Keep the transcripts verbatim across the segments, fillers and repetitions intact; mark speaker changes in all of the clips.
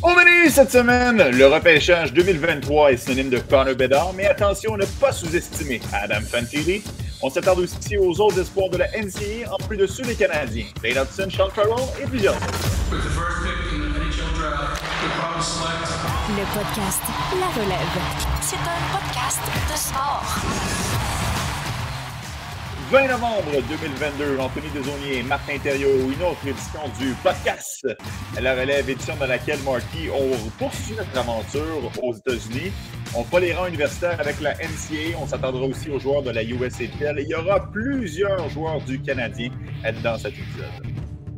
Speaker 1: Au menu cette semaine, le repêchage deux mille vingt-trois est synonyme de Connor Bedard, mais attention à ne pas sous-estimer Adam Fantilli. On s'attarde aussi aux autres espoirs de la N C A A, en plus de ceux des Canadiens, Dane Hudson, Sean Farrell et plusieurs autres.
Speaker 2: Le podcast La Relève. C'est un podcast de sport.
Speaker 1: vingt novembre deux mille vingt-deux, Anthony Desaulniers, Martin Thériault, une autre édition du podcast La Relève, édition dans laquelle, Marty, on poursuit notre aventure aux États-Unis. On fera les rangs universitaires avec la N C A A. On s'attendra aussi aux joueurs de la U S A P L. Il y aura plusieurs joueurs du Canadien dans cet épisode.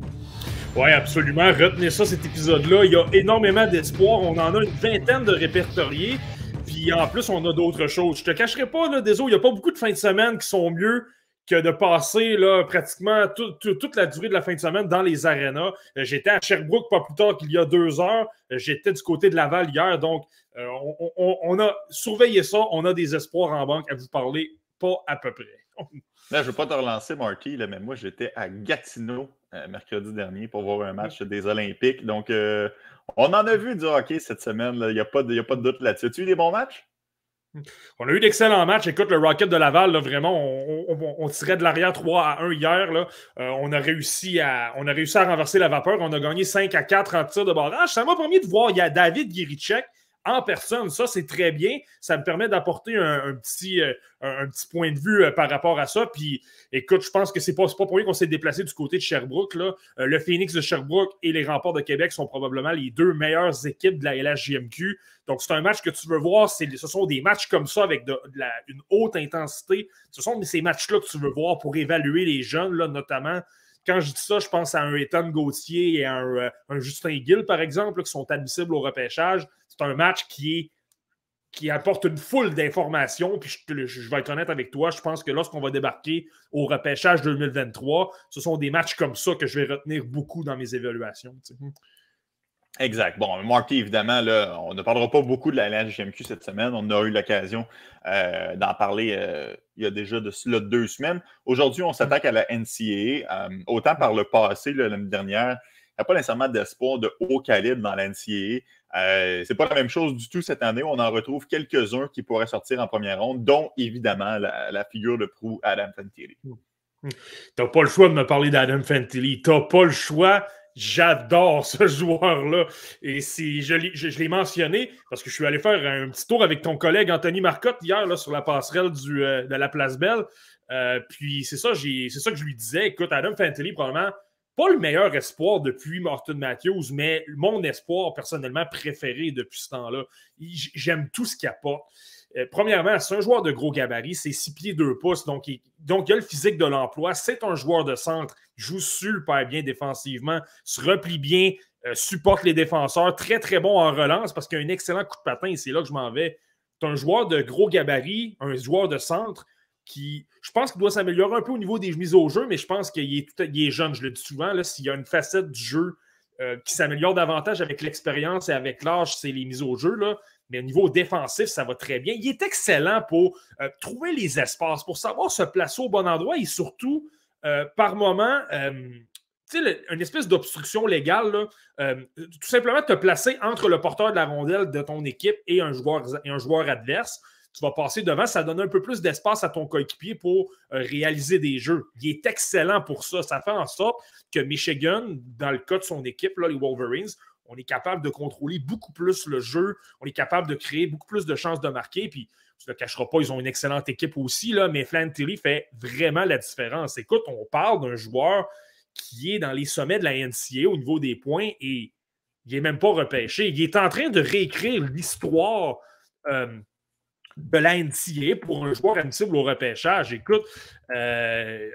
Speaker 3: Oui, absolument. Retenez ça, cet épisode-là. Il y a énormément d'espoir. On en a une vingtaine de répertoriés. Puis en plus, on a d'autres choses. Je te cacherai pas, là, désolé, il n'y a pas beaucoup de fins de semaine qui sont mieux que de passer là, pratiquement tout, tout, toute la durée de la fin de semaine dans les arénas. Euh, j'étais à Sherbrooke pas plus tard qu'il y a deux heures. Euh, j'étais du côté de Laval hier. Donc, euh, on, on, on a surveillé ça. On a des espoirs en banque à vous parler, pas à peu près.
Speaker 1: Là, je ne veux pas te relancer, Marty, là, mais moi, j'étais à Gatineau euh, mercredi dernier pour voir un match des Olympiques. Donc, euh, on en a vu du hockey cette semaine. Il n'y a, a pas de doute là-dessus. As-tu eu des bons matchs?
Speaker 3: On a eu d'excellents matchs. Écoute, le Rocket de Laval, là, vraiment, on, on, on tirait de l'arrière trois à un hier. Là. Euh, on, a réussi à, on a réussi à renverser la vapeur. On a gagné cinq à quatre en tir de barrage. Ça m'a permis de voir, il y a David Guirichek en personne. Ça, c'est très bien. Ça me permet d'apporter un, un, petit, euh, un, un petit point de vue euh, par rapport à ça. Puis, écoute, je pense que c'est pas, c'est pas pour rien qu'on s'est déplacé du côté de Sherbrooke. Là. Euh, le Phoenix de Sherbrooke et les Remparts de Québec sont probablement les deux meilleures équipes de la L H J M Q. Donc, c'est un match que tu veux voir. C'est, ce sont des matchs comme ça avec de, de la, une haute intensité. Ce sont ces matchs-là que tu veux voir pour évaluer les jeunes, là, notamment. Quand je dis ça, je pense à un Ethan Gauthier et à un, euh, un Justin Gill, par exemple, là, qui sont admissibles au repêchage. C'est un match qui est qui apporte une foule d'informations. Puis je, je vais être honnête avec toi, je pense que lorsqu'on va débarquer au repêchage deux mille vingt-trois, ce sont des matchs comme ça que je vais retenir beaucoup dans mes évaluations. Tu sais.
Speaker 1: Exact. Bon, Marty, évidemment, là, on ne parlera pas beaucoup de la L H J M Q cette semaine. On a eu l'occasion euh, d'en parler euh, il y a déjà de cela deux semaines. Aujourd'hui, on s'attaque à la N C A A. Euh, autant par le passé, là, l'année dernière, il n'y a pas nécessairement d'espoir de haut calibre dans la N C A A. Euh, c'est pas la même chose du tout cette année. On en retrouve quelques-uns qui pourraient sortir en première ronde, dont évidemment la, la figure de proue Adam Fantilli.
Speaker 3: T'as pas le choix de me parler d'Adam Fantilli. T'as pas le choix. J'adore ce joueur-là. Et c'est, je, l'ai, je, je l'ai mentionné parce que je suis allé faire un petit tour avec ton collègue Anthony Marcotte hier là, sur la passerelle du, euh, de la Place Belle. Euh, puis c'est ça, j'ai, c'est ça que je lui disais. Écoute, Adam Fantilli, probablement pas le meilleur espoir depuis Morton Matthews, mais mon espoir personnellement préféré depuis ce temps-là. J'aime tout ce qu'il apporte. Euh, premièrement, c'est un joueur de gros gabarit, c'est six pieds deux pouces, donc il, donc il a le physique de l'emploi. C'est un joueur de centre, joue super bien défensivement, se replie bien, euh, supporte les défenseurs, très très bon en relance parce qu'il a un excellent coup de patin et c'est là que je m'en vais. C'est un joueur de gros gabarit, un joueur de centre qui, je pense qu'il doit s'améliorer un peu au niveau des mises au jeu, mais je pense qu'il est, tout, il est jeune, je le dis souvent, là, s'il y a une facette du jeu euh, qui s'améliore davantage avec l'expérience et avec l'âge, c'est les mises au jeu, là. Mais au niveau défensif, ça va très bien. Il est excellent pour euh, trouver les espaces, pour savoir se placer au bon endroit et surtout, euh, par moment, euh, tu sais, une espèce d'obstruction légale, là, euh, tout simplement te placer entre le porteur de la rondelle de ton équipe et un joueur, et un joueur adverse. Tu vas passer devant, ça donne un peu plus d'espace à ton coéquipier pour euh, réaliser des jeux. Il est excellent pour ça. Ça fait en sorte que Michigan, dans le cas de son équipe, là, les Wolverines, on est capable de contrôler beaucoup plus le jeu. On est capable de créer beaucoup plus de chances de marquer. Puis, tu ne le cacheras pas, ils ont une excellente équipe aussi, là, mais Fantilli fait vraiment la différence. Écoute, on parle d'un joueur qui est dans les sommets de la N C A A au niveau des points et il n'est même pas repêché. Il est en train de réécrire l'histoire euh, de la N C A A pour un joueur admissible au repêchage. Écoute, euh,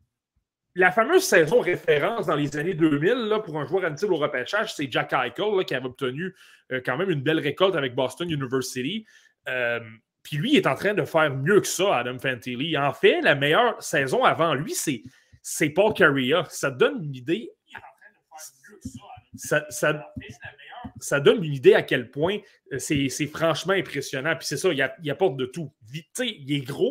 Speaker 3: la fameuse saison référence dans les années deux mille là, pour un joueur admissible au repêchage, c'est Jack Eichel là, qui avait obtenu euh, quand même une belle récolte avec Boston University. Euh, Puis lui, il est en train de faire mieux que ça, Adam Fantilli. En fait, la meilleure saison avant lui, c'est, c'est Paul Kariya. Ça te donne une idée. Il est en train de faire mieux que ça. Ça, ça, ça donne une idée à quel point c'est, c'est franchement impressionnant. Puis c'est ça, il, a, il apporte de tout. Tu sais, il est gros,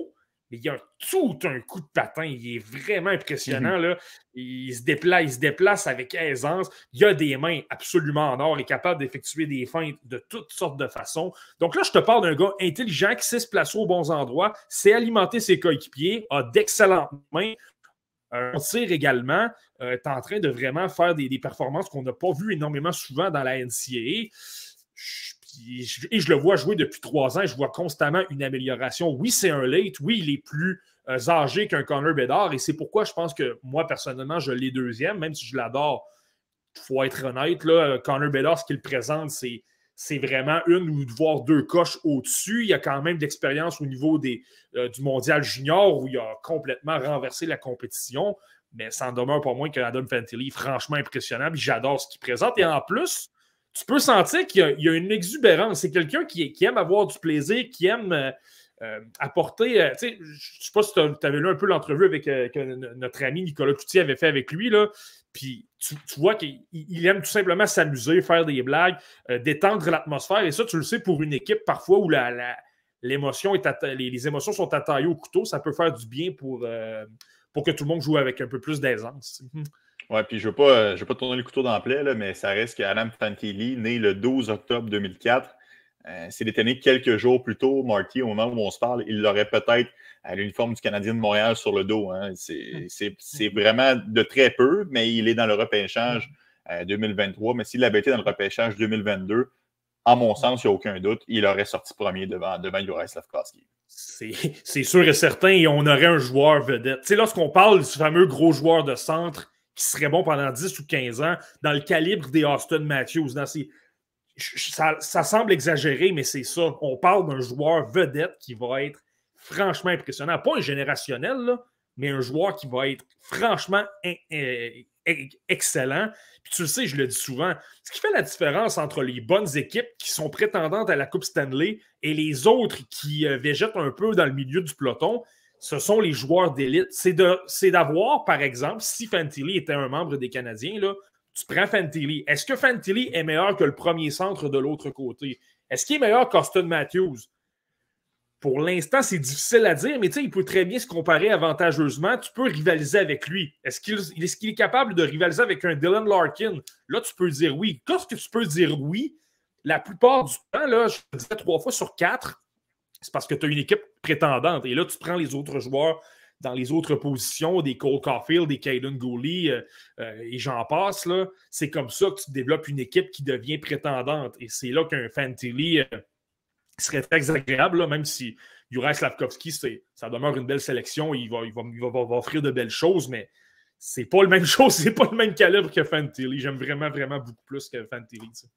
Speaker 3: mais il a tout un coup de patin. Il est vraiment impressionnant. Mm-hmm. Là. Il, se déplace, il se déplace avec aisance. Il a des mains absolument en or. Il est capable d'effectuer des feintes de toutes sortes de façons. Donc là, je te parle d'un gars intelligent qui sait se placer aux bons endroits, sait alimenter ses coéquipiers, a d'excellentes mains. Euh, on tire également, euh, est en train de vraiment faire des, des performances qu'on n'a pas vues énormément souvent dans la N C A A. Je, Et je le vois jouer depuis trois ans. Je vois constamment une amélioration. Oui, c'est un late. Oui, il est plus euh, âgé qu'un Connor Bedard. Et c'est pourquoi je pense que moi, personnellement, je l'ai deuxième, même si je l'adore. Il faut être honnête. Là, Connor Bedard, ce qu'il présente, c'est, c'est vraiment une ou voire deux coches au-dessus. Il y a quand même d'expérience au niveau des, euh, du mondial junior où il a complètement renversé la compétition. Mais ça en demeure pas moins que Adam Fantilli est franchement impressionnant. J'adore ce qu'il présente. Et en plus, tu peux sentir qu'il y a, il y a une exubérance. C'est quelqu'un qui, qui aime avoir du plaisir, qui aime euh, euh, apporter... Euh, tu sais, je ne sais pas si tu avais lu un peu l'entrevue avec euh, que notre ami Nicolas Cloutier avait fait avec lui, là. Puis tu, tu vois qu'il il aime tout simplement s'amuser, faire des blagues, euh, détendre l'atmosphère. Et ça, tu le sais, pour une équipe parfois où la, la, l'émotion est atta- les, les émotions sont attaillées au couteau, ça peut faire du bien pour, euh, pour que tout le monde joue avec un peu plus d'aisance.
Speaker 1: Ouais, puis je ne veux, euh, veux pas tourner le couteau dans la plaie, là, mais ça reste qu'Adam Fantilli, né le douze octobre deux mille quatre, euh, s'il était né quelques jours plus tôt, Marty, au moment où on se parle, il l'aurait peut-être à l'uniforme du Canadien de Montréal sur le dos. Hein. C'est, c'est, c'est vraiment de très peu, mais il est dans le repêchage euh, deux mille vingt-trois. Mais s'il avait été dans le repêchage deux mille vingt-deux, à mon sens, il n'y a aucun doute, il aurait sorti premier devant, devant Juraj Slafkovský.
Speaker 3: C'est, c'est sûr et certain, et on aurait un joueur vedette. Tu sais, lorsqu'on parle du fameux gros joueur de centre qui serait bon pendant dix ou quinze ans, dans le calibre des Auston Matthews. Dans ces... ça, ça semble exagéré, mais c'est ça. On parle d'un joueur vedette qui va être franchement impressionnant. Pas un générationnel, là, mais un joueur qui va être franchement in- in- excellent. Puis tu le sais, je le dis souvent, ce qui fait la différence entre les bonnes équipes qui sont prétendantes à la Coupe Stanley et les autres qui euh, végètent un peu dans le milieu du peloton, ce sont les joueurs d'élite. C'est, de, c'est d'avoir, par exemple, si Fantilli était un membre des Canadiens, là, tu prends Fantilli. Est-ce que Fantilli est meilleur que le premier centre de l'autre côté? Est-ce qu'il est meilleur qu'Auston Matthews? Pour l'instant, c'est difficile à dire, mais il peut très bien se comparer avantageusement. Tu peux rivaliser avec lui. Est-ce qu'il, est-ce qu'il est capable de rivaliser avec un Dylan Larkin? Là, tu peux dire oui. Lorsque tu peux dire oui, la plupart du temps, là, je te disais trois fois sur quatre, c'est parce que tu as une équipe prétendante. Et là, tu prends les autres joueurs dans les autres positions, des Cole Caulfield, des Caden Gooley, euh, euh, et j'en passe. Là. C'est comme ça que tu développes une équipe qui devient prétendante. Et c'est là qu'un Fantilli euh, serait très agréable, là, même si Juraj Slafkovský, c'est, ça demeure une belle sélection. Il va, il, va, il va, va offrir de belles choses, mais c'est pas la même chose, c'est pas le même calibre que Fantilli. J'aime vraiment, vraiment beaucoup plus que Fantilli. T'sais.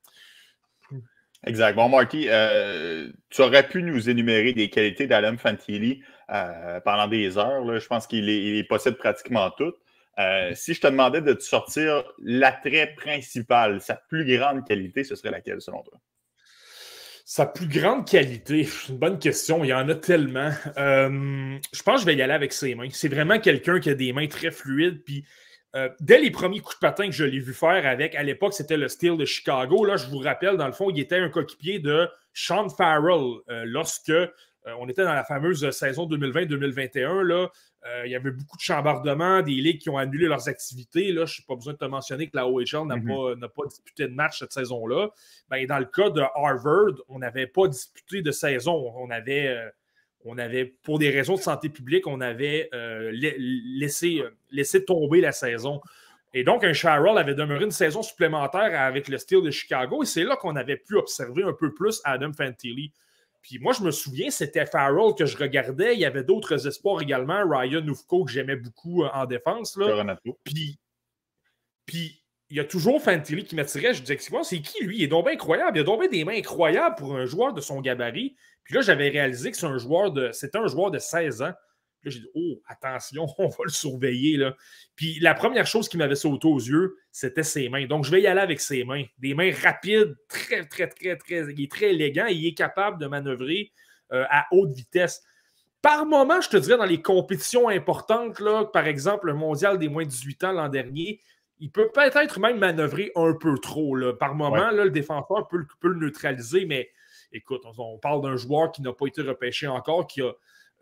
Speaker 1: Exact. Bon, Marty, euh, tu aurais pu nous énumérer des qualités d'Adam Fantilli euh, pendant des heures. Là. Je pense qu'il est, il possède pratiquement toutes. Euh, si je te demandais de te sortir l'attrait principal, sa plus grande qualité, ce serait laquelle selon toi?
Speaker 3: Sa plus grande qualité, c'est une bonne question. Il y en a tellement. Euh, je pense que je vais y aller avec ses mains. C'est vraiment quelqu'un qui a des mains très fluides. Puis Euh, dès les premiers coups de patin que je l'ai vu faire avec, à l'époque, c'était le Steel de Chicago. Là, je vous rappelle, dans le fond, il était un coéquipier de Sean Farrell euh, lorsque euh, on était dans la fameuse saison deux mille vingt deux mille vingt et un. Là, euh, il y avait beaucoup de chambardements, des ligues qui ont annulé leurs activités. Là, je n'ai pas besoin de te mentionner que la O H L n'a, mm-hmm. pas, n'a pas disputé de match cette saison-là. Ben, dans le cas de Harvard, on n'avait pas disputé de saison. On avait... Euh, On avait, pour des raisons de santé publique, on avait euh, laissé, euh, laissé tomber la saison. Et donc, un Farrell avait demeuré une saison supplémentaire avec le Steel de Chicago. Et c'est là qu'on avait pu observer un peu plus Adam Fantilli. Puis moi, je me souviens, c'était Farrell que je regardais. Il y avait d'autres espoirs également. Ryan Ufko, que j'aimais beaucoup en défense. Là. Puis, puis, il y a toujours Fantilli qui m'attirait. Je disais, c'est qui lui? Il est donc bien incroyable. Il a donc bien des mains incroyables pour un joueur de son gabarit. Puis là, j'avais réalisé que c'est un joueur de, c'était un joueur de seize ans. Puis là, j'ai dit, oh, attention, on va le surveiller. Là. Puis la première chose qui m'avait sauté aux yeux, c'était ses mains. Donc, je vais y aller avec ses mains. Des mains rapides, très, très, très, très... Il est très élégant. Il est capable de manœuvrer euh, à haute vitesse. Par moment, je te dirais, dans les compétitions importantes, là, par exemple, le mondial des moins de dix-huit ans l'an dernier, il peut peut-être même manœuvrer un peu trop. Là. Par moment, ouais. là, le défenseur peut, peut le neutraliser, mais écoute, on, on parle d'un joueur qui n'a pas été repêché encore, qui a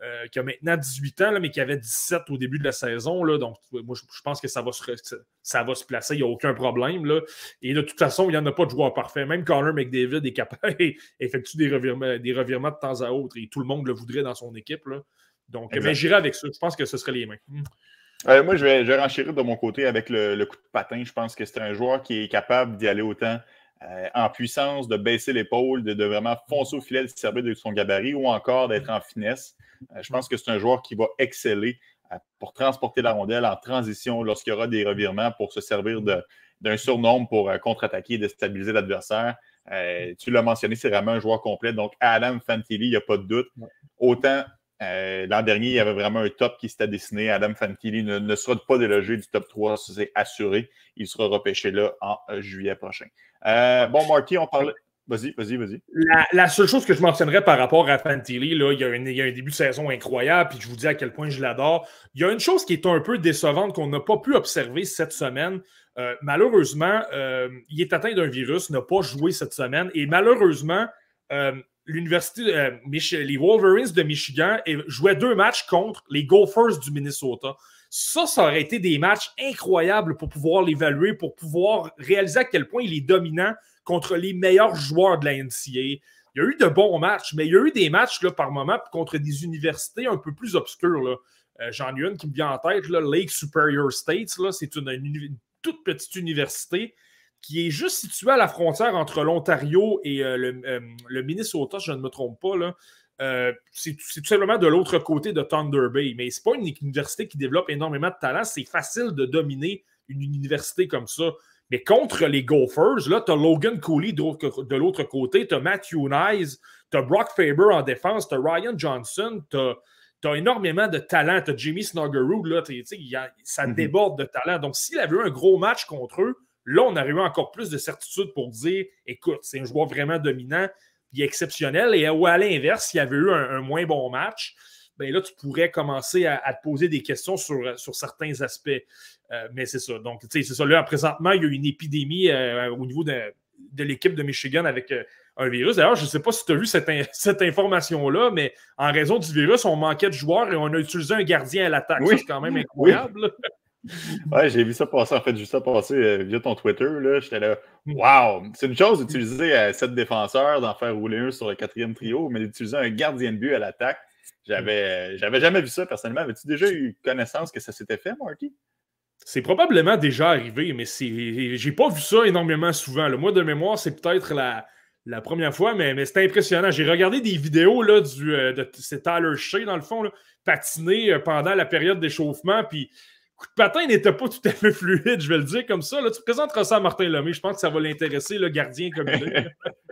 Speaker 3: euh, qui a maintenant dix-huit ans, là, mais qui avait dix-sept au début de la saison. Là, donc, moi, je, je pense que ça va se, ça va se placer. Il n'y a aucun problème. Là. Et de toute façon, il n'y en a pas de joueur parfait. Même Connor McDavid est capable effectue des revirements, des revirements de temps à autre. Et tout le monde le voudrait dans son équipe. Là. Donc, mais j'irai avec ça. Je pense que ce serait les mains. Hmm.
Speaker 1: Euh, moi, je vais, je vais renchérir de mon côté avec le, le coup de patin. Je pense que c'est un joueur qui est capable d'y aller autant euh, en puissance, de baisser l'épaule, de, de vraiment foncer au filet, de se servir de son gabarit ou encore d'être en finesse. Euh, je pense que c'est un joueur qui va exceller euh, pour transporter la rondelle en transition lorsqu'il y aura des revirements pour se servir de, d'un surnombre pour euh, contre-attaquer et déstabiliser l'adversaire. Euh, tu l'as mentionné, c'est vraiment un joueur complet. Donc, Adam Fantilli, il n'y a pas de doute. Autant Euh, l'an dernier, il y avait vraiment un top qui s'était dessiné. Adam Fantilli ne, ne sera pas délogé du top trois, c'est assuré. Il sera repêché là en euh, juillet prochain. Euh, bon, Marty, on parlait... Vas-y, vas-y, vas-y.
Speaker 3: La, la seule chose que je mentionnerais par rapport à Fantilli, là, il y a une, il y a un début de saison incroyable, puis je vous dis à quel point je l'adore. Il y a une chose qui est un peu décevante qu'on n'a pas pu observer cette semaine. Euh, malheureusement, euh, il est atteint d'un virus, n'a pas joué cette semaine, et malheureusement... Euh, L'université, euh, Mich- les Wolverines de Michigan jouaient deux matchs contre les Gophers du Minnesota. Ça, ça aurait été des matchs incroyables pour pouvoir l'évaluer, pour pouvoir réaliser à quel point il est dominant contre les meilleurs joueurs de la N C A A. Il y a eu de bons matchs, mais il y a eu des matchs là, par moment contre des universités un peu plus obscures. Là. Euh, j'en ai une qui me vient en tête, là, Lake Superior State. Là, c'est une, une, une toute petite université qui est juste situé à la frontière entre l'Ontario et euh, le, euh, le Minnesota, si je ne me trompe pas. Là. Euh, c'est, c'est tout simplement de l'autre côté de Thunder Bay. Mais ce n'est pas une université qui développe énormément de talent. C'est facile de dominer une université comme ça. Mais contre les Gophers, là, tu as Logan Cooley de, de l'autre côté, tu as Matthew Nyes, tu as Brock Faber en défense, tu as Ryan Johnson, tu as énormément de talent. Tu as Jimmy Snuggerud, là, y a, ça mm-hmm. déborde de talent. Donc, s'il avait eu un gros match contre eux, là, on aurait eu encore plus de certitude pour dire, écoute, c'est un joueur vraiment dominant, il est exceptionnel. Et ou à l'inverse, s'il y avait eu un, un moins bon match, bien là, tu pourrais commencer à, à te poser des questions sur, sur certains aspects. Euh, mais c'est ça. Donc, tu sais, c'est ça. Là, présentement, il y a eu une épidémie euh, au niveau de, de l'équipe de Michigan avec euh, un virus. D'ailleurs, je ne sais pas si tu as vu cette, in- cette information-là, mais en raison du virus, on manquait de joueurs et on a utilisé un gardien à l'attaque. Oui. Ça, c'est quand même incroyable. Oui.
Speaker 1: Ouais, j'ai vu ça passer, en fait, j'ai vu ça passer euh, via ton Twitter, là, j'étais là, wow! C'est une chose d'utiliser euh, sept défenseurs, d'en faire rouler un sur le quatrième trio, mais d'utiliser un gardien de but à l'attaque, j'avais, euh, j'avais jamais vu ça personnellement. Avais-tu déjà eu connaissance que ça s'était fait, Marty?
Speaker 3: C'est probablement déjà arrivé, mais c'est, j'ai pas vu ça énormément souvent. Le mois de mémoire, c'est peut-être la, la première fois, mais, mais c'est impressionnant. J'ai regardé des vidéos là, du, euh, de c'est Tyler Shea, dans le fond, là, patiner euh, pendant la période d'échauffement, puis coup de patin n'était pas tout à fait fluide, je vais le dire comme ça. Là, tu présenteras ça à Martin Lemay, je pense que ça va l'intéresser, le gardien comme il est.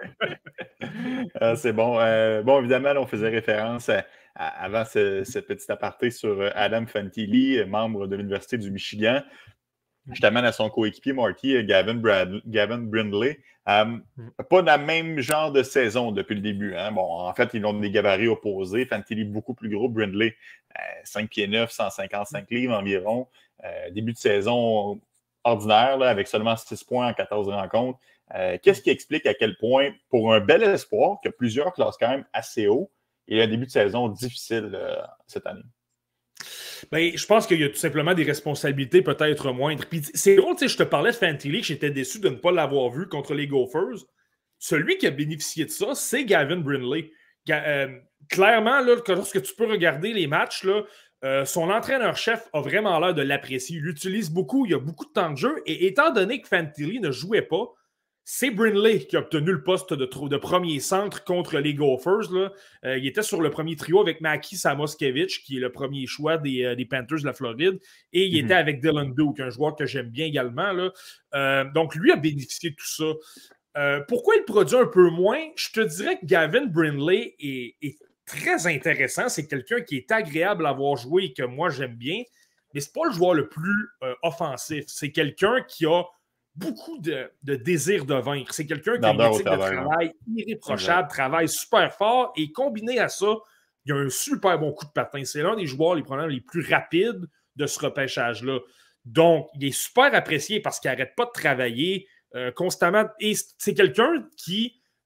Speaker 1: ah, c'est bon. Euh, bon, évidemment, là, on faisait référence à, à, avant ce, ce petit aparté sur Adam Fantilli, membre de l'Université du Michigan. Je t'amène à son coéquipier, Marty, Gavin, Brad, Gavin Brindley. Euh, pas dans le même genre de saison depuis le début. Hein. Bon, en fait, ils ont des gabarits opposés. Fantilli beaucoup plus gros. Brindley, euh, cinq pieds neuf, cent cinquante-cinq livres environ. Euh, début de saison ordinaire, là, avec seulement six points en quatorze rencontres. Euh, qu'est-ce qui explique à quel point, pour un bel espoir, que plusieurs classent quand même assez haut, il y a un début de saison difficile euh, cette année?
Speaker 3: Ben, je pense qu'il y a tout simplement des responsabilités peut-être moindres. Puis c'est drôle, tu sais, je te parlais de Fantilli, que j'étais déçu de ne pas l'avoir vu contre les Gophers. Celui qui a bénéficié de ça, c'est Gavin Brindley. Ga- euh, clairement, là, lorsque tu peux regarder les matchs, là, euh, son entraîneur-chef a vraiment l'air de l'apprécier. Il l'utilise beaucoup, il a beaucoup de temps de jeu. Et étant donné que Fantilli ne jouait pas, c'est Brindley qui a obtenu le poste de, de premier centre contre les Gophers. Là. Euh, il était sur le premier trio avec Maki Samoskevich, qui est le premier choix des, euh, des Panthers de la Floride. Et il mm-hmm. était avec Dylan Duke, un joueur que j'aime bien également. Là. Euh, donc, lui a bénéficié de tout ça. Euh, pourquoi il produit un peu moins? Je te dirais que Gavin Brindley est, est très intéressant. C'est quelqu'un qui est agréable à voir jouer et que moi, j'aime bien. Mais ce n'est pas le joueur le plus euh, offensif. C'est quelqu'un qui a beaucoup de, de désir de vaincre. C'est quelqu'un qui a une éthique de travail irréprochable, exact. Travaille super fort et combiné à ça, il a un super bon coup de patin. C'est l'un des joueurs les, les plus rapides de ce repêchage-là. Donc, il est super apprécié parce qu'il n'arrête pas de travailler euh, constamment. Et c'est quelqu'un qui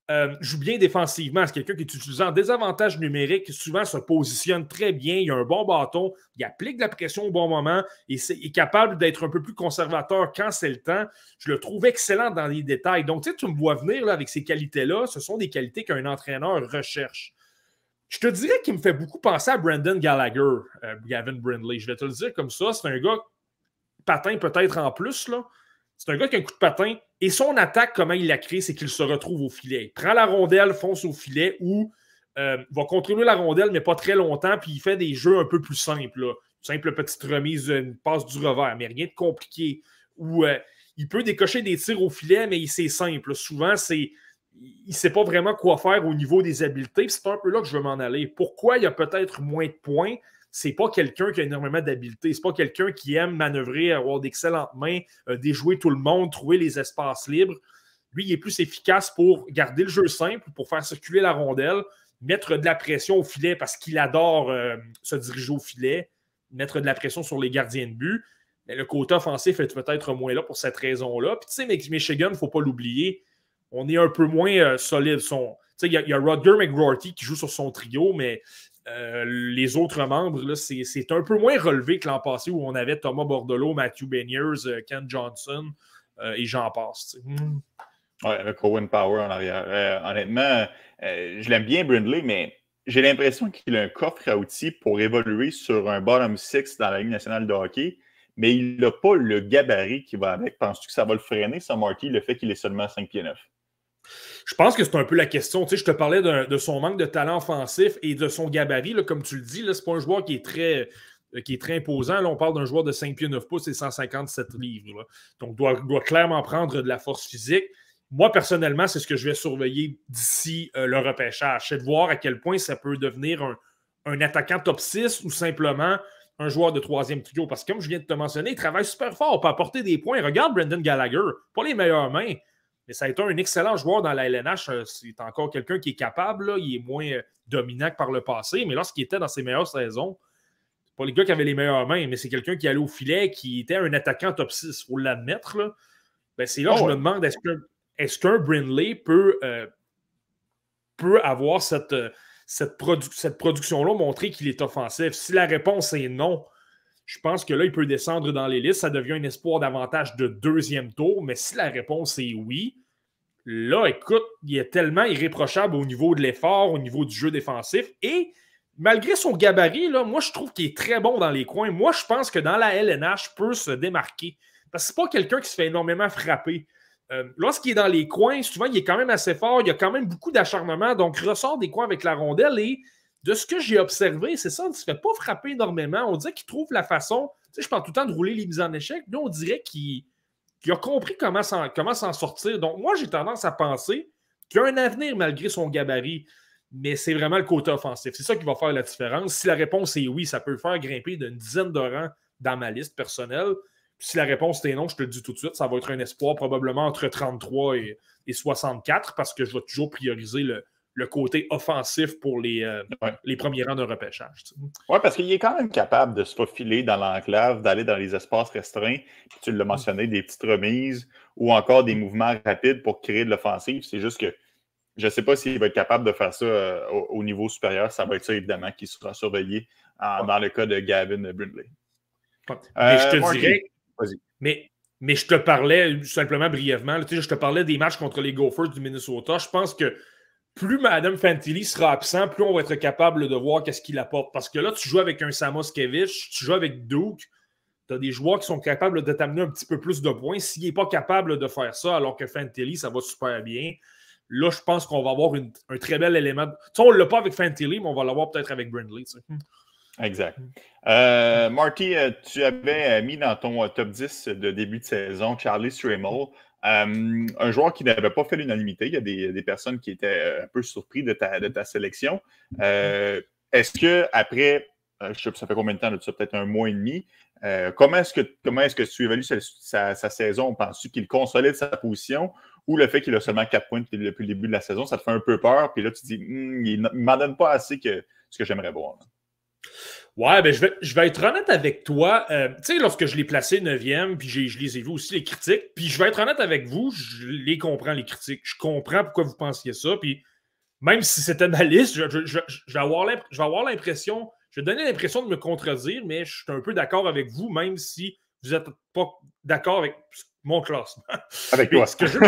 Speaker 3: Euh, joue bien défensivement. C'est quelqu'un qui est utilisé en désavantage numérique, souvent se positionne très bien, il a un bon bâton, il applique de la pression au bon moment et est, est capable d'être un peu plus conservateur quand c'est le temps. Je le trouve excellent dans les détails. Donc, tu sais, tu me vois venir là, avec ces qualités-là, ce sont des qualités qu'un entraîneur recherche. Je te dirais qu'il me fait beaucoup penser à Brendan Gallagher, euh, Gavin Brindley. Je vais te le dire comme ça. C'est un gars patin peut-être en plus, là. C'est un gars qui a un coup de patin et son attaque, comment il la crée, c'est qu'il se retrouve au filet. Il prend la rondelle, fonce au filet ou euh, va contrôler la rondelle, mais pas très longtemps, puis il fait des jeux un peu plus simples. Là. Simple petite remise, une passe du revers, mais rien de compliqué. Ou euh, il peut décocher des tirs au filet, mais c'est simple. Souvent, c'est il ne sait pas vraiment quoi faire au niveau des habiletés. C'est un peu là que je veux m'en aller. Pourquoi il y a peut-être moins de points? C'est pas quelqu'un qui a énormément d'habileté. C'est pas quelqu'un qui aime manœuvrer, avoir d'excellentes mains, euh, déjouer tout le monde, trouver les espaces libres. Lui, il est plus efficace pour garder le jeu simple, pour faire circuler la rondelle, mettre de la pression au filet parce qu'il adore euh, se diriger au filet, mettre de la pression sur les gardiens de but. Mais le côté offensif est peut-être moins là pour cette raison-là. Puis tu sais, Michigan, il ne faut pas l'oublier, on est un peu moins euh, solide. Il y, y a Rodger McGrorty qui joue sur son trio, mais euh, les autres membres, c'est un peu moins relevé que l'an passé où on avait Thomas Bordeleau, Matthew Beniers, euh, Ken Johnson euh, et j'en passe. Mm.
Speaker 1: Oui, avec Owen Power en arrière. Euh, honnêtement, euh, je l'aime bien, Brindley, mais j'ai l'impression qu'il a un coffre à outils pour évoluer sur un bottom six dans la Ligue nationale de hockey, mais il n'a pas le gabarit qui va avec. Penses-tu que ça va le freiner, ça, Marty, le fait qu'il est seulement cinq pieds neuf?
Speaker 3: Je pense que c'est un peu la question. Tu sais, je te parlais de, de son manque de talent offensif et de son gabarit. Là, comme tu le dis, ce n'est pas un joueur qui est très, qui est très imposant. Là, on parle d'un joueur de cinq pieds neuf pouces et cent cinquante-sept livres. Là. Donc, doit, doit clairement prendre de la force physique. Moi, personnellement, c'est ce que je vais surveiller d'ici euh, le repêchage. C'est de voir à quel point ça peut devenir un, un attaquant top six ou simplement un joueur de troisième trio. Parce que comme je viens de te mentionner, il travaille super fort pour apporter des points. Regarde Brendan Gallagher. Pas les meilleures mains. Mais ça a été un excellent joueur dans la L N H. C'est encore quelqu'un qui est capable. Là. Il est moins dominant que par le passé. Mais lorsqu'il était dans ses meilleures saisons, c'est pas les gars qui avaient les meilleures mains, mais c'est quelqu'un qui allait au filet, qui était un attaquant top six. Il faut l'admettre. Ben, c'est là que oh, je ouais. me demande, est-ce qu'un est qu'un Brindley peut, euh, peut avoir cette, cette, produ cette production-là, montrer qu'il est offensif? Si la réponse est non, je pense que là, il peut descendre dans les listes. Ça devient un espoir d'avantage de deuxième tour. Mais si la réponse est oui, là, écoute, il est tellement irréprochable au niveau de l'effort, au niveau du jeu défensif. Et malgré son gabarit, là, moi, je trouve qu'il est très bon dans les coins. Moi, je pense que dans la L N H, il peut se démarquer. Parce que c'est pas quelqu'un qui se fait énormément frapper. Euh, Lorsqu'il est dans les coins, souvent, il est quand même assez fort. Il y a quand même beaucoup d'acharnement. Donc, il ressort des coins avec la rondelle et de ce que j'ai observé, c'est ça, il ne se fait pas frapper énormément. On dirait qu'il trouve la façon, tu sais, je parle tout le temps de rouler les mises en échec. Nous, on dirait qu'il qu'il a compris comment s'en sortir. Donc, moi, j'ai tendance à penser qu'il a un avenir malgré son gabarit. Mais c'est vraiment le côté offensif. C'est ça qui va faire la différence. Si la réponse est oui, ça peut le faire grimper d'une dizaine de rangs dans ma liste personnelle. Puis si la réponse est non, je te le dis tout de suite, ça va être un espoir probablement entre trente-trois et, et soixante-quatre parce que je vais toujours prioriser le le côté offensif pour les, euh, ouais. les premiers rangs d'un repêchage.
Speaker 1: Oui, parce qu'il est quand même capable de se faufiler dans l'enclave, d'aller dans les espaces restreints, puis tu l'as mentionné, des petites remises ou encore des mouvements rapides pour créer de l'offensive. C'est juste que je ne sais pas s'il va être capable de faire ça euh, au, au niveau supérieur. Ça va être ça, évidemment, qui sera surveillé en, ouais. dans le cas de Gavin Brindley.
Speaker 3: Ouais. Mais euh, je te Marty, dirais... Mais, mais je te parlais, simplement brièvement, là, je te parlais des matchs contre les Gophers du Minnesota. Je pense que plus Adam Fantilli sera absent, plus on va être capable de voir qu'est-ce qu'il apporte. Parce que là, tu joues avec un Samoskevich, tu joues avec Duke, tu as des joueurs qui sont capables de t'amener un petit peu plus de points. S'il n'est pas capable de faire ça, alors que Fantilli, ça va super bien, là, je pense qu'on va avoir une, un très bel élément. Tu sais, on ne l'a pas avec Fantilli, mais on va l'avoir peut-être avec Brindley. Tu sais.
Speaker 1: Exact. Euh, Marty, tu avais mis dans ton top dix de début de saison Charlie Stramel. Um, un joueur qui n'avait pas fait l'unanimité. Il y a des, des personnes qui étaient un peu surpris de ta, de ta sélection. Euh, est-ce que après, euh, je sais pas, ça fait combien de temps de ça, peut-être un mois et demi, euh, comment est-ce que comment est-ce que tu évalues sa, sa, sa saison? Penses-tu qu'il consolide sa position ou le fait qu'il a seulement quatre points depuis, depuis le début de la saison, ça te fait un peu peur, puis là tu te dis, hm, il ne m'en donne pas assez que ce que j'aimerais voir.
Speaker 3: Ouais, ben je vais, je vais être honnête avec toi. Euh, tu sais, lorsque je l'ai placé neuvième, puis j'ai, je les ai vus aussi, les critiques, puis je vais être honnête avec vous, je les comprends, les critiques. Je comprends pourquoi vous pensiez ça, puis même si c'était ma liste, je, je, je, je vais avoir je vais avoir l'impression, je vais donner l'impression de me contredire, mais je suis un peu d'accord avec vous, même si vous n'êtes pas d'accord avec mon classement.
Speaker 1: Avec toi.
Speaker 3: Ce que je veux,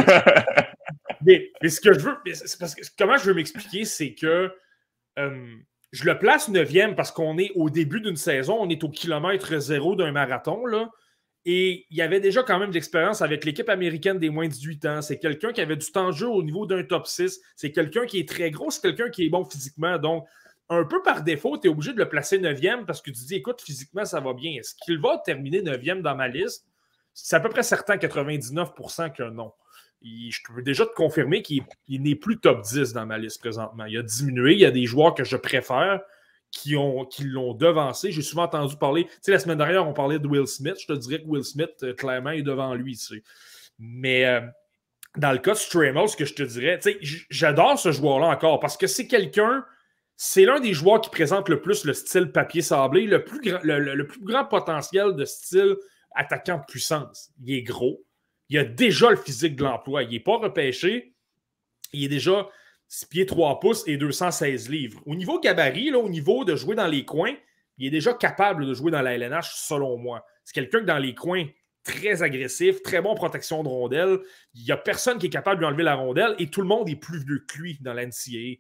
Speaker 3: mais, mais ce que je veux, c'est parce que comment je veux m'expliquer, c'est que euh, je le place neuvième parce qu'on est au début d'une saison, on est au kilomètre zéro d'un marathon, là, et il y avait déjà quand même de l'expérience avec l'équipe américaine des moins de dix-huit ans. C'est quelqu'un qui avait du temps de jeu au niveau d'un top six. C'est quelqu'un qui est très gros, c'est quelqu'un qui est bon physiquement. Donc, un peu par défaut, tu es obligé de le placer neuvième parce que tu dis, écoute, physiquement, ça va bien. Est-ce qu'il va terminer neuvième dans ma liste? C'est à peu près certain, quatre-vingt-dix-neuf pour cent que non. Il, je peux déjà te confirmer qu'il n'est plus top dix dans ma liste présentement. Il a diminué. Il y a des joueurs que je préfère qui, ont, qui l'ont devancé. J'ai souvent entendu parler... Tu sais, la semaine dernière, on parlait de Will Smith. Je te dirais que Will Smith, euh, clairement, est devant lui. Tu sais. Mais euh, dans le cas de Stramel, ce que je te dirais, tu sais, j'adore ce joueur-là encore parce que c'est quelqu'un... C'est l'un des joueurs qui présente le plus le style papier sablé, le plus, grand, le, le, le plus grand potentiel de style attaquant de puissance. Il est gros. Il a déjà le physique de l'emploi. Il n'est pas repêché. Il est déjà six pieds trois pouces et deux cent seize livres. Au niveau gabarit, là, au niveau de jouer dans les coins, il est déjà capable de jouer dans la L N H, selon moi. C'est quelqu'un qui, dans les coins, très agressif, très bon protection de rondelle. Il n'y a personne qui est capable de lui enlever la rondelle et tout le monde est plus vieux que lui dans l'N C A A.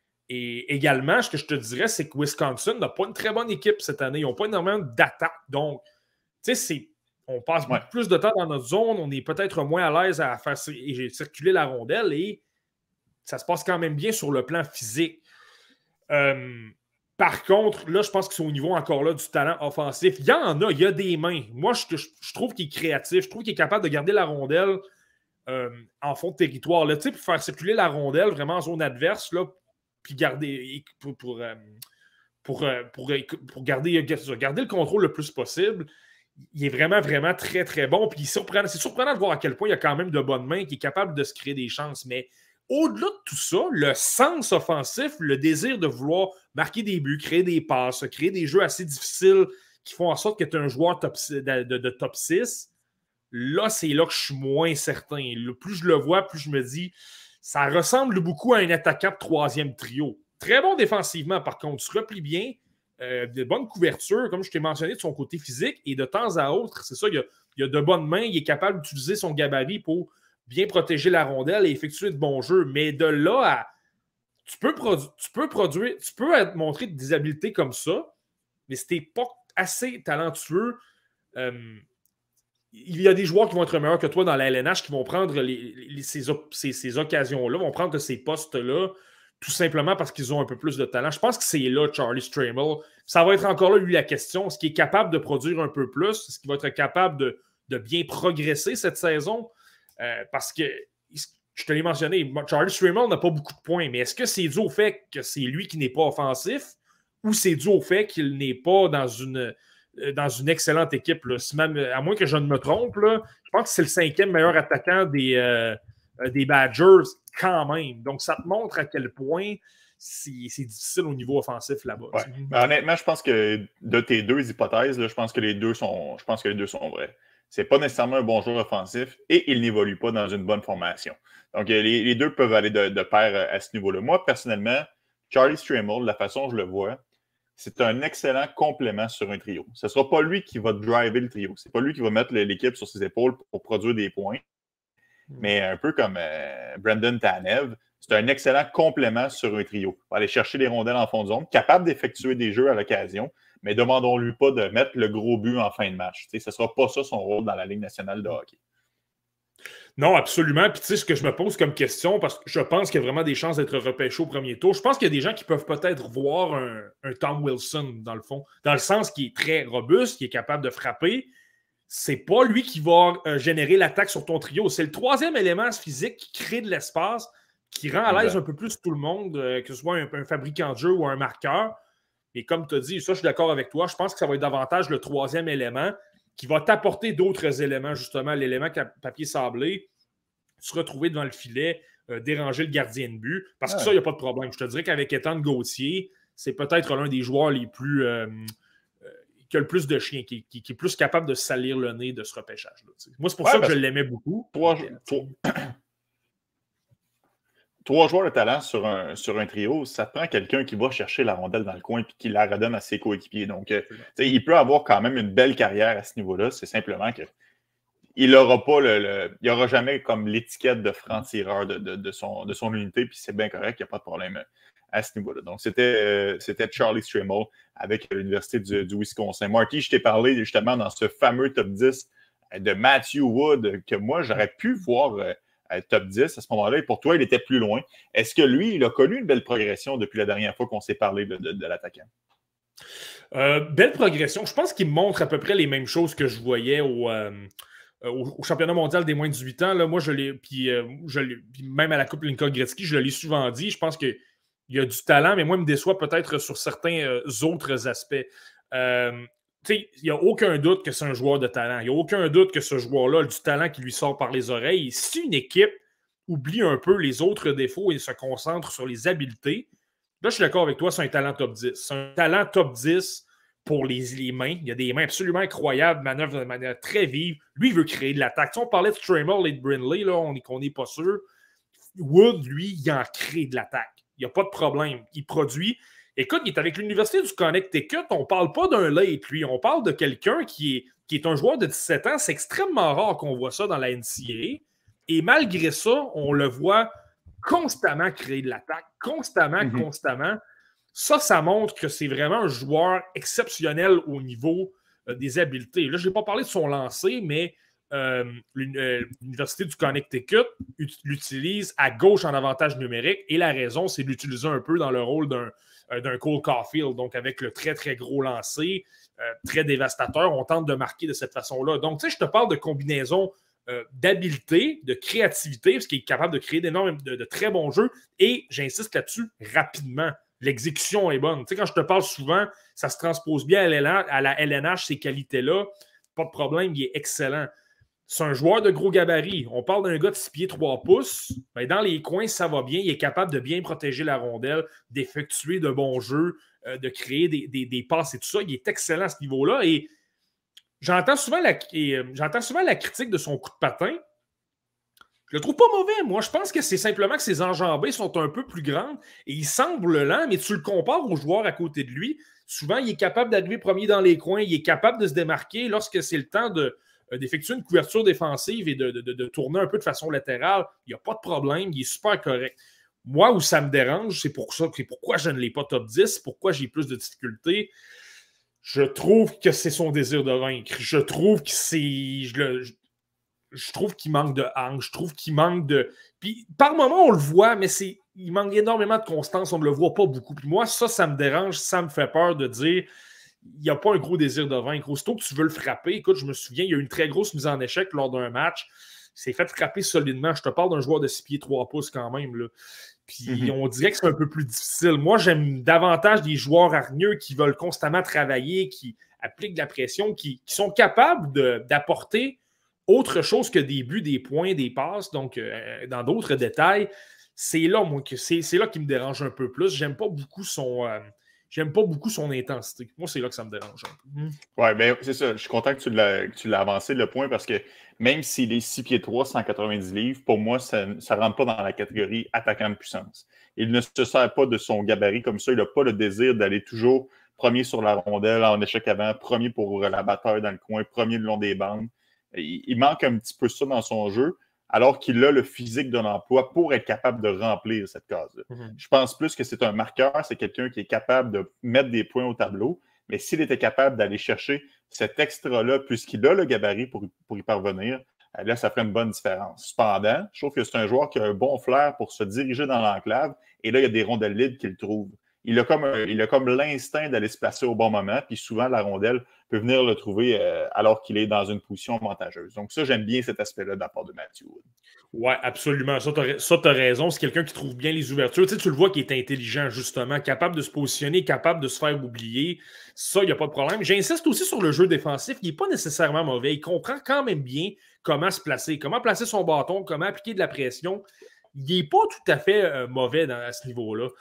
Speaker 3: Et également, ce que je te dirais, c'est que Wisconsin n'a pas une très bonne équipe cette année. Ils n'ont pas énormément d'attaque. Donc, tu sais, c'est... on passe beaucoup ouais. plus de temps dans notre zone. On est peut-être moins à l'aise à faire circuler la rondelle et ça se passe quand même bien sur le plan physique. Euh, par contre, là, je pense que c'est au niveau encore là du talent offensif. Il y en a, il y a des mains. Moi, je, je, je trouve qu'il est créatif. Je trouve qu'il est capable de garder la rondelle euh, en fond de territoire. Là, tu sais, pour faire circuler la rondelle vraiment en zone adverse, là, puis garder pour, pour, pour, pour, pour garder, garder le contrôle le plus possible. Il est vraiment, vraiment très, très bon. Puis surprenant, c'est surprenant de voir à quel point il y a quand même de bonnes mains qui est capable de se créer des chances. Mais au-delà de tout ça, le sens offensif, le désir de vouloir marquer des buts, créer des passes, créer des jeux assez difficiles qui font en sorte que tu es un joueur top, de, de, de top six, là, c'est là que je suis moins certain. Le plus je le vois, plus je me dis... Ça ressemble beaucoup à un attaquant de troisième trio. Très bon défensivement, par contre. Se replie bien. Euh, de bonnes couvertures, comme je t'ai mentionné, de son côté physique. Et de temps à autre, c'est ça, il y a, il y a de bonnes mains. Il est capable d'utiliser son gabarit pour bien protéger la rondelle et effectuer de bons jeux. Mais de là à... Tu peux, produ- tu peux produire... Tu peux montrer des habiletés comme ça, mais si t'es pas assez talentueux... Euh, il y a des joueurs qui vont être meilleurs que toi dans la L N H qui vont prendre les, les, ces, ces, ces occasions-là, vont prendre ces postes-là, tout simplement parce qu'ils ont un peu plus de talent. Je pense que c'est là, Charlie Stramel. Ça va être encore là, lui, la question. Est-ce qu'il est capable de produire un peu plus? Est-ce qu'il va être capable de, de bien progresser cette saison? Euh, parce que, je te l'ai mentionné, Charlie Stramel n'a pas beaucoup de points, mais est-ce que c'est dû au fait que c'est lui qui n'est pas offensif ou c'est dû au fait qu'il n'est pas dans une... dans une excellente équipe. Là. Même, à moins que je ne me trompe, là, je pense que c'est le cinquième meilleur attaquant des, euh, des Badgers quand même. Donc, ça te montre à quel point c'est, c'est difficile au niveau offensif là-bas.
Speaker 1: Ouais. Mais honnêtement, je pense que de tes deux hypothèses, là, je pense que les deux sont, je pense que les deux sont vraies. C'est pas nécessairement un bon joueur offensif et il n'évolue pas dans une bonne formation. Donc, les, les deux peuvent aller de, de pair à ce niveau-là. Moi, personnellement, Charlie Stramel, la façon dont je le vois, c'est un excellent complément sur un trio. Ce ne sera pas lui qui va driver le trio. Ce n'est pas lui qui va mettre l'équipe sur ses épaules pour produire des points. Mais un peu comme euh, Brendan Tanev, c'est un excellent complément sur un trio. Il va aller chercher des rondelles en fond de zone, capable d'effectuer des jeux à l'occasion, mais demandons-lui pas de mettre le gros but en fin de match. T'sais, ce ne sera pas ça son rôle dans la Ligue nationale de hockey.
Speaker 3: Non, absolument. Puis tu sais, ce que je me pose comme question, parce que je pense qu'il y a vraiment des chances d'être repêché au premier tour, je pense qu'il y a des gens qui peuvent peut-être voir un, un Tom Wilson, dans le fond, dans le sens qu'il est très robuste, qui est capable de frapper. C'est pas lui qui va euh, générer l'attaque sur ton trio. C'est le troisième élément physique qui crée de l'espace, qui rend à l'aise un peu plus tout le monde, euh, que ce soit un, un fabricant de jeu ou un marqueur. Et comme tu as dit, ça, je suis d'accord avec toi, je pense que ça va être davantage le troisième élément qui va t'apporter d'autres éléments, justement, l'élément papier sablé, se retrouver devant le filet, euh, déranger le gardien de but. Parce que ouais. ça, il n'y a pas de problème. Je te dirais qu'avec Ethan Gauthier, c'est peut-être l'un des joueurs les plus... Euh, euh, qui a le plus de chiens, qui, qui, qui est plus capable de salir le nez de ce repêchage-là. T'sais. Moi, c'est pour ouais, ça que je l'aimais beaucoup.
Speaker 1: Trois, trois, trois joueurs de talent sur un, sur un trio, ça prend quelqu'un qui va chercher la rondelle dans le coin et qui la redonne à ses coéquipiers. Donc, euh, il peut avoir quand même une belle carrière à ce niveau-là. C'est simplement que il n'aura pas le, le, il aura jamais comme l'étiquette de franc-tireur de, de, de, son, de son unité, puis c'est bien correct, il n'y a pas de problème à ce niveau-là. Donc, c'était, euh, c'était Charlie Stramel avec l'Université du, du Wisconsin. Marty, je t'ai parlé justement dans ce fameux top dix de Matthew Wood que moi, j'aurais pu voir euh, top dix à ce moment-là, et pour toi, il était plus loin. Est-ce que lui, il a connu une belle progression depuis la dernière fois qu'on s'est parlé de, de, de l'attaquant?
Speaker 3: Euh, belle progression. Je pense qu'il montre à peu près les mêmes choses que je voyais au... Euh... Au, au championnat mondial des moins de dix-huit ans, là, moi, je l'ai, puis, euh, je l'ai, puis même à la Coupe Lincoln Gretzky, je l'ai souvent dit, je pense qu'il y a du talent, mais moi, il me déçoit peut-être sur certains euh, autres aspects. Euh, il n'y a aucun doute que c'est un joueur de talent. Il n'y a aucun doute que ce joueur-là a du talent qui lui sort par les oreilles. Et si une équipe oublie un peu les autres défauts et se concentre sur les habiletés, là, je suis d'accord avec toi, c'est un talent top dix. C'est un talent top dix pour les, les mains. Il y a des mains absolument incroyables, manœuvre de manière très vive. Lui, il veut créer de l'attaque. Si on parlait de Stramel et de Brindley, là, on n'est pas sûr. Wood, lui, il en crée de l'attaque. Il n'y a pas de problème. Il produit. Écoute, il est avec l'Université du Connecticut. On ne parle pas d'un late, lui. On parle de quelqu'un qui est, qui est un joueur de dix-sept ans. C'est extrêmement rare qu'on voit ça dans la N C A A. Et malgré ça, on le voit constamment créer de l'attaque. Constamment, mm-hmm. constamment. Ça, ça montre que c'est vraiment un joueur exceptionnel au niveau euh, des habiletés. Là, je n'ai pas parlé de son lancer, mais euh, l'Université du Connecticut l'utilise à gauche en avantage numérique. Et la raison, c'est de l'utiliser un peu dans le rôle d'un, euh, d'un Cole Caulfield. Donc, avec le très, très gros lancer, euh, très dévastateur, on tente de marquer de cette façon-là. Donc, tu sais, je te parle de combinaison euh, d'habileté, de créativité, parce qu'il est capable de créer d'énormes, de, de très bons jeux. Et, j'insiste là-dessus, rapidement. L'exécution est bonne. Tu sais, quand je te parle souvent, ça se transpose bien à la L N H, ces qualités-là. Pas de problème, il est excellent. C'est un joueur de gros gabarit. On parle d'un gars de six pieds trois pouces. Ben, dans les coins, ça va bien. Il est capable de bien protéger la rondelle, d'effectuer de bons jeux, euh, de créer des, des, des passes et tout ça. Il est excellent à ce niveau-là. Et j'entends souvent la, et, euh, j'entends souvent la critique de son coup de patin. Je le trouve pas mauvais. Moi, je pense que c'est simplement que ses enjambées sont un peu plus grandes et il semble lent, mais tu le compares aux joueurs à côté de lui. Souvent, il est capable d'arriver premier dans les coins. Il est capable de se démarquer lorsque c'est le temps de, euh, d'effectuer une couverture défensive et de, de, de, de tourner un peu de façon latérale. Il n'y a pas de problème. Il est super correct. Moi, où ça me dérange, c'est pour ça, c'est pourquoi je ne l'ai pas top dix, pourquoi j'ai plus de difficultés. Je trouve que c'est son désir de vaincre. Je trouve que c'est... Je le, je, Je trouve qu'il manque de hanche, je trouve qu'il manque de... Puis par moment, on le voit, mais c'est... il manque énormément de constance, on ne le voit pas beaucoup. Puis moi, ça, ça me dérange, ça me fait peur de dire il n'y a pas un gros désir de vaincre. Aussitôt que tu veux le frapper, écoute, je me souviens, il y a eu une très grosse mise en échec lors d'un match. Il s'est fait frapper solidement. Je te parle d'un joueur de six pieds trois pouces quand même, là. Puis mm-hmm. on dirait que c'est un peu plus difficile. Moi, j'aime davantage des joueurs hargneux qui veulent constamment travailler, qui appliquent de la pression, qui, qui sont capables de, d'apporter autre chose que des buts, des points, des passes, donc euh, dans d'autres détails, c'est là, moi, que c'est, c'est là qui me dérange un peu plus. J'aime pas beaucoup son, euh, j'aime pas beaucoup son intensité. Moi, c'est là que ça me dérange un peu. Mmh.
Speaker 1: Oui, bien, c'est ça. Je suis content que tu l'as, que tu l'as avancé, le point, parce que même s'il est six pieds trois, cent quatre-vingt-dix livres, pour moi, ça ne rentre pas dans la catégorie attaquant de puissance. Il ne se sert pas de son gabarit comme ça. Il n'a pas le désir d'aller toujours premier sur la rondelle, en échec avant, premier pour la bataille dans le coin, premier le long des bandes. Il manque un petit peu ça dans son jeu, alors qu'il a le physique de l'emploi pour être capable de remplir cette case-là. Mm-hmm. Je pense plus que c'est un marqueur, c'est quelqu'un qui est capable de mettre des points au tableau, mais s'il était capable d'aller chercher cet extra-là, puisqu'il a le gabarit pour, pour y parvenir, là, ça ferait une bonne différence. Cependant, je trouve que c'est un joueur qui a un bon flair pour se diriger dans l'enclave, et là, il y a des rondelles libres qu'il trouve. Il a, comme un, il a comme l'instinct d'aller se placer au bon moment, puis souvent, la rondelle peut venir le trouver euh, alors qu'il est dans une position avantageuse. Donc ça, j'aime bien cet aspect-là de la part de Matthew Wood.
Speaker 3: Oui, absolument. Ça, tu as raison. C'est quelqu'un qui trouve bien les ouvertures. Tu sais, tu le vois qui est intelligent, justement, capable de se positionner, capable de se faire oublier. Ça, il n'y a pas de problème. J'insiste aussi sur le jeu défensif. Il n'est pas nécessairement mauvais. Il comprend quand même bien comment se placer, comment placer son bâton, comment appliquer de la pression. Il n'est pas tout à fait euh, mauvais dans, à ce niveau-là.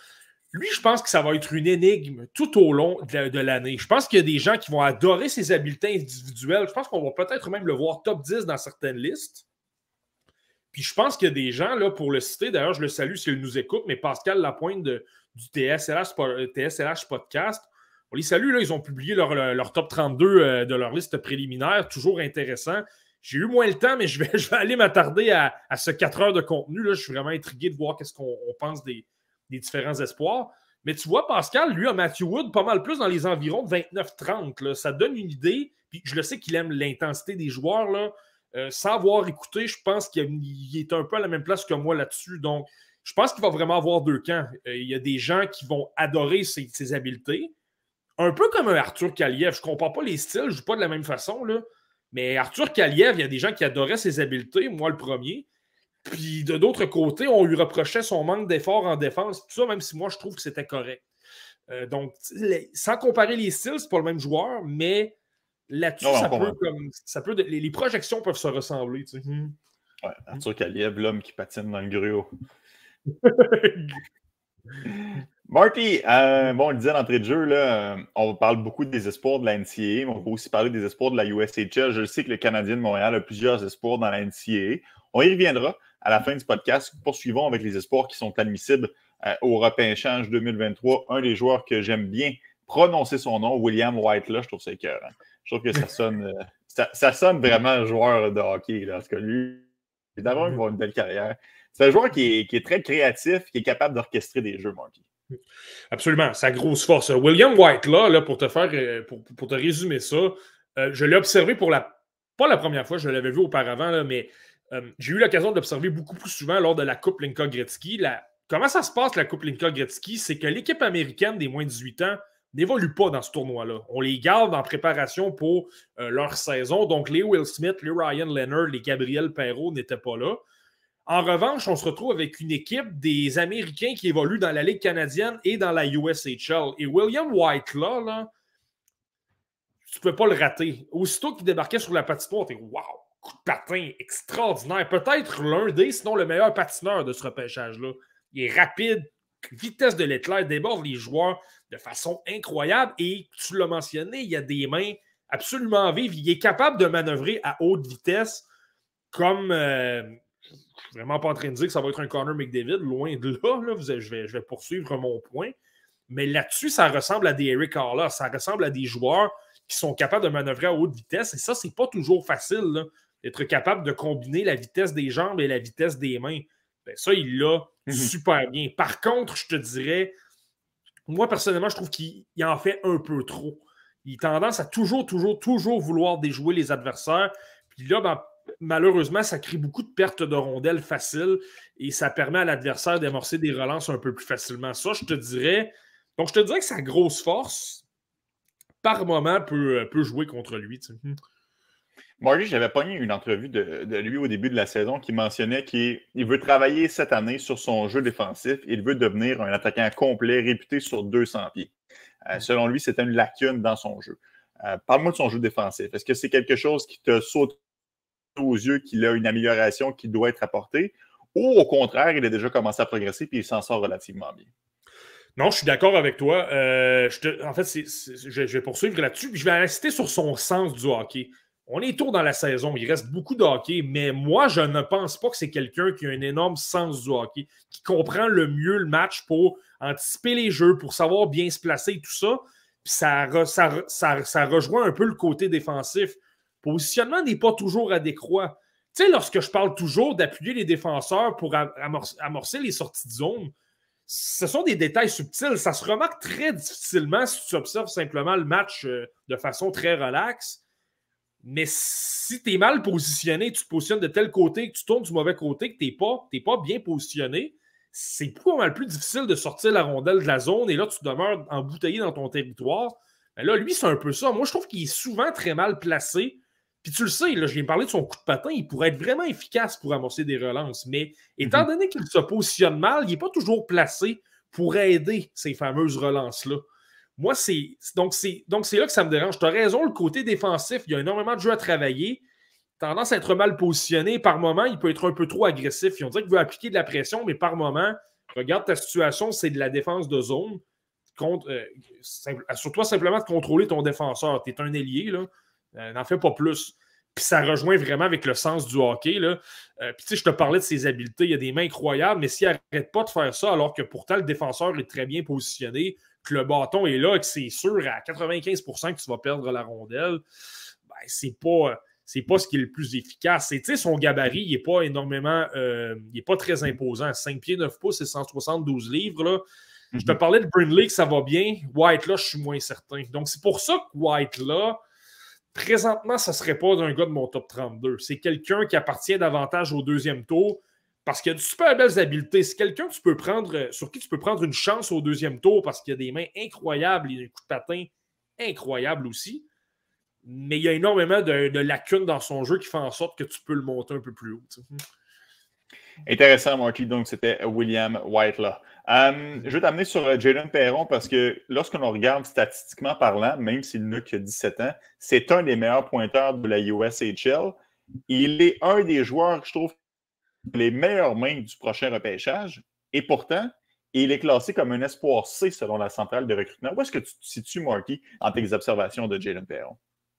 Speaker 3: Lui, je pense que ça va être une énigme tout au long de, de l'année. Je pense qu'il y a des gens qui vont adorer ses habiletés individuelles. Je pense qu'on va peut-être même le voir top dix dans certaines listes. Puis je pense qu'il y a des gens, là, pour le citer, d'ailleurs, je le salue s'il nous écoute, mais Pascal Lapointe de, du T S L H, T S L H Podcast, on les salue, là, ils ont publié leur, leur top trente-deux euh, de leur liste préliminaire, toujours intéressant. J'ai eu moins le temps, mais je vais, je vais aller m'attarder à, à ce quatre heures de contenu. Là. Je suis vraiment intrigué de voir qu'est-ce qu'on on pense des, des différents espoirs. Mais tu vois, Pascal, lui, a Matthew Wood pas mal plus dans les environs de vingt-neuf trente. Là. Ça donne une idée. Puis je le sais qu'il aime l'intensité des joueurs. Là. Euh, sans avoir écouté, je pense qu'il est un peu à la même place que moi là-dessus. Donc, je pense qu'il va vraiment avoir deux camps. Euh, il y a des gens qui vont adorer ses, ses habiletés. Un peu comme un Arthur Kaliev. Je ne compare pas les styles, je ne joue pas de la même façon. Là. Mais Arthur Kaliev, il y a des gens qui adoraient ses habiletés, moi le premier. Puis de d'autres côtés, on lui reprochait son manque d'effort en défense, tout ça, même si moi je trouve que c'était correct. Euh, donc, les, sans comparer les styles, c'est pas le même joueur, mais là-dessus, ça, peut, comme, ça peut. Les, les projections peuvent se ressembler. Tu sais. hmm.
Speaker 1: Ouais, Arthur Kaliev, l'homme qui patine dans le gruau. Marty, euh, bon, on le disait d'entrée de jeu, là, euh, on parle beaucoup des espoirs de la N C A A, mais on peut aussi parler des espoirs de la U S H L. Je sais que le Canadien de Montréal a plusieurs espoirs dans la N C A A. On y reviendra à la fin du podcast. Poursuivons avec les espoirs qui sont admissibles euh, au repêchage deux mille vingt-trois. Un des joueurs que j'aime bien prononcer son nom, William Whitelaw, je trouve ça écœurant. Je trouve que ça sonne, euh, ça, ça sonne vraiment un joueur de hockey. Là, parce que lui, d'abord, il va avoir une belle carrière. C'est un joueur qui est, qui est très créatif, qui est capable d'orchestrer des jeux, Marty.
Speaker 3: Absolument, sa grosse force. William Whitelaw, là, pour te faire, pour, pour te résumer ça, euh, je l'ai observé pour la, pas la première fois, je l'avais vu auparavant, là, mais euh, j'ai eu l'occasion de l'observer beaucoup plus souvent lors de la Coupe Linka-Gretzky. La, comment ça se passe, la Coupe Linka-Gretzky? C'est que l'équipe américaine des moins de dix-huit ans n'évolue pas dans ce tournoi-là. On les garde en préparation pour euh, leur saison. Donc, les Will Smith, les Ryan Leonard, les Gabriel Perreault n'étaient pas là. En revanche, on se retrouve avec une équipe des Américains qui évoluent dans la Ligue canadienne et dans la U S H L. Et William Whitelaw, là, tu ne peux pas le rater. Aussitôt qu'il débarquait sur la patinoire, tu es « Wow! Coup de patin extraordinaire! » Peut-être l'un des, sinon le meilleur patineur de ce repêchage-là. Il est rapide, vitesse de l'éclair, déborde les joueurs de façon incroyable. Et tu l'as mentionné, il a des mains absolument vives. Il est capable de manœuvrer à haute vitesse comme... Euh, je ne suis vraiment pas en train de dire que ça va être un Connor McDavid, loin de là, là vous avez, je, vais, je vais poursuivre mon point. Mais là-dessus, ça ressemble à des Eric Carla, ça ressemble à des joueurs qui sont capables de manœuvrer à haute vitesse. Et ça, c'est pas toujours facile, là, d'être capable de combiner la vitesse des jambes et la vitesse des mains. Ben, ça, il l'a mm-hmm. super bien. Par contre, je te dirais, moi, personnellement, je trouve qu'il en fait un peu trop. Il a tendance à toujours, toujours, toujours vouloir déjouer les adversaires. Puis là, ben, malheureusement, ça crée beaucoup de pertes de rondelles faciles et ça permet à l'adversaire d'amorcer des relances un peu plus facilement. Ça, je te dirais... Donc, je te dirais que sa grosse force, par moment, peut, peut jouer contre lui. Tu sais.
Speaker 1: Marty, j'avais pogné une entrevue de, de lui au début de la saison qui mentionnait qu'il veut travailler cette année sur son jeu défensif et il veut devenir un attaquant complet, réputé sur deux cents pieds. Euh, selon lui, c'était une lacune dans son jeu. Euh, parle-moi de son jeu défensif. Est-ce que c'est quelque chose qui te saute aux yeux qu'il a une amélioration qui doit être apportée, ou au contraire, il a déjà commencé à progresser et il s'en sort relativement bien?
Speaker 3: Non, je suis d'accord avec toi. Euh, je te, en fait, c'est, c'est, je, je vais poursuivre là-dessus, puis je vais insister sur son sens du hockey. On est tôt dans la saison, il reste beaucoup de hockey, mais moi, je ne pense pas que c'est quelqu'un qui a un énorme sens du hockey, qui comprend le mieux le match pour anticiper les jeux, pour savoir bien se placer et tout ça. Puis ça, ça, ça, ça rejoint un peu le côté défensif. Le positionnement n'est pas toujours adéquat. Tu sais, lorsque je parle toujours d'appuyer les défenseurs pour amorcer, amorcer les sorties de zone, ce sont des détails subtils. Ça se remarque très difficilement si tu observes simplement le match de façon très relaxe. Mais si tu es mal positionné, tu te positionnes de tel côté, que tu tournes du mauvais côté, que tu n'es pas, t'es pas bien positionné, c'est pas mal plus difficile de sortir la rondelle de la zone et là, tu demeures embouteillé dans ton territoire. Mais là, lui, c'est un peu ça. Moi, je trouve qu'il est souvent très mal placé. Puis tu le sais, là, je viens de parler de son coup de patin, il pourrait être vraiment efficace pour amorcer des relances. Mais étant mm-hmm. donné qu'il se positionne mal, il n'est pas toujours placé pour aider ces fameuses relances-là. Moi, c'est donc, c'est donc c'est là que ça me dérange. Tu as raison, le côté défensif, il y a énormément de jeux à travailler. Tendance à être mal positionné. Par moment, il peut être un peu trop agressif. On dirait qu'il veut appliquer de la pression, mais par moment, Regarde ta situation, c'est de la défense de zone. Contre, euh, simple, assure-toi simplement de contrôler ton défenseur. Tu es un ailier, là. Euh, n'en fais pas plus. Puis ça rejoint vraiment avec le sens du hockey, là. Euh, puis tu sais, je te parlais de ses habiletés. Il y a des mains incroyables, mais s'il n'arrête pas de faire ça, alors que pourtant le défenseur est très bien positionné, que le bâton est là, que c'est sûr à quatre-vingt-quinze pour cent que tu vas perdre la rondelle, ben, c'est pas... c'est pas ce qui est le plus efficace. Et, son gabarit, il n'est pas énormément... Euh, il n'est pas très imposant. cinq pieds neuf pouces et cent soixante-douze livres, là. Mm-hmm. Je te parlais de Brindley, que ça va bien. White, là, je suis moins certain. Donc, c'est pour ça que White, là, présentement, ça ne serait pas d'un gars de mon top trente-deux. C'est quelqu'un qui appartient davantage au deuxième tour parce qu'il a de super belles habiletés. C'est quelqu'un que tu peux prendre, sur qui tu peux prendre une chance au deuxième tour parce qu'il a des mains incroyables et un coup de patin incroyable aussi. Mais il y a énormément de, de lacunes dans son jeu qui font en sorte que tu peux le monter un peu plus haut. T'sais.
Speaker 1: Intéressant, Marty. Donc, c'était William White là. Um, je vais t'amener sur uh, Jayden Perron parce que lorsqu'on regarde statistiquement parlant, même s'il n'a que dix-sept ans, c'est un des meilleurs pointeurs de la U S H L. Il est un des joueurs que je trouve les meilleures mains du prochain repêchage. Et pourtant, il est classé comme un espoir C selon la centrale de recrutement. Où est-ce que tu te situes, Marty, en tes observations de Jayden Perron?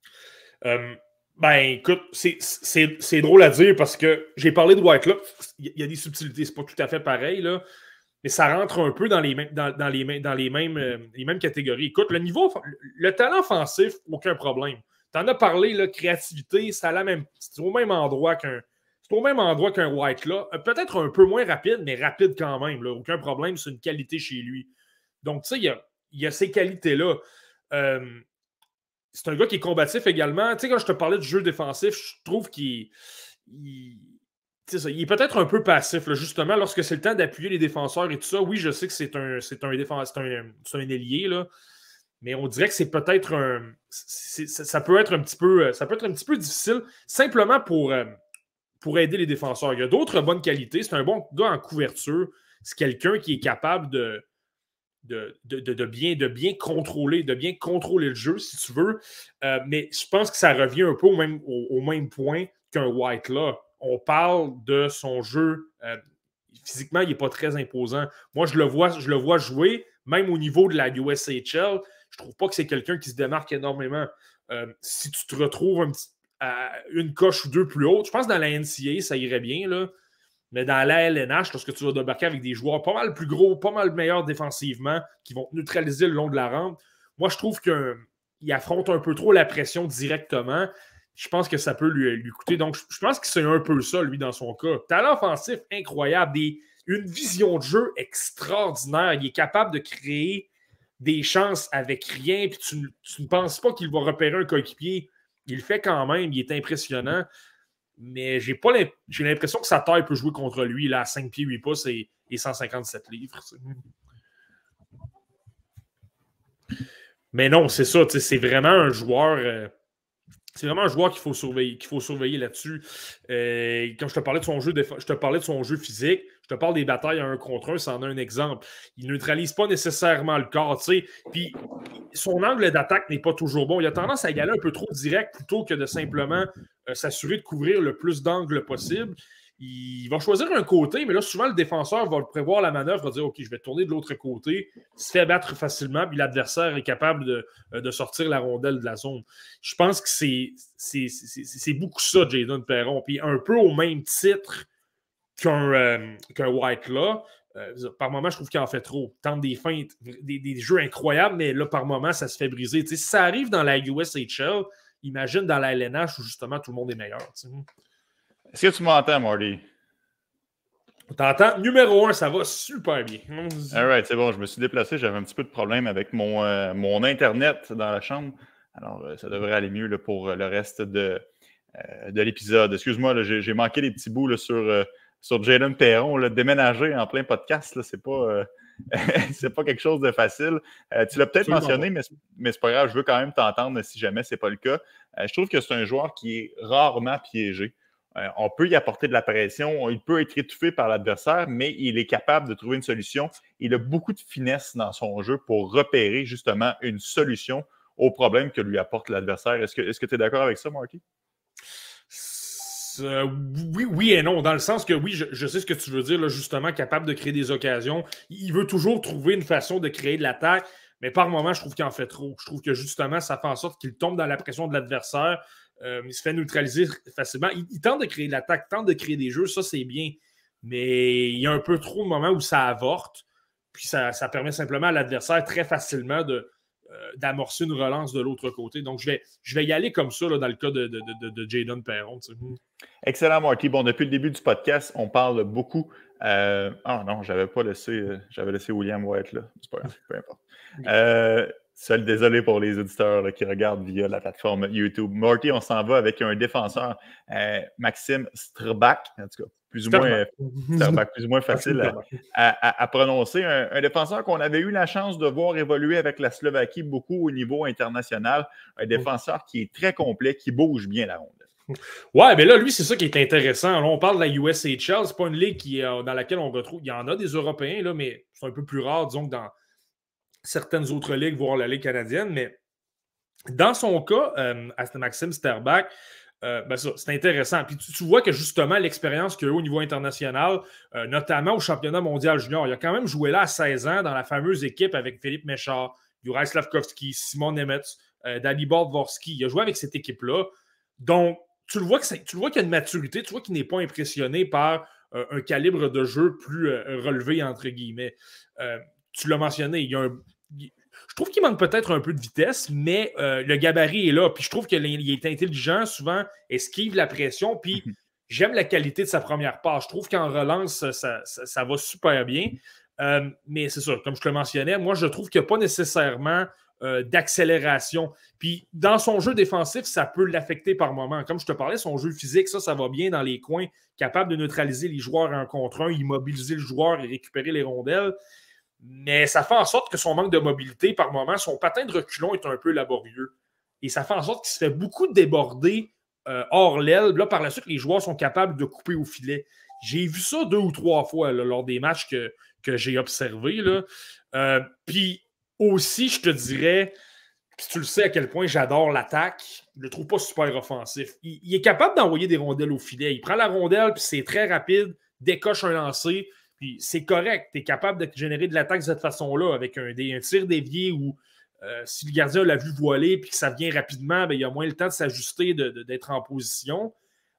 Speaker 3: Euh, ben, écoute, c'est, c'est, c'est drôle à dire parce que j'ai parlé de White là. Il y a des subtilités, c'est pas tout à fait pareil, là. Mais ça rentre un peu dans les mêmes, dans, dans les, dans les mêmes, euh, les mêmes catégories. Écoute, le niveau, le talent offensif, aucun problème. Tu en as parlé, là, créativité, c'est, à la même, c'est au même endroit qu'un, c'est au même endroit qu'un White là. Peut-être un peu moins rapide, mais rapide quand même. Là. Aucun problème, c'est une qualité chez lui. Donc, tu sais, il y a, il y a ces qualités-là. Euh, c'est un gars qui est combatif également. Tu sais, quand je te parlais du jeu défensif, je trouve qu'il il, ça, il est peut-être un peu passif, là, justement, lorsque c'est le temps d'appuyer les défenseurs et tout ça. Oui, je sais que c'est un, c'est un, défense, c'est un, c'est un ailier, là, mais on dirait que c'est peut-être un... C'est, ça, peut être un petit peu, ça peut être un petit peu difficile, simplement pour, pour aider les défenseurs. Il y a d'autres bonnes qualités. C'est un bon gars en couverture. C'est quelqu'un qui est capable de... De, de, de, de, bien, de bien contrôler, de bien contrôler le jeu, si tu veux. Euh, mais je pense que ça revient un peu au même, au, au même point qu'un White là. On parle de son jeu. Euh, physiquement, il n'est pas très imposant. Moi, je le vois, je le vois jouer, même au niveau de la U S H L. Je ne trouve pas que c'est quelqu'un qui se démarque énormément. Euh, si tu te retrouves un petit, à une coche ou deux plus haute, je pense que dans la N C A A, ça irait bien, là. Mais dans la L N H, lorsque tu vas débarquer avec des joueurs pas mal plus gros, pas mal meilleurs défensivement, qui vont te neutraliser le long de la rampe, moi, je trouve qu'il affronte un peu trop la pression directement. Je pense que ça peut lui, lui coûter. Donc, je pense que c'est un peu ça, lui, dans son cas. Talent offensif incroyable, des, une vision de jeu extraordinaire. Il est capable de créer des chances avec rien, puis tu, tu ne penses pas qu'il va repérer un coéquipier. Il le fait quand même, il est impressionnant. Mais j'ai pas j'ai l'impression que sa taille peut jouer contre lui là, à cinq pieds huit pouces et, et cent cinquante-sept livres. Mais non, c'est ça, c'est vraiment un joueur. Euh, c'est vraiment un joueur qu'il faut surveiller, qu'il faut surveiller là-dessus. Euh, quand je te parlais de son jeu, je te parlais de son jeu physique, je te parle des batailles à un contre un, c'en est un exemple. Il ne neutralise pas nécessairement le corps, tu sais. Puis son angle d'attaque n'est pas toujours bon. Il a tendance à y aller un peu trop direct plutôt que de simplement euh, s'assurer de couvrir le plus d'angles possible. Il va choisir un côté, mais là, souvent, le défenseur va prévoir la manœuvre, va dire « OK, je vais tourner de l'autre côté », se fait battre facilement, puis l'adversaire est capable de, de sortir la rondelle de la zone. Je pense que c'est, c'est, c'est, c'est beaucoup ça, Jayden Perron. Puis un peu au même titre qu'un, euh, qu'un White là, euh, par moment, je trouve qu'il en fait trop. Il tente des feintes, des, des jeux incroyables, mais là, par moment, ça se fait briser. Tu sais, si ça arrive dans la U S H L, imagine dans la L N H où justement tout le monde est meilleur. Tu sais.
Speaker 1: Est-ce que tu m'entends, Marty?
Speaker 3: T'entends? Numéro un, ça va super bien.
Speaker 1: All right, c'est bon. Je me suis déplacé. J'avais un petit peu de problème avec mon, euh, mon Internet dans la chambre. Alors, euh, ça devrait aller mieux là, pour le reste de, euh, de l'épisode. Excuse-moi, là, j'ai, j'ai manqué des petits bouts là, sur, euh, sur Jayden Perron. Là, déménager en plein podcast, là, c'est pas... Euh... c'est pas quelque chose de facile. Euh, tu l'as peut-être Absolument mentionné, mais, mais c'est pas grave, je veux quand même t'entendre si jamais c'est pas le cas. Euh, je trouve que c'est un joueur qui est rarement piégé. Euh, on peut y apporter de la pression, il peut être étouffé par l'adversaire, mais il est capable de trouver une solution. Il a beaucoup de finesse dans son jeu pour repérer justement une solution au problème que lui apporte l'adversaire. Est-ce que est-ce que tu es d'accord avec ça, Marty?
Speaker 3: Euh, oui, oui et non, dans le sens que oui, je, je sais ce que tu veux dire, là, justement, capable de créer des occasions. Il veut toujours trouver une façon de créer de l'attaque, mais par moment, je trouve qu'il en fait trop. Je trouve que justement, ça fait en sorte qu'il tombe dans la pression de l'adversaire. Euh, il se fait neutraliser facilement. Il, il tente de créer de l'attaque, il tente de créer des jeux, ça c'est bien. Mais il y a un peu trop de moments où ça avorte, puis ça, ça permet simplement à l'adversaire très facilement de, euh, d'amorcer une relance de l'autre côté. Donc, je vais, je vais y aller comme ça là, dans le cas de, de, de, de Jayden Perron. Tu sais.
Speaker 1: Excellent, Marty. Bon, depuis le début du podcast, on parle beaucoup. Euh... Ah non, j'avais pas laissé, euh, j'avais laissé William White là. C'est pas grave, peu importe. Euh, seul désolé pour les auditeurs là, qui regardent via la plateforme YouTube. Marty, on s'en va avec un défenseur, euh, Maxime Strbak, en tout cas, plus ou moins, Strbak, plus ou moins facile à, à, à prononcer. Un, un défenseur qu'on avait eu la chance de voir évoluer avec la Slovaquie beaucoup au niveau international. Un défenseur qui est très complet, qui bouge bien la ronde.
Speaker 3: Ouais, mais là, lui, c'est ça qui est intéressant. Là, on parle de la U S H L, c'est pas une ligue qui, euh, dans laquelle on retrouve. Il y en a des Européens, là, mais c'est un peu plus rare, disons, que dans certaines autres ligues, voire la Ligue canadienne. Mais dans son cas, euh, à Maxime Strbak, euh, ben ça, c'est intéressant. Puis tu, tu vois que justement, l'expérience qu'il a eu au niveau international, euh, notamment au championnat mondial junior, il a quand même joué là à seize ans dans la fameuse équipe avec Philippe Méchard, Juraj Slavkovski, Simon Nemetz, euh, Dalibor Dvorsky. Il a joué avec cette équipe-là. Donc, tu le vois que c'est, tu le vois qu'il y a une maturité, tu vois qu'il n'est pas impressionné par euh, un calibre de jeu plus euh, relevé, entre guillemets. Euh, tu l'as mentionné, il y a un, il, je trouve qu'il manque peut-être un peu de vitesse, mais euh, le gabarit est là. Puis je trouve qu'il est intelligent, souvent esquive la pression. Puis j'aime la qualité de sa première passe. Je trouve qu'en relance, ça, ça, ça va super bien. Euh, mais c'est ça, comme je te le mentionnais, moi, je trouve qu'il n'y a pas nécessairement euh, d'accélération. Puis dans son jeu défensif, ça peut l'affecter par moment. Comme je te parlais, son jeu physique, ça, ça va bien dans les coins, capable de neutraliser les joueurs un contre un, immobiliser le joueur et récupérer les rondelles. Mais ça fait en sorte que son manque de mobilité, par moment, son patin de reculon est un peu laborieux. Et ça fait en sorte qu'il se fait beaucoup déborder euh, hors l'aile. Là, par la suite, les joueurs sont capables de couper au filet. J'ai vu ça deux ou trois fois là, lors des matchs que, que j'ai observés. Là. Euh, puis aussi, je te dirais, puis tu le sais à quel point j'adore l'attaque, je le trouve pas super offensif. Il, il est capable d'envoyer des rondelles au filet. Il prend la rondelle, puis c'est très rapide, décoche un lancer. Puis c'est correct, tu es capable de générer de l'attaque de cette façon-là, avec un, un tir dévié où euh, si le gardien l'a vu voiler et que ça vient rapidement, bien, il y a moins le temps de s'ajuster, de, de, d'être en position.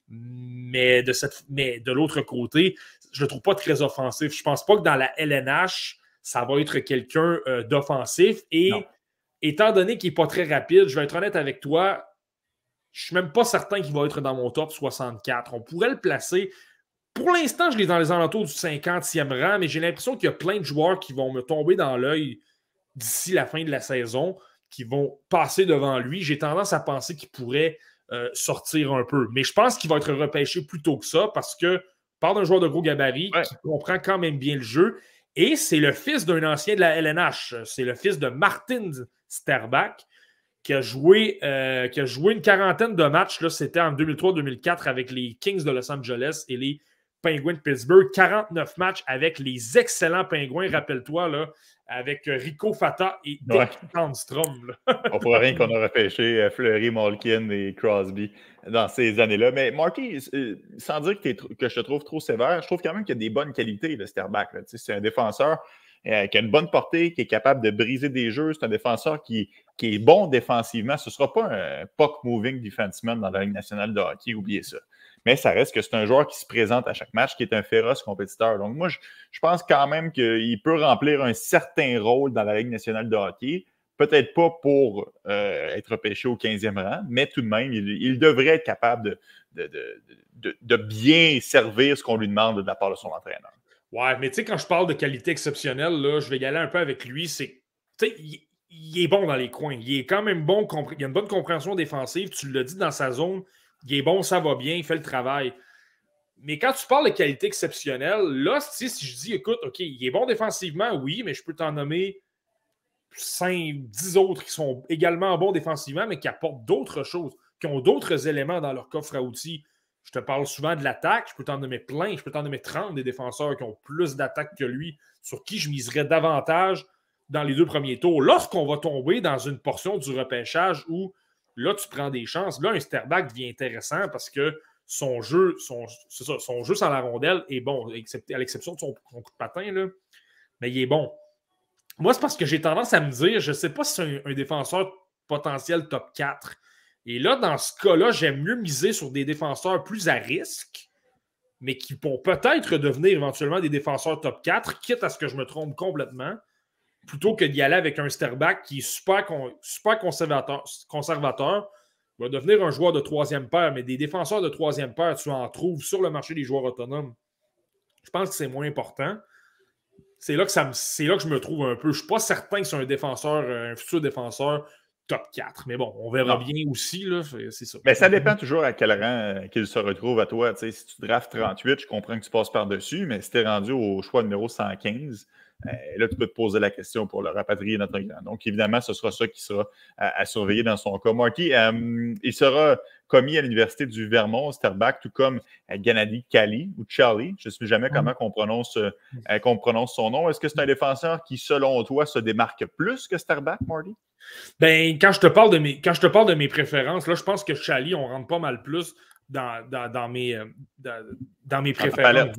Speaker 3: Mais de, cette, mais de l'autre côté, je ne le trouve pas très offensif. Je ne pense pas que dans la L N H, ça va être quelqu'un euh, d'offensif. Et non. Étant donné qu'il n'est pas très rapide, je vais être honnête avec toi, je ne suis même pas certain qu'il va être dans mon top soixante-quatre. On pourrait le placer. Pour l'instant, je l'ai dans les alentours du cinquantième rang, mais j'ai l'impression qu'il y a plein de joueurs qui vont me tomber dans l'œil d'ici la fin de la saison, qui vont passer devant lui. J'ai tendance à penser qu'il pourrait euh, sortir un peu. Mais je pense qu'il va être repêché plus tôt que ça parce que parle d'un joueur de gros gabarit ouais. qui comprend quand même bien le jeu. Et c'est le fils d'un ancien de la L N H. C'est le fils de Martin Strbak qui a joué, euh, qui a joué une quarantaine de matchs. Là, c'était en deux mille trois deux mille quatre avec les Kings de Los Angeles et les Penguins de Pittsburgh, quarante-neuf matchs avec les excellents Penguins, rappelle-toi, là, avec Rico Fata et Dick Tandstrom.
Speaker 1: On pourrait rien qu'on a repêché Fleury, Malkin et Crosby dans ces années-là. Mais Marty, sans dire que, que je te trouve trop sévère, je trouve quand même qu'il y a des bonnes qualités, le Strbak. Là. C'est un défenseur euh, qui a une bonne portée, qui est capable de briser des jeux. C'est un défenseur qui, qui est bon défensivement. Ce ne sera pas un puck-moving defenseman dans la Ligue nationale de hockey, oubliez ça. Mais ça reste que c'est un joueur qui se présente à chaque match, qui est un féroce compétiteur. Donc moi, je, je pense quand même qu'il peut remplir un certain rôle dans la Ligue nationale de hockey. Peut-être pas pour euh, être repêché au quinzième rang, mais tout de même, il, il devrait être capable de, de, de, de, de bien servir ce qu'on lui demande de la part de son entraîneur.
Speaker 3: Ouais, mais tu sais, quand je parle de qualité exceptionnelle, là, je vais y aller un peu avec lui. C'est, tu sais, il, il est bon dans les coins. Il est quand même bon. Il a une bonne compréhension défensive. Tu l'as dit dans sa zone. Il est bon, ça va bien, il fait le travail. Mais quand tu parles de qualité exceptionnelle, là, si je dis, écoute, OK, il est bon défensivement, oui, mais je peux t'en nommer cinq, dix autres qui sont également bons défensivement, mais qui apportent d'autres choses, qui ont d'autres éléments dans leur coffre à outils. Je te parle souvent de l'attaque, je peux t'en nommer plein, je peux t'en nommer trente des défenseurs qui ont plus d'attaque que lui, sur qui je miserais davantage dans les deux premiers tours. Lorsqu'on va tomber dans une portion du repêchage où là, tu prends des chances. Là, un Strbak devient intéressant parce que son jeu, son, c'est ça, son jeu sans la rondelle est bon, à l'exception de son, son coup de patin, là, mais il est bon. Moi, c'est parce que j'ai tendance à me dire, je ne sais pas si c'est un, un défenseur potentiel top quatre. Et là, dans ce cas-là, j'aime mieux miser sur des défenseurs plus à risque, mais qui vont peut-être devenir éventuellement des défenseurs top quatre, quitte à ce que je me trompe complètement, plutôt que d'y aller avec un Sterback qui est super, con, super conservateur, conservateur, va devenir un joueur de troisième paire, mais des défenseurs de troisième paire, tu en trouves sur le marché des joueurs autonomes. Je pense que c'est moins important. C'est là que, ça me, c'est là que je me trouve un peu. Je ne suis pas certain que c'est un défenseur, un futur défenseur top quatre. Mais bon, on verra non. bien aussi. Là, c'est ça.
Speaker 1: Mais ça dépend toujours à quel rang qu'il se retrouve à toi. T'sais, si tu draftes trente-huit, je comprends que tu passes par-dessus, mais si tu es rendu au choix numéro cent quinze, euh, là, tu peux te poser la question pour le rapatrier notre grand. Donc, évidemment, ce sera ça qui sera à, à surveiller dans son cas. Marty, euh, il sera commis à l'Université du Vermont, Sterback, tout comme euh, Gennady Kali ou Charlie. Je ne sais jamais comment on prononce, euh, qu'on prononce son nom. Est-ce que c'est un défenseur qui, selon toi, se démarque plus que Sterback, Marty?
Speaker 3: Ben, quand je te parle de mes, quand je te parle de mes préférences, là, je pense que Charlie, on rentre pas mal plus dans, dans, dans, mes, euh, dans, dans mes préférences.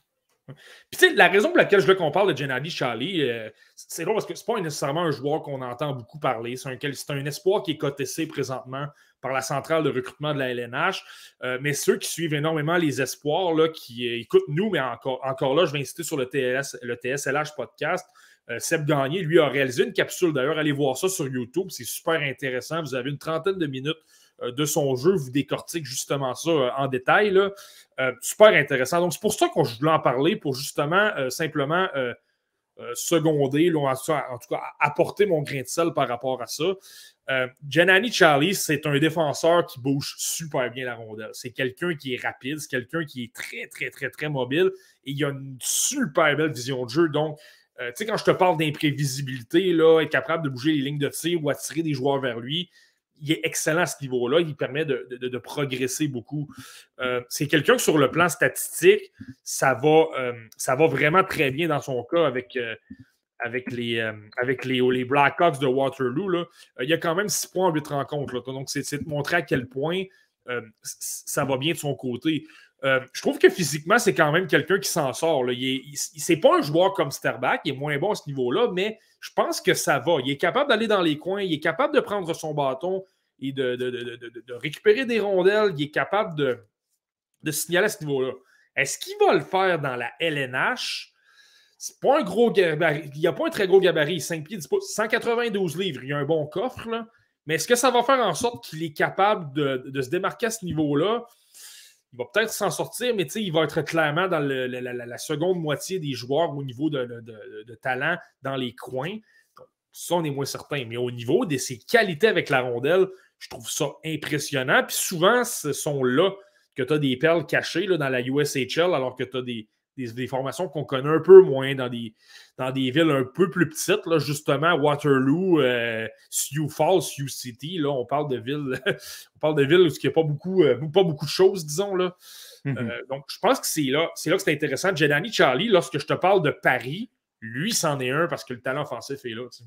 Speaker 3: Puis, tu sais, la raison pour laquelle je veux qu'on parle de Gennady Charlie, euh, c'est drôle parce que c'est pas nécessairement un joueur qu'on entend beaucoup parler. C'est un, c'est un espoir qui est coté C présentement par la centrale de recrutement de la L N H. Euh, mais ceux qui suivent énormément les espoirs, là, qui euh, écoutent nous, mais encore, encore là, je vais inciter sur le, T S, le T S L H podcast. Euh, Seb Gagné, lui, a réalisé une capsule. D'ailleurs, allez voir ça sur YouTube. C'est super intéressant. Vous avez une trentaine de minutes euh, de son jeu. Vous décortique justement ça euh, en détail. Là. Euh, super intéressant. Donc, c'est pour ça qu'on voulait en parler, pour justement euh, simplement euh, euh, seconder, là, en, en tout cas, apporter mon grain de sel par rapport à ça. Euh, Gennady Charlie, c'est un défenseur qui bouge super bien la rondelle. C'est quelqu'un qui est rapide, c'est quelqu'un qui est très, très, très, très mobile et il a une super belle vision de jeu. Donc, Euh, tu sais, quand je te parle d'imprévisibilité, là, être capable de bouger les lignes de tir ou attirer des joueurs vers lui, il est excellent à ce niveau-là. Il permet de, de, de progresser beaucoup. Euh, c'est quelqu'un que sur le plan statistique, ça va, euh, ça va vraiment très bien dans son cas avec, euh, avec, les, euh, avec les, les Blackhawks de Waterloo. Là. Euh, il y a quand même six points en huit rencontres. Là. Donc, c'est, c'est de montrer à quel point euh, ça va bien de son côté. Euh, je trouve que physiquement, c'est quand même quelqu'un qui s'en sort. Là. Il est, il, c'est pas un joueur comme Sterback, il est moins bon à ce niveau-là, mais je pense que ça va. Il est capable d'aller dans les coins, il est capable de prendre son bâton et de, de, de, de, de récupérer des rondelles, il est capable de, de signaler à ce niveau-là. Est-ce qu'il va le faire dans la L N H? C'est pas un gros gabarit. Il n'y a pas un très gros gabarit, cinq pieds, dix pouces, cent quatre-vingt-douze livres. Il y a un bon coffre, là. Mais est-ce que ça va faire en sorte qu'il est capable de, de se démarquer à ce niveau-là? Il va peut-être s'en sortir, mais il va être clairement dans le, la, la, la seconde moitié des joueurs au niveau de, de, de, de talent dans les coins. Ça, on est moins certain. Mais au niveau de ses qualités avec la rondelle, je trouve ça impressionnant. Puis souvent, ce sont là que tu as des perles cachées là, dans la U S H L, alors que tu as des, des, des formations qu'on connaît un peu moins dans des, dans des villes un peu plus petites. Là, justement, Waterloo, euh, Sioux Falls, Sioux City. Là, on parle de villes, on parle de villes où il n'y a pas beaucoup, euh, pas beaucoup de choses, disons. Là. Mm-hmm. Euh, donc, je pense que c'est là, c'est là que c'est intéressant. Gennady Charlie, lorsque je te parle de Paris, lui, c'en est un parce que le talent offensif est là. T'sais.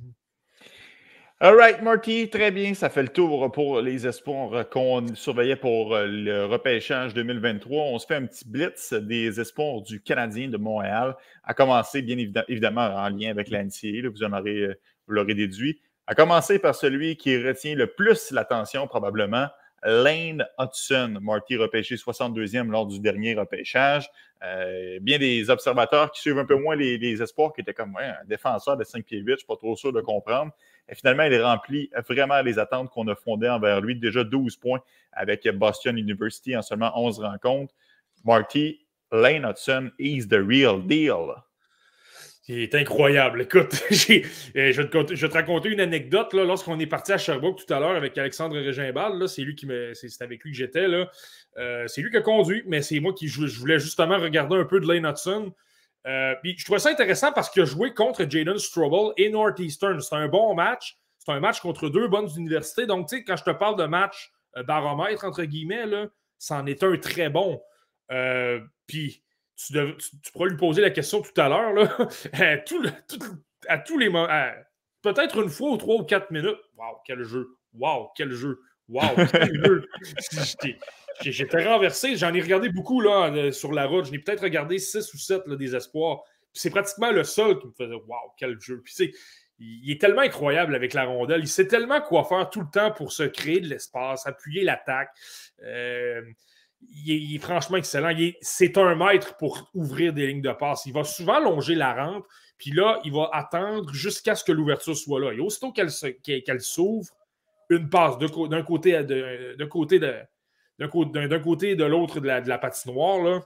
Speaker 1: All right, Marty, très bien. Ça fait le tour pour les espoirs qu'on surveillait pour le repêchage deux mille vingt-trois. On se fait un petit blitz des espoirs du Canadien de Montréal, à commencer bien évidemment en lien avec la N C A A, là, vous en aurez, vous l'aurez déduit. À commencer par celui qui retient le plus l'attention probablement, Lane Hutson, Marty repêché soixante-deuxième lors du dernier repêchage. Euh, bien des observateurs qui suivent un peu moins les, les espoirs, qui étaient comme ouais, un défenseur de cinq pieds huit, je ne suis pas trop sûr de comprendre. Et finalement, il remplit vraiment les attentes qu'on a fondées envers lui. Déjà douze points avec Boston University en seulement onze rencontres. Marty, Lane Hutson is the real deal.
Speaker 3: Il est incroyable. Écoute, j'ai, je, vais te, je vais te raconter une anecdote. Là, lorsqu'on est parti à Sherbrooke tout à l'heure avec Alexandre Régimbal, là, c'est lui qui me, c'est, c'est avec lui que j'étais. Là. Euh, c'est lui qui a conduit, mais c'est moi qui je, je voulais justement regarder un peu de Lane Hutson. Euh, puis je trouvais ça intéressant parce qu'il a joué contre Jaden Strobel et Northeastern. C'est un bon match. C'est un match contre deux bonnes universités. Donc, tu sais, quand je te parle de match euh, baromètre, entre guillemets, là, c'en est un très bon. Euh, puis, tu, dev, tu, tu pourras lui poser la question tout à l'heure. Là. à, tout, tout, à tous les moments. Peut-être une fois ou trois ou quatre minutes. Waouh, quel jeu. Waouh, quel jeu. Waouh, quel jeu. J'étais renversé. J'en ai regardé beaucoup là, sur la route. J'en ai peut-être regardé six ou sept là, des espoirs. C'est pratiquement le seul qui me faisait « Wow, quel jeu! » Puis c'est, il est tellement incroyable avec la rondelle. Il sait tellement quoi faire tout le temps pour se créer de l'espace, appuyer l'attaque. Euh, il, est, il est franchement excellent. Il est, c'est un maître pour ouvrir des lignes de passe. Il va souvent longer la rampe, puis là, il va attendre jusqu'à ce que l'ouverture soit là. Et aussitôt qu'elle, se, qu'elle s'ouvre, une passe de, d'un côté de, de côté de, d'un, d'un, d'un côté et de l'autre de la, de la patinoire, là.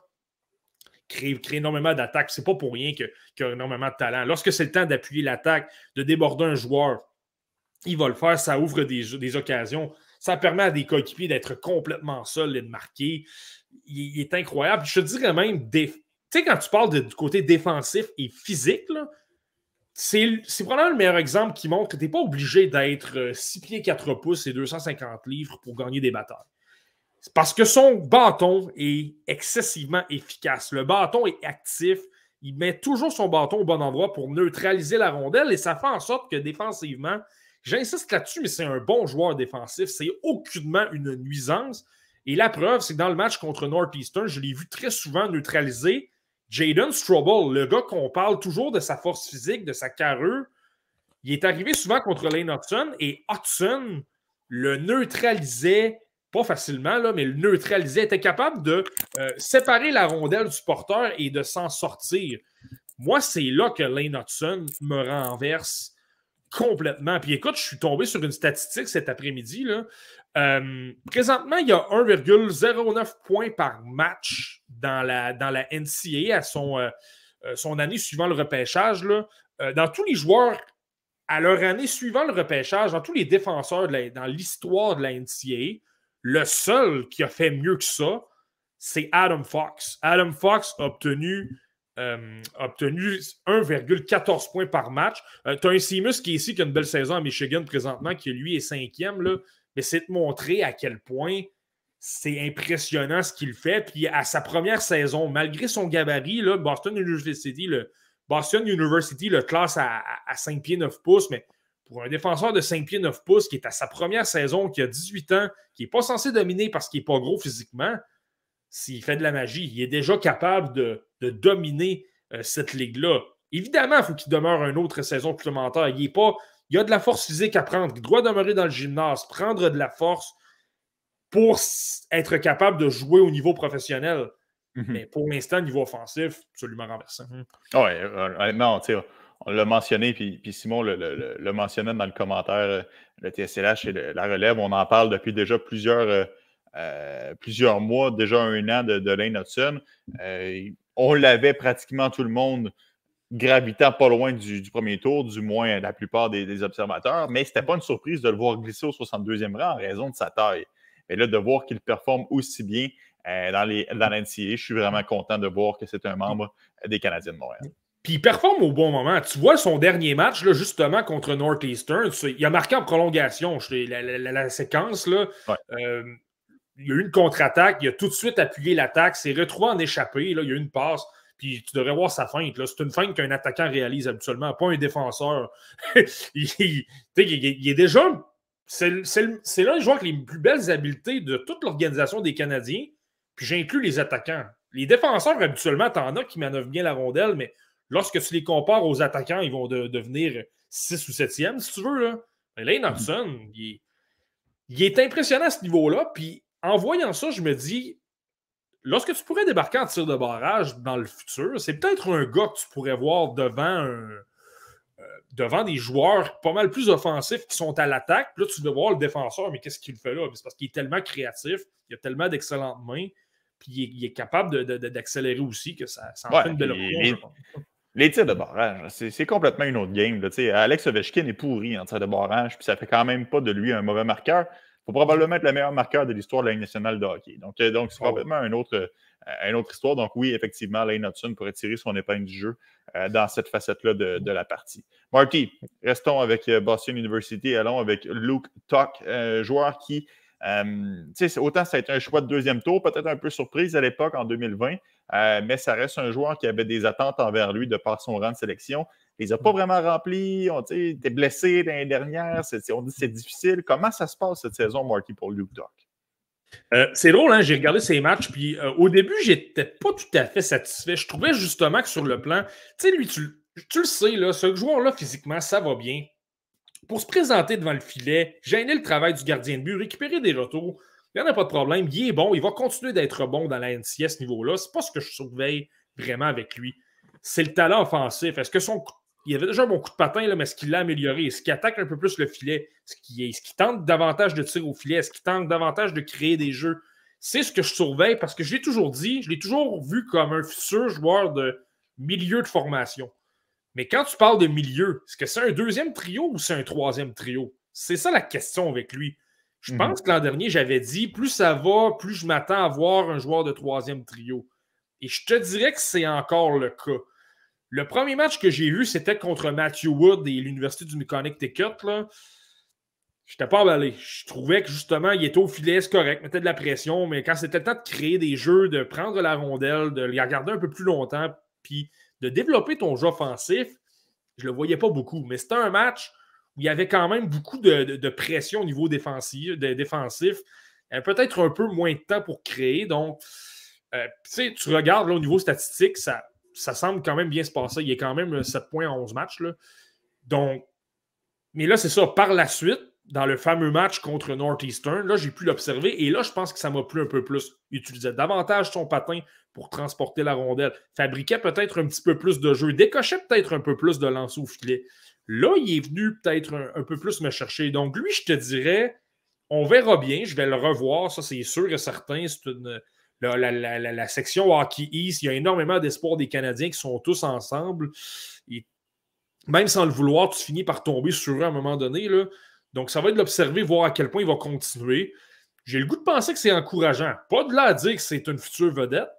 Speaker 3: Crée, crée énormément d'attaques. C'est pas pour rien que, qu'il a énormément de talent. Lorsque c'est le temps d'appuyer l'attaque, de déborder un joueur, il va le faire. Ça ouvre des, des occasions. Ça permet à des coéquipiers d'être complètement seuls et de marquer. Il, il est incroyable. Je te dirais même, tu sais, quand tu parles de, du côté défensif et physique, là, c'est, c'est probablement le meilleur exemple qui montre que tu n'es pas obligé d'être six pieds quatre pouces et deux cent cinquante livres pour gagner des batailles. C'est parce que son bâton est excessivement efficace. Le bâton est actif. Il met toujours son bâton au bon endroit pour neutraliser la rondelle et ça fait en sorte que défensivement, j'insiste là-dessus, mais c'est un bon joueur défensif. C'est aucunement une nuisance. Et la preuve, c'est que dans le match contre Northeastern, je l'ai vu très souvent neutraliser Jaden Strobel, le gars qu'on parle toujours de sa force physique, de sa carrure. Il est arrivé souvent contre Lane Hudson et Hudson le neutralisait. Pas facilement, là, mais le neutralisait, était capable de euh, séparer la rondelle du porteur et de s'en sortir. Moi, c'est là que Lane Hudson me renverse complètement. Puis écoute, je suis tombé sur une statistique cet après-midi. Là. Euh, présentement, il y a un virgule zéro neuf points par match dans la, dans la N C A A à son, euh, son année suivant le repêchage. Là. Euh, dans tous les joueurs, à leur année suivant le repêchage, dans tous les défenseurs de la, dans l'histoire de la N C A A, le seul qui a fait mieux que ça, c'est Adam Fox. Adam Fox a obtenu, euh, a obtenu un virgule quatorze points par match. Euh, tu as un Seamus qui est ici, qui a une belle saison à Michigan présentement, qui lui est cinquième, là, mais c'est de montrer à quel point c'est impressionnant ce qu'il fait. Puis à sa première saison, malgré son gabarit, là, Boston University, le, Boston University le classe à, à cinq pieds neuf pouces, mais pour un défenseur de cinq pieds neuf pouces qui est à sa première saison, qui a dix-huit ans, qui n'est pas censé dominer parce qu'il n'est pas gros physiquement, s'il fait de la magie, il est déjà capable de, de dominer euh, cette ligue-là. Évidemment, il faut qu'il demeure une autre saison supplémentaire. Il est pas, il a de la force physique à prendre. Il doit demeurer dans le gymnase, prendre de la force pour être capable de jouer au niveau professionnel. Mm-hmm. Mais pour l'instant, niveau offensif, absolument renversant.
Speaker 1: Oui, honnêtement, tu sais, on l'a mentionné, puis, puis Simon le, le, le mentionnait dans le commentaire, le T S L H et le, la relève. On en parle depuis déjà plusieurs, euh, plusieurs mois, déjà un an de, de Lane Hudson. Euh, on l'avait pratiquement tout le monde gravitant pas loin du, du premier tour, du moins la plupart des, des observateurs, mais c'était pas une surprise de le voir glisser au soixante-deuxième rang en raison de sa taille. Mais là, de voir qu'il performe aussi bien euh, dans, les, dans l'N C A A, je suis vraiment content de voir que c'est un membre des Canadiens de Montréal.
Speaker 3: Puis il performe au bon moment. Tu vois son dernier match, là, justement, contre Northeastern, il a marqué en prolongation. La, la, la, la séquence, là, ouais. euh, il y a eu une contre-attaque, il a tout de suite appuyé l'attaque, s'est retrouvé en échappé, là, il y a eu une passe, puis tu devrais voir sa feinte. Là. C'est une feinte qu'un attaquant réalise habituellement, pas un défenseur. il, il, il, il est déjà... C'est, c'est, c'est l'un des joueurs avec les plus belles habiletés de toute l'organisation des Canadiens, puis j'inclus les attaquants. Les défenseurs, habituellement, t'en as qui manœuvrent bien la rondelle, mais lorsque tu les compares aux attaquants, ils vont de, devenir six ou septième, si tu veux. Là. Mais Lane Hudson, il est, il est impressionnant à ce niveau-là. Puis en voyant ça, je me dis, lorsque tu pourrais débarquer en tir de barrage dans le futur, c'est peut-être un gars que tu pourrais voir devant, un, euh, devant des joueurs pas mal plus offensifs qui sont à l'attaque. Puis là, tu veux voir le défenseur, mais qu'est-ce qu'il fait là? C'est parce qu'il est tellement créatif, il a tellement d'excellentes mains, puis il est, il est capable de, de, d'accélérer aussi que ça, ça en ouais, fait une belle option.
Speaker 1: Les tirs de barrage, c'est, c'est complètement une autre game. Là. Alex Ovechkin est pourri en tir de barrage, puis ça fait quand même pas de lui un mauvais marqueur. Il faut probablement être le meilleur marqueur de l'histoire de la Ligue nationale de hockey. Donc, euh, donc c'est oh. complètement une autre, euh, une autre histoire. Donc oui, effectivement, Lane Hudson pourrait tirer son épingle du jeu euh, dans cette facette-là de, de la partie. Marty, restons avec euh, Boston University. Allons avec Luke Tuch, euh, joueur qui... Euh, autant ça a été un choix de deuxième tour, peut-être un peu surprise à l'époque en deux mille vingt, euh, mais ça reste un joueur qui avait des attentes envers lui de par son rang de sélection. Il les a pas vraiment remplis, on dit, t'es blessé l'année dernière, c'est, on dit c'est difficile. Comment ça se passe cette saison, Marty, pour Luke Tuch?
Speaker 3: Euh, c'est drôle, hein? J'ai regardé ces matchs, puis euh, au début, j'étais pas tout à fait satisfait. Je trouvais justement que sur le plan, tu sais, lui, tu, tu le sais, là, ce joueur-là, physiquement, ça va bien. Pour se présenter devant le filet, gêner le travail du gardien de but, récupérer des retours, il n'y en a pas de problème. Il est bon, il va continuer d'être bon dans la N C A à ce niveau-là. C'est pas ce que je surveille vraiment avec lui. C'est le talent offensif. Est-ce que son il avait déjà un bon coup de patin, là, mais est-ce qu'il l'a amélioré? Est-ce qu'il attaque un peu plus le filet? Est-ce qu'il, est-ce qu'il tente davantage de tirer au filet? Est-ce qu'il tente davantage de créer des jeux? C'est ce que je surveille parce que je l'ai toujours dit, je l'ai toujours vu comme un futur joueur de milieu de formation. Mais quand tu parles de milieu, est-ce que c'est un deuxième trio ou c'est un troisième trio? C'est ça la question avec lui. Je mm-hmm. pense que l'an dernier, j'avais dit, plus ça va, plus je m'attends à voir un joueur de troisième trio. Et je te dirais que c'est encore le cas. Le premier match que j'ai vu, c'était contre Matthew Wood et l'Université du Connecticut. Je n'étais pas emballé. Je trouvais que justement, il était au filet, c'est correct, mettait de la pression, mais quand c'était le temps de créer des jeux, de prendre la rondelle, de les regarder un peu plus longtemps, puis de développer ton jeu offensif, je ne le voyais pas beaucoup. Mais c'était un match où il y avait quand même beaucoup de, de, de pression au niveau défensif. De, défensif. Il y avait peut-être un peu moins de temps pour créer. Donc, euh, tu regardes là, au niveau statistique, ça... ça semble quand même bien se passer. Il est quand même sept points en onze matchs. Là. Donc, mais là, c'est ça. Par la suite, dans le fameux match contre Northeastern, là, j'ai pu l'observer et là, je pense que ça m'a plu un peu plus. Il utilisait davantage son patin pour transporter la rondelle. Fabriquait peut-être un petit peu plus de jeu. Décochait peut-être un peu plus de lancer au filet. Là, il est venu peut-être un, un peu plus me chercher. Donc, lui, je te dirais, on verra bien. Je vais le revoir. Ça, c'est sûr et certain. C'est une... La, la, la, la section Hockey East, il y a énormément d'espoir des Canadiens qui sont tous ensemble. Et même sans le vouloir, tu finis par tomber sur eux à un moment donné. Là. Donc, ça va être de l'observer, voir à quel point il va continuer. J'ai le goût de penser que c'est encourageant. Pas de là à dire que c'est une future vedette.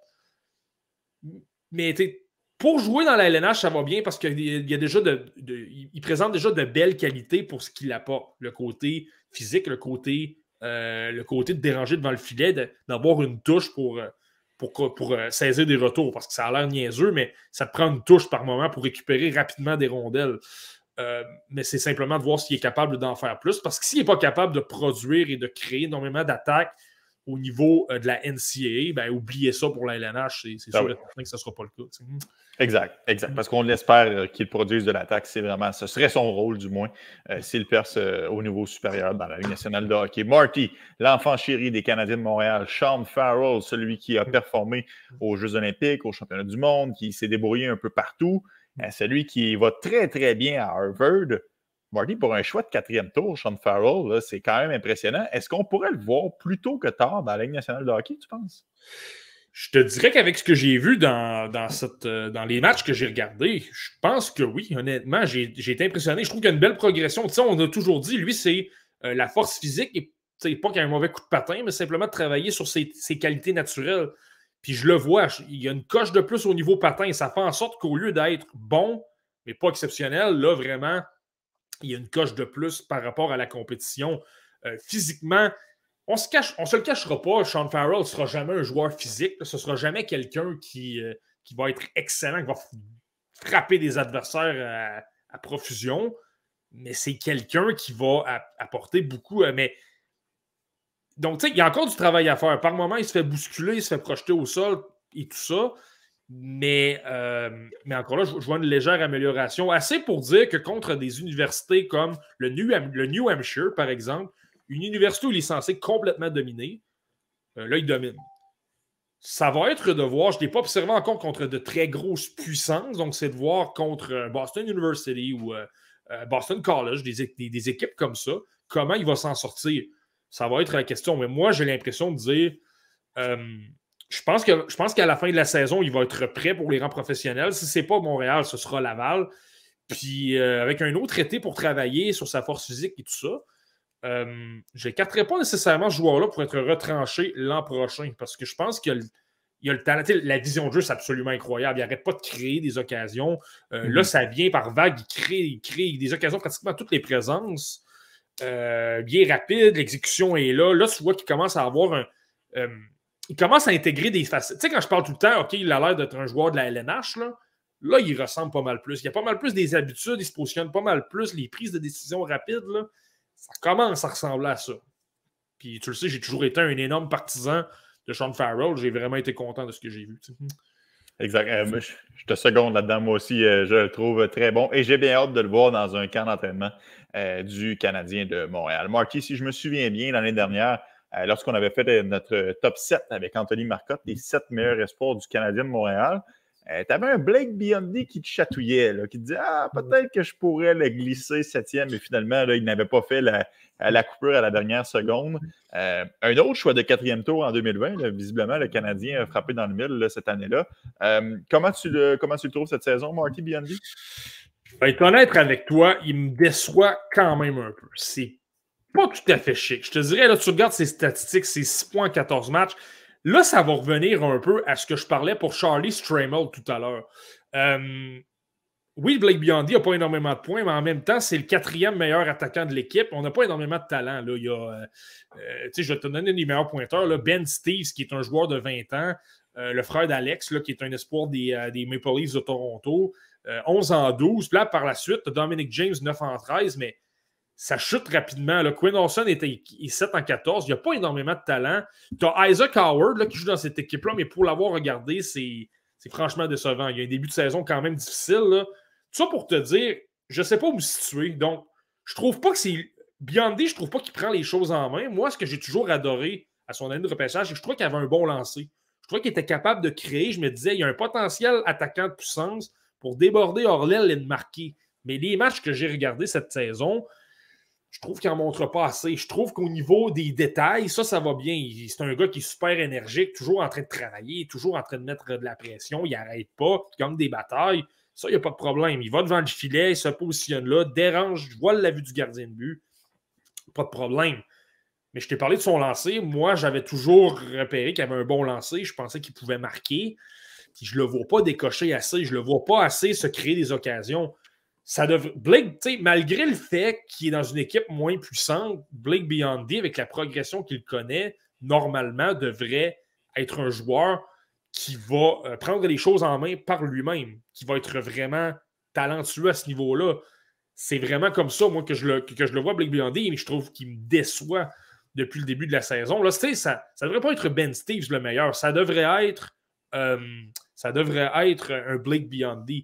Speaker 3: Mais pour jouer dans la L N H, ça va bien parce qu'il y a déjà de, de, il présente déjà de belles qualités pour ce qu'il apporte. Le côté physique, le côté... Euh, le côté de déranger devant le filet, de, d'avoir une touche pour, pour, pour, pour euh, saisir des retours, parce que ça a l'air niaiseux, mais ça te prend une touche par moment pour récupérer rapidement des rondelles. Euh, mais c'est simplement de voir s'il est capable d'en faire plus, parce que s'il n'est pas capable de produire et de créer énormément d'attaques au niveau euh, de la N C A A, ben oubliez ça pour la L N H, c'est, c'est sûr oui. que ce ne sera pas le cas. T'sais.
Speaker 1: Exact, exact. Parce qu'on l'espère qu'il produise de l'attaque. C'est vraiment, ce serait son rôle, du moins, euh, s'il perce euh, au niveau supérieur dans la Ligue nationale de hockey. Marty, l'enfant chéri des Canadiens de Montréal, Sean Farrell, celui qui a performé aux Jeux olympiques, aux championnats du monde, qui s'est débrouillé un peu partout, euh, celui qui va très, très bien à Harvard. Marty, pour un choix de quatrième tour, Sean Farrell, là, c'est quand même impressionnant. Est-ce qu'on pourrait le voir plus tôt que tard dans la Ligue nationale de hockey, tu penses?
Speaker 3: Je te dirais qu'avec ce que j'ai vu dans, dans, cette, dans les matchs que j'ai regardés, je pense que oui, honnêtement, j'ai, j'ai été impressionné. Je trouve qu'il y a une belle progression. Tu sais, on a toujours dit, lui, c'est euh, la force physique, et pas qu'il y a un mauvais coup de patin, mais simplement de travailler sur ses, ses qualités naturelles. Puis je le vois, il y a une coche de plus au niveau patin. Ça fait en sorte qu'au lieu d'être bon, mais pas exceptionnel, là, vraiment, il y a une coche de plus par rapport à la compétition. Euh, physiquement, on se cache, on se le cachera pas, Sean Farrell ne sera jamais un joueur physique. Là, ce ne sera jamais quelqu'un qui, euh, qui va être excellent, qui va frapper des adversaires à, à profusion. Mais c'est quelqu'un qui va a, apporter beaucoup. Euh, mais... Donc, tu sais, il y a encore du travail à faire. Par moment, il se fait bousculer, il se fait projeter au sol et tout ça. Mais, euh, mais encore là, je, je vois une légère amélioration. Assez pour dire que contre des universités comme le New, le New Hampshire, par exemple, une université où il est censé complètement dominer, euh, là, il domine. Ça va être de voir, je ne l'ai pas observé encore contre de très grosses puissances, donc c'est de voir contre Boston University ou euh, Boston College, des, des, des équipes comme ça, comment il va s'en sortir. Ça va être la question. Mais moi, j'ai l'impression de dire, euh, je pense que, je pense qu'à la fin de la saison, il va être prêt pour les rangs professionnels. Si ce n'est pas Montréal, ce sera Laval. Puis euh, avec un autre été pour travailler sur sa force physique et tout ça, Euh, je n'écarterai pas nécessairement ce joueur-là pour être retranché l'an prochain parce que je pense qu'il y a le, il y a le talent. La vision de jeu, c'est absolument incroyable. Il n'arrête pas de créer des occasions. Euh, mm-hmm. Là, ça vient par vague. Il crée, il crée des occasions pratiquement à toutes les présences. Euh, bien rapide. L'exécution est là. Là, tu vois qu'il commence à avoir un. Euh, il commence à intégrer des facettes. Tu sais, quand je parle tout le temps, OK, il a l'air d'être un joueur de la L N H, là. Là, il ressemble pas mal plus. Il y a pas mal plus des habitudes. Il se positionne pas mal plus. Les prises de décision rapides, là. Ça commence à ressembler à ça. Puis tu le sais, j'ai toujours été un énorme partisan de Sean Farrell. J'ai vraiment été content de ce que j'ai vu. T'sais.
Speaker 1: Exact. Euh, je, je te seconde là-dedans. Moi aussi, euh, je le trouve très bon. Et j'ai bien hâte de le voir dans un camp d'entraînement euh, du Canadien de Montréal. Marty, si je me souviens bien, l'année dernière, euh, lorsqu'on avait fait notre top sept avec Anthony Marcotte, les sept meilleurs espoirs du Canadien de Montréal, euh, tu avais un Blake Biondi qui te chatouillait, là, qui te disait « Ah, peut-être que je pourrais le glisser septième. » Mais finalement, là, il n'avait pas fait la, la coupure à la dernière seconde. Euh, un autre choix de quatrième tour en deux mille vingt, là, visiblement, le Canadien a frappé dans le mille là, cette année-là. Euh, comment, tu le, comment tu le trouves cette saison, Marty Biondi?
Speaker 3: Je vais être honnête avec toi, il me déçoit quand même un peu. C'est pas tout à fait chic. Je te dirais, là, tu regardes ses statistiques, c'est six points en quatorze matchs. Là, ça va revenir un peu à ce que je parlais pour Charlie Stramel tout à l'heure. Euh, oui, Blake Biondi n'a pas énormément de points, mais en même temps, c'est le quatrième meilleur attaquant de l'équipe. On n'a pas énormément de talent. Là. Il y a, euh, euh, je vais te donner les meilleurs pointeurs. Là. Ben Steeves, qui est un joueur de vingt ans, euh, le frère d'Alex, là, qui est un espoir des, euh, des Maple Leafs de Toronto, euh, onze en douze. Puis là, par la suite, tu as Dominic James, neuf en treize, mais ça chute rapidement. Là. Quinn Olson est, est sept en quatorze. Il n'y a pas énormément de talent. Tu as Isaac Howard là, qui joue dans cette équipe-là, mais pour l'avoir regardé, c'est, c'est franchement décevant. Il y a un début de saison quand même difficile. Là. Tout ça pour te dire, je ne sais pas où me situer. Donc, je trouve pas que c'est... Biondi, je trouve pas qu'il prend les choses en main. Moi, ce que j'ai toujours adoré à son année de repêchage, c'est que je trouvais qu'il avait un bon lancer. Je trouvais qu'il était capable de créer. Je me disais, il y a un potentiel attaquant de puissance pour déborder hors l'aile et de marquer. Mais les matchs que j'ai regardés cette saison, je trouve qu'il n'en montre pas assez. Je trouve qu'au niveau des détails, ça, ça va bien. C'est un gars qui est super énergique, toujours en train de travailler, toujours en train de mettre de la pression. Il n'arrête pas, il gagne des batailles. Ça, il n'y a pas de problème. Il va devant le filet, il se positionne là, dérange, je vois la vue du gardien de but. Pas de problème. Mais je t'ai parlé de son lancer. Moi, j'avais toujours repéré qu'il avait un bon lancer. Je pensais qu'il pouvait marquer. Puis je ne le vois pas décocher assez. Je ne le vois pas assez se créer des occasions. Ça devrait... Blake, tu sais, malgré le fait qu'il est dans une équipe moins puissante, Blake Biondi, avec la progression qu'il connaît, normalement, devrait être un joueur qui va euh, prendre les choses en main par lui-même, qui va être vraiment talentueux à ce niveau-là. C'est vraiment comme ça, moi, que je le, que je le vois, Blake Biondi, mais je trouve qu'il me déçoit depuis le début de la saison. Là, ça ne devrait pas être Ben Steeves le meilleur. Ça devrait être, euh, ça devrait être un Blake Biondi.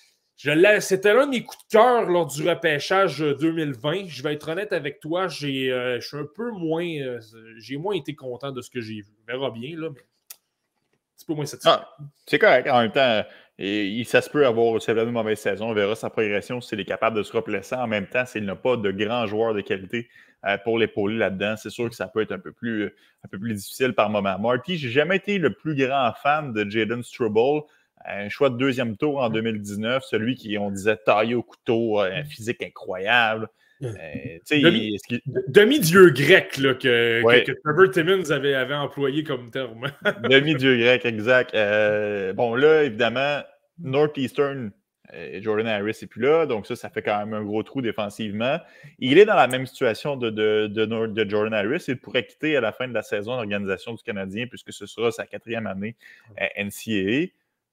Speaker 3: Je C'était l'un de mes coups de cœur lors du repêchage deux mille vingt. Je vais être honnête avec toi, j'ai, euh, je suis un peu moins... Euh, j'ai moins été content de ce que j'ai vu. On verra bien, là, mais c'est pas moins satisfait.
Speaker 1: Ah, c'est correct. En même temps, il, ça se peut avoir c'est une mauvaise saison. On verra sa progression s'il est capable de se replacer. En même temps, s'il n'a pas de grands joueurs de qualité euh, pour l'épauler là-dedans, c'est sûr que ça peut être un peu plus, un peu plus difficile par moment. Marty, j'ai jamais été le plus grand fan de Jayden Struble. Un choix de deuxième tour en deux mille dix-neuf, celui qui, on disait, taillé au couteau, un physique incroyable. Euh,
Speaker 3: Demi, il... Demi-dieu grec là, que, ouais. que, que Trevor Timmons avait, avait employé comme terme.
Speaker 1: Demi-dieu grec, exact. Euh, bon, là, évidemment, Northeastern, euh, Jordan Harris n'est plus là, donc ça, ça fait quand même un gros trou défensivement. Il est dans la même situation de, de, de, de Jordan Harris. Il pourrait quitter à la fin de la saison l'organisation du Canadien, puisque ce sera sa quatrième année à N C A A.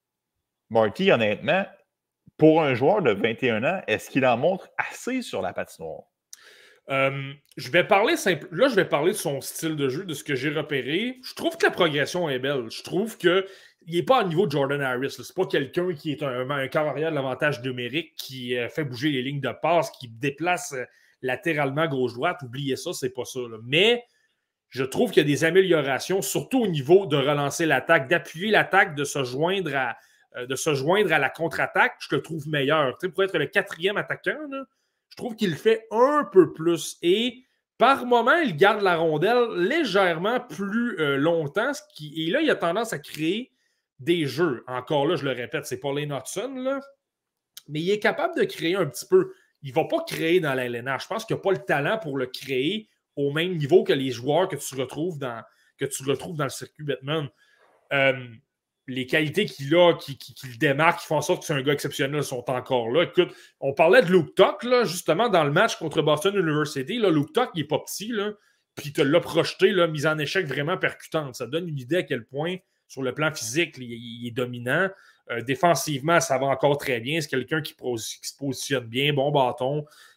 Speaker 1: Marty, honnêtement, pour un joueur de vingt et un ans, est-ce qu'il en montre assez sur la patinoire?
Speaker 3: Euh, je vais parler simple. Là, je vais parler de son style de jeu, de ce que j'ai repéré. Je trouve que la progression est belle. Je trouve qu'il n'est pas au niveau de Jordan Harris. Ce n'est pas quelqu'un qui est un, un carrière de l'avantage numérique qui euh, fait bouger les lignes de passe, qui déplace euh, latéralement gauche-droite. Oubliez ça, c'est pas ça. Là. Mais je trouve qu'il y a des améliorations, surtout au niveau de relancer l'attaque, d'appuyer l'attaque, de se joindre à de se joindre à la contre-attaque, je le trouve meilleur. Tu sais, pour être le quatrième attaquant, là, je trouve qu'il le fait un peu plus. Et par moment, il garde la rondelle légèrement plus euh, longtemps. Ce qui, et là, il a tendance à créer des jeux. Encore là, je le répète, c'est pas Lane Hudson, là, mais il est capable de créer un petit peu. Il ne va pas créer dans la L N H. Je pense qu'il n'a pas le talent pour le créer au même niveau que les joueurs que tu retrouves dans, que tu retrouves dans le circuit Bettman. Euh, les qualités qu'il a, qui, qui, qui le démarquent, qui font en sorte que c'est un gars exceptionnel, sont encore là. Écoute, on parlait de Luke Tuck, là, justement, dans le match contre Boston University. Là, Luke Tuck, il n'est pas petit, là, puis il te l'a projeté, là, mise en échec vraiment percutante. Ça donne une idée à quel point, sur le plan physique, il, il est dominant. Euh, défensivement, ça va encore très bien. C'est quelqu'un qui, qui se positionne bien, bon bâton.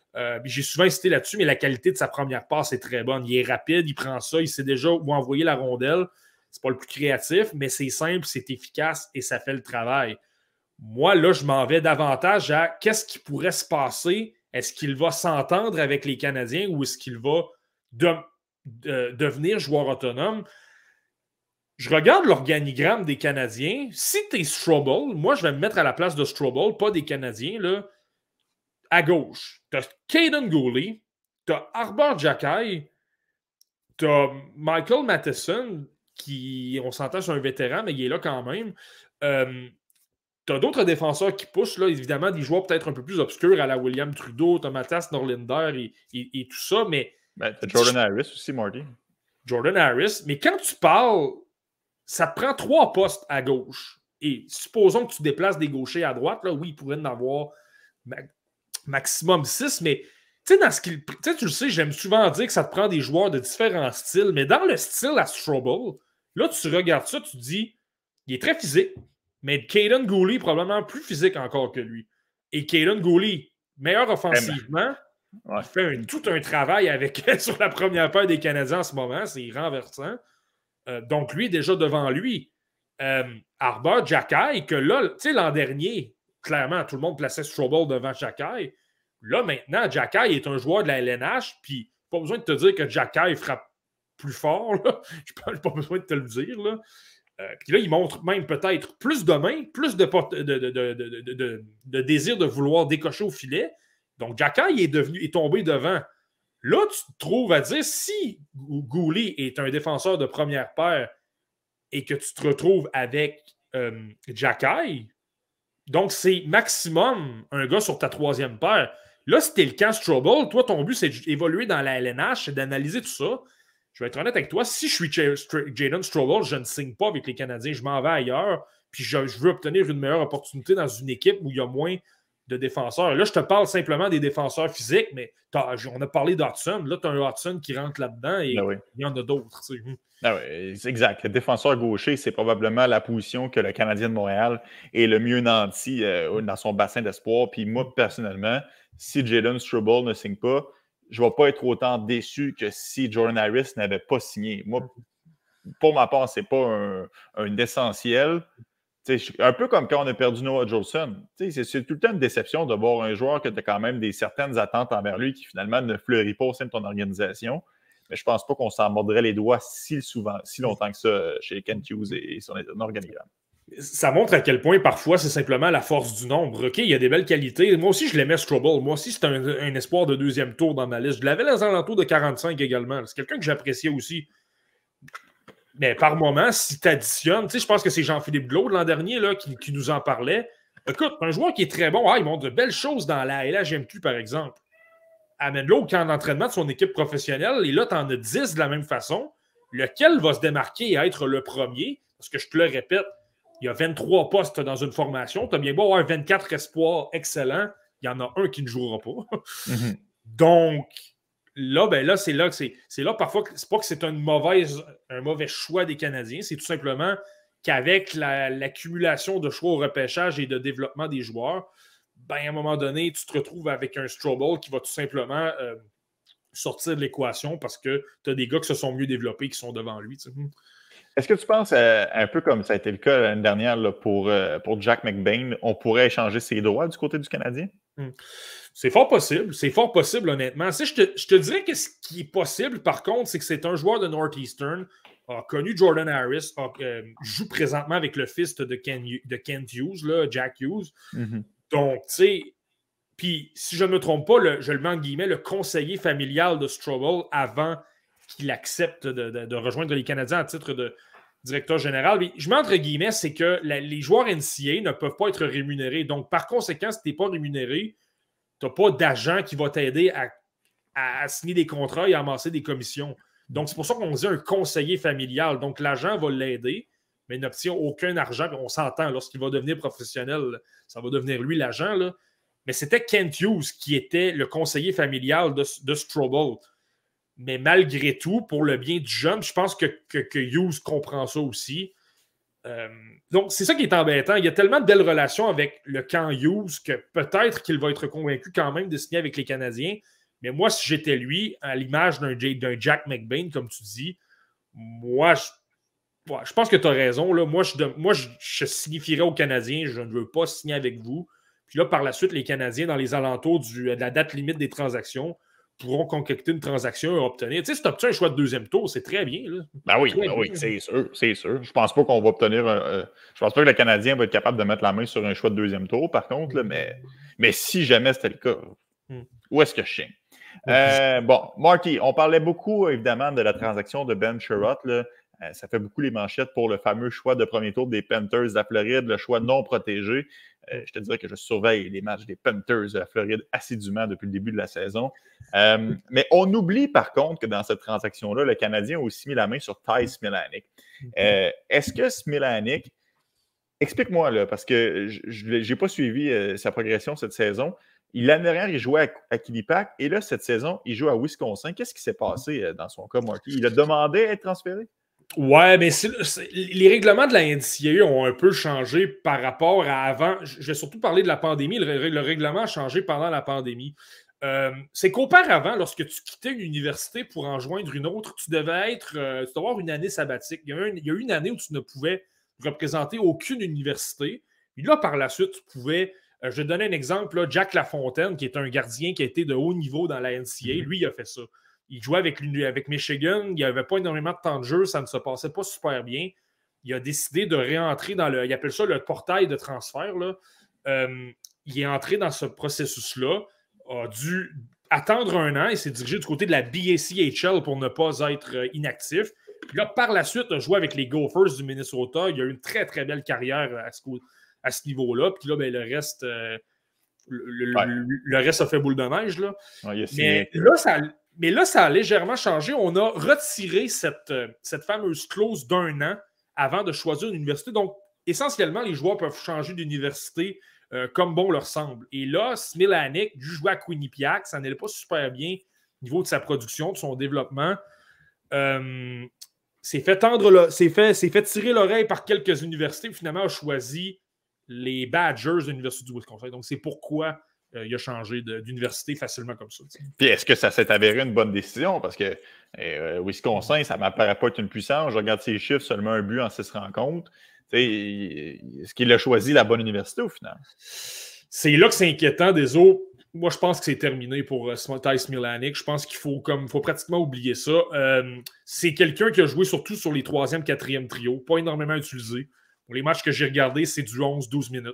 Speaker 3: Euh, j'ai souvent insisté là-dessus, mais la qualité de sa première passe est très bonne. Il est rapide, il prend ça, il sait déjà où envoyer la rondelle. C'est pas le plus créatif, mais c'est simple, c'est efficace et ça fait le travail. Moi, là, je m'en vais davantage à qu'est-ce qui pourrait se passer. Est-ce qu'il va s'entendre avec les Canadiens ou est-ce qu'il va de, de, devenir joueur autonome? Je regarde l'organigramme des Canadiens. Si tu es Strobel, moi, je vais me mettre à la place de Strobel, pas des Canadiens, là. À gauche, tu as Caden Gooley, tu as Arbor Xhekaj, tu as Michael Matheson, qui, on s'entend, c'est un vétéran, mais il est là quand même. Euh, tu as d'autres défenseurs qui poussent, là, évidemment, des joueurs peut-être un peu plus obscurs à la William Trudeau, tu as Mathias Norlinder et, et, et tout ça, mais...
Speaker 1: Ben, tu as Jordan Harris aussi, Marty.
Speaker 3: Jordan Harris, mais quand tu parles, ça te prend trois postes à gauche. Et supposons que tu déplaces des gauchers à droite, là, oui, il pourrait en avoir maximum six, mais tu sais, dans ce qu'il. Tu sais, tu le sais, j'aime souvent dire que ça te prend des joueurs de différents styles, mais dans le style à Strobel, là, tu regardes ça, tu te dis, il est très physique, mais Caden Gooley est probablement plus physique encore que lui. Et Caden Gooley, meilleur offensivement, ouais. Il fait un, tout un travail avec sur la première paire des Canadiens en ce moment, c'est renversant. Euh, donc, lui est déjà devant lui. Euh, Arbor Xhekaj, que là, tu sais, l'an dernier, clairement, tout le monde plaçait Strobel devant Xhekaj. Là, maintenant, Xhekaj est un joueur de la L N H, puis pas besoin de te dire que Xhekaj frappe plus fort. Je n'ai pas besoin de te le dire. Là. Euh, puis là, il montre même peut-être plus de mains, plus de, de, de, de, de, de, de, de désir de vouloir décocher au filet. Donc, Xhekaj est, devenu, est tombé devant. Là, tu te trouves à dire, si Gooley est un défenseur de première paire et que tu te retrouves avec euh, Xhekaj, donc c'est maximum un gars sur ta troisième paire. Là, si t'es le camp Strobel, toi, ton but, c'est d'évoluer dans la L N H, c'est d'analyser tout ça. Je vais être honnête avec toi, si je suis Jayden Strobel, je ne signe pas avec les Canadiens, je m'en vais ailleurs, puis je, je veux obtenir une meilleure opportunité dans une équipe où il y a moins de défenseurs. Là, je te parle simplement des défenseurs physiques, mais on a parlé d'Hudson. Là, tu as un Hudson qui rentre là-dedans et ben oui. Il y en a d'autres. Tu sais.
Speaker 1: Ah oui, c'est exact. Le défenseur gaucher, c'est probablement la position que le Canadien de Montréal est le mieux nanti euh, dans son bassin d'espoir. Puis moi, personnellement, si Jayden Strobel ne signe pas, je ne vais pas être autant déçu que si Jordan Harris n'avait pas signé. Moi, pour ma part, ce n'est pas un, un essentiel. T'sais, un peu comme quand on a perdu Noah Jolson. C'est, c'est tout le temps une déception de voir un joueur que tu as quand même des certaines attentes envers lui qui finalement ne fleurit pas au sein de ton organisation. Mais je ne pense pas qu'on s'en mordrait les doigts si souvent, si longtemps que ça chez Kent Hughes et son organigramme.
Speaker 3: Ça montre à quel point parfois c'est simplement la force du nombre. OK, il y a des belles qualités. Moi aussi, je l'aimais Strobel. Moi aussi, c'est un, un espoir de deuxième tour dans ma liste. Je l'avais dans alentours de quarante-cinq également. C'est quelqu'un que j'appréciais aussi. Mais par moment, si tu additionnes, tu sais, je pense que c'est Jean-Philippe Glaude l'an dernier là, qui, qui nous en parlait. Écoute, un joueur qui est très bon, ah, il montre de belles choses dans la L H M Q, par exemple. Amène-le au camp d'entraînement de son équipe professionnelle, et là, tu en as dix de la même façon. Lequel va se démarquer et être le premier? Parce que je te le répète, il y a vingt-trois postes dans une formation. Tu as bien beau avoir vingt-quatre espoirs excellents, il y en a un qui ne jouera pas. Mm-hmm. Donc, là, ben là, c'est là que c'est. C'est là parfois que c'est pas que c'est une mauvaise, un mauvais choix des Canadiens, c'est tout simplement qu'avec la, l'accumulation de choix au repêchage et de développement des joueurs, ben à un moment donné, tu te retrouves avec un Strobel qui va tout simplement euh, sortir de l'équation parce que tu as des gars qui se sont mieux développés qui sont devant lui. Tu sais.
Speaker 1: Est-ce que tu penses, euh, un peu comme ça a été le cas l'année dernière là, pour, euh, pour Jack McBain, on pourrait échanger ses droits du côté du Canadien?
Speaker 3: Hum. C'est fort possible. C'est fort possible, honnêtement. Si je, te, je te dirais que ce qui est possible, par contre, c'est que c'est un joueur de Northeastern, a connu Jordan Harris, a, euh, joue présentement avec le fils de, Ken, de Kent Hughes, là, Jack Hughes. Mm-hmm. Donc, tu sais, puis si je ne me trompe pas, le, je le mets en guillemets, le conseiller familial de Strobel avant qu'il accepte de, de, de rejoindre les Canadiens à titre de directeur général. Mais je mets entre guillemets, c'est que la, les joueurs N C A A ne peuvent pas être rémunérés. Donc, par conséquent, si tu n'es pas rémunéré, tu n'as pas d'agent qui va t'aider à, à, à signer des contrats et à amasser des commissions. Donc, c'est pour ça qu'on dit un conseiller familial. Donc, l'agent va l'aider, mais il n'obtient aucun argent. On s'entend, lorsqu'il va devenir professionnel, ça va devenir lui l'agent. Là. Mais c'était Kent Hughes qui était le conseiller familial de, de Strobel. Mais malgré tout, pour le bien du jeune, je pense que, que, que Hughes comprend ça aussi. Euh, donc, c'est ça qui est embêtant. Il y a tellement de belles relations avec le camp Hughes que peut-être qu'il va être convaincu quand même de signer avec les Canadiens. Mais moi, si j'étais lui, à l'image d'un, d'un Jack McBain, comme tu dis, moi, je, ouais, je pense que tu as raison. Là. Moi, je, moi je, je signifierais aux Canadiens, je ne veux pas signer avec vous. Puis là, par la suite, les Canadiens, dans les alentours du, de la date limite des transactions, pourront concocter une transaction et obtenir. Tu sais, si tu obtiens un choix de deuxième tour, c'est très bien. Là.
Speaker 1: Ben oui,
Speaker 3: très
Speaker 1: ben
Speaker 3: bien,
Speaker 1: oui,
Speaker 3: là.
Speaker 1: c'est sûr, c'est sûr. Je pense pas qu'on va obtenir un. Euh, je pense pas que le Canadien va être capable de mettre la main sur un choix de deuxième tour, par contre, là, mais, mais si jamais c'était le cas, mm. où est-ce que je chie? Euh, bon, Marty, on parlait beaucoup, évidemment, de la transaction de Ben Sherratt. Là. Euh, ça fait beaucoup les manchettes pour le fameux choix de premier tour des Panthers de la Floride, le choix non protégé. Euh, je te dirais que je surveille les matchs des Panthers de la Floride assidûment depuis le début de la saison. Euh, mais on oublie par contre que dans cette transaction-là, le Canadien a aussi mis la main sur Ty Smilanic. Euh, est-ce que Smilanic, explique-moi là, parce que je n'ai pas suivi euh, sa progression cette saison. L'année dernière, il jouait à, à Quinnipiac et là, cette saison, il joue à Wisconsin. Qu'est-ce qui s'est passé euh, dans son cas, Marty? Il a demandé à être transféré?
Speaker 3: Ouais, mais c'est, c'est, les règlements de la N C A A ont un peu changé par rapport à avant. Je vais surtout parler de la pandémie. Le, le règlement a changé pendant la pandémie. Euh, c'est qu'auparavant, lorsque tu quittais une université pour en joindre une autre, tu devais être, euh, tu devais avoir une année sabbatique. Il y, a un, il y a eu une année où tu ne pouvais représenter aucune université. Puis là, par la suite, tu pouvais. Euh, je vais te donner un exemple. Là, Jack Lafontaine, qui est un gardien qui a été de haut niveau dans la N C A A, lui, il a fait ça. Il jouait avec, avec Michigan, il n'y avait pas énormément de temps de jeu, ça ne se passait pas super bien. Il a décidé de réentrer dans le, il appelle ça le portail de transfert. Là. Euh, il est entré dans ce processus-là, a dû attendre un an et s'est dirigé du côté de la B A C H L pour ne pas être inactif. Puis là, par la suite, il a joué avec les Gophers du Minnesota. Il a eu une très, très belle carrière à ce, à ce niveau-là. Puis là, ben, le reste... Euh, le, ouais. le, le reste a fait boule de neige. Là. Ouais, Mais là, ça... Mais là, ça a légèrement changé. On a retiré cette, cette fameuse clause d'un an avant de choisir une université. Donc, essentiellement, les joueurs peuvent changer d'université euh, comme bon leur semble. Et là, Smilanic, lui, jouait à Quinnipiac. Ça n'allait pas super bien au niveau de sa production, de son développement. Euh, s'est fait tendre, le, s'est fait, s'est fait tirer l'oreille par quelques universités. Finalement, a choisi les Badgers de l'Université du Wisconsin. Donc, c'est pourquoi... Euh, il a changé de, d'université facilement comme ça. T'sais.
Speaker 1: Puis est-ce que ça s'est avéré une bonne décision? Parce que euh, Wisconsin, ça ne m'apparaît pas être une puissance. Je regarde ses chiffres, seulement un but en six rencontres. T'sais, est-ce qu'il a choisi la bonne université au final?
Speaker 3: C'est là que c'est inquiétant. Des autres, moi, je pense que c'est terminé pour uh, Ty Smilanic. Je pense qu'il faut, comme, faut pratiquement oublier ça. Euh, c'est quelqu'un qui a joué surtout sur les troisième, quatrième trio. Pas énormément utilisé. Pour les matchs que j'ai regardés, c'est du onze douze minutes.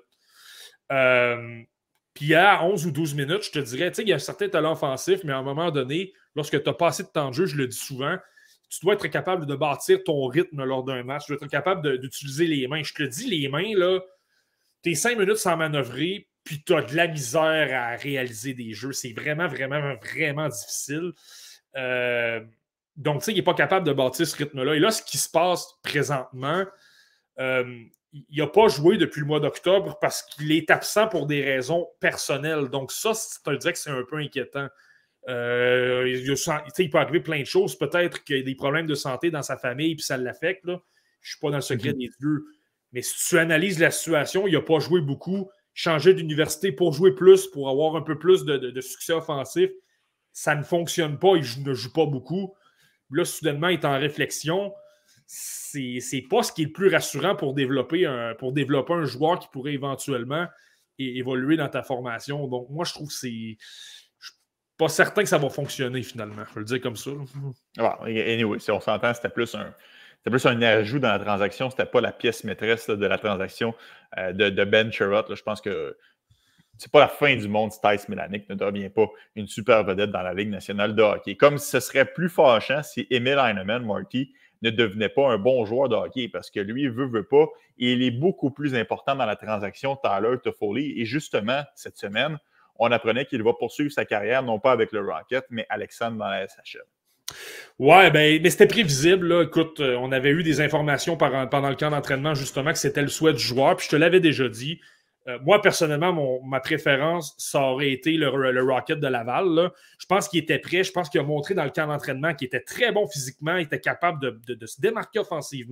Speaker 3: Euh, Puis à onze ou douze minutes, je te dirais, tu sais, il y a un certain talent offensif, mais à un moment donné, lorsque tu as pas assez de temps de jeu, je le dis souvent, tu dois être capable de bâtir ton rythme lors d'un match. Tu dois être capable de, d'utiliser les mains. Je te dis, les mains, là, tu es cinq minutes sans manœuvrer, puis tu as de la misère à réaliser des jeux. C'est vraiment, vraiment, vraiment difficile. Euh, donc, tu sais, il n'est pas capable de bâtir ce rythme-là. Et là, ce qui se passe présentement, euh, il n'a pas joué depuis le mois d'octobre parce qu'il est absent pour des raisons personnelles. Donc ça, je te dirais que c'est un peu inquiétant. Euh, il, il peut arriver plein de choses. Peut-être qu'il y a des problèmes de santé dans sa famille et ça l'affecte. Là. Je ne suis pas dans le secret mm-hmm. des dieux. Mais si tu analyses la situation, il n'a pas joué beaucoup. Changer d'université pour jouer plus, pour avoir un peu plus de, de, de succès offensif, ça ne fonctionne pas. Il ne joue pas beaucoup. Là, soudainement, il est en réflexion. C'est, c'est pas ce qui est le plus rassurant pour développer un, pour développer un joueur qui pourrait éventuellement é- évoluer dans ta formation. Donc, moi, je trouve que c'est... Je suis pas certain que ça va fonctionner, finalement. Je vais le dire comme ça.
Speaker 1: Well, anyway, si on s'entend, c'était plus un... C'était plus un ajout dans la transaction. C'était pas la pièce maîtresse là, de la transaction euh, de, de Ben Sherratt. Là. Je pense que c'est pas la fin du monde si Ty Smilanic ne devient pas une super vedette dans la Ligue nationale de hockey. Comme ce serait plus fâchant si Emil Heinemann, Marty, ne devenait pas un bon joueur de hockey parce que lui, il veut, veut pas. Et il est beaucoup plus important dans la transaction Tyler Toffoli. Et justement, cette semaine, on apprenait qu'il va poursuivre sa carrière, non pas avec le Rocket, mais Alexandre dans la S H L.
Speaker 3: Ouais, ben, mais c'était prévisible. Là. Écoute, on avait eu des informations par, pendant le camp d'entraînement, justement, que c'était le souhait du joueur. Puis je te l'avais déjà dit. Euh, moi, personnellement, mon, ma préférence, ça aurait été le, le Rocket de Laval. Là. Je pense qu'il était prêt. Je pense qu'il a montré dans le camp d'entraînement qu'il était très bon physiquement. Il était capable de, de, de se démarquer offensivement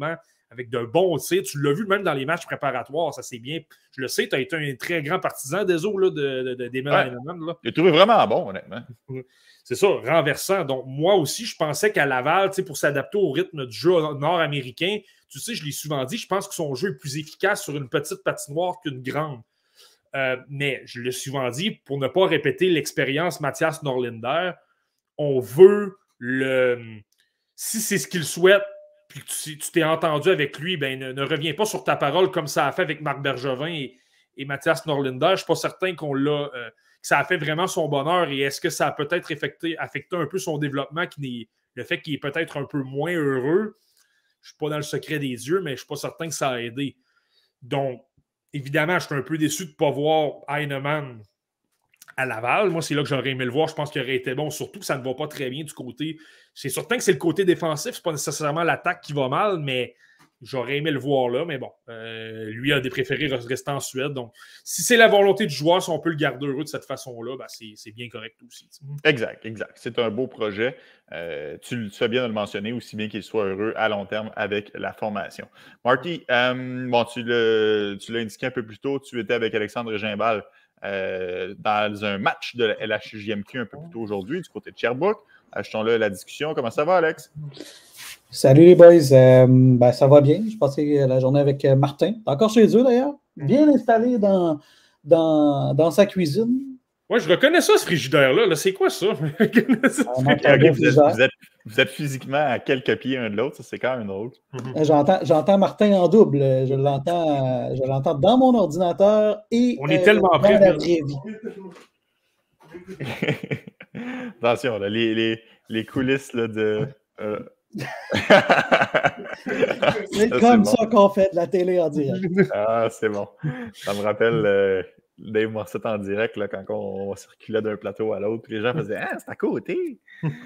Speaker 3: avec de bons tirs. Tu l'as vu même dans les matchs préparatoires, ça c'est bien. Je le sais, tu as été un très grand partisan des eaux là, de, de, de, d'Emil
Speaker 1: ouais.
Speaker 3: Heinemann. Là.
Speaker 1: Il a trouvé vraiment bon, honnêtement.
Speaker 3: C'est ça, renversant. Donc, moi aussi, je pensais qu'à Laval, pour s'adapter au rythme du jeu nord-américain, tu sais, je l'ai souvent dit, je pense que son jeu est plus efficace sur une petite patinoire qu'une grande. Euh, mais je l'ai souvent dit, pour ne pas répéter l'expérience Mathias Norlinder, on veut le... Si c'est ce qu'il souhaite, puis que tu, tu t'es entendu avec lui, ben ne, ne reviens pas sur ta parole comme ça a fait avec Marc Bergevin et, et Mathias Norlinder. Je ne suis pas certain qu'on l'a, euh, que ça a fait vraiment son bonheur. Et est-ce que ça a peut-être affecté, affecté un peu son développement, qui n'est, le fait qu'il est peut-être un peu moins heureux? Je ne suis pas dans le secret des dieux, mais je ne suis pas certain que ça a aidé. Donc, évidemment, je suis un peu déçu de ne pas voir Heinemann à Laval. Moi, c'est là que j'aurais aimé le voir. Je pense qu'il aurait été bon. Surtout que ça ne va pas très bien du côté... C'est certain que c'est le côté défensif. Ce n'est pas nécessairement l'attaque qui va mal, mais j'aurais aimé le voir là. Mais bon, euh, lui a des préférés rester en Suède. Donc, si c'est la volonté du joueur, si on peut le garder heureux de cette façon-là, ben c'est, c'est bien correct aussi.
Speaker 1: Exact, exact. C'est un beau projet. Euh, tu, tu fais bien de le mentionner, aussi bien qu'il soit heureux à long terme avec la formation. Marty, euh, bon, tu, le, tu l'as indiqué un peu plus tôt, tu étais avec Alexandre Gimbal Euh, dans un match de la L H J M Q un peu plus tôt aujourd'hui, du côté de Sherbrooke. Achetons-le la discussion. Comment ça va, Alex?
Speaker 4: Salut les boys. Euh, ben, ça va bien. Je passais la journée avec Martin. Encore chez eux d'ailleurs. Bien installé dans, dans, dans sa cuisine.
Speaker 3: Oui, je reconnais ça, ce frigidaire-là. Là. C'est quoi ça?
Speaker 1: Okay, vous, êtes, vous, êtes, vous êtes physiquement à quelques pieds un de l'autre. Ça, c'est quand même drôle.
Speaker 4: Mm-hmm. J'entends, j'entends Martin en double. Je l'entends, je l'entends dans mon ordinateur et
Speaker 3: on est euh, tellement près,
Speaker 4: dans la vraie vie.
Speaker 1: Attention, là, les, les, les coulisses là, de... Euh...
Speaker 4: c'est ça, comme c'est ça bon. Qu'on fait de la télé en direct.
Speaker 1: Ah, c'est bon. Ça me rappelle... Euh... Dave Morissette en direct, là, quand on circulait d'un plateau à l'autre, les gens faisaient « Ah, c'est à côté! »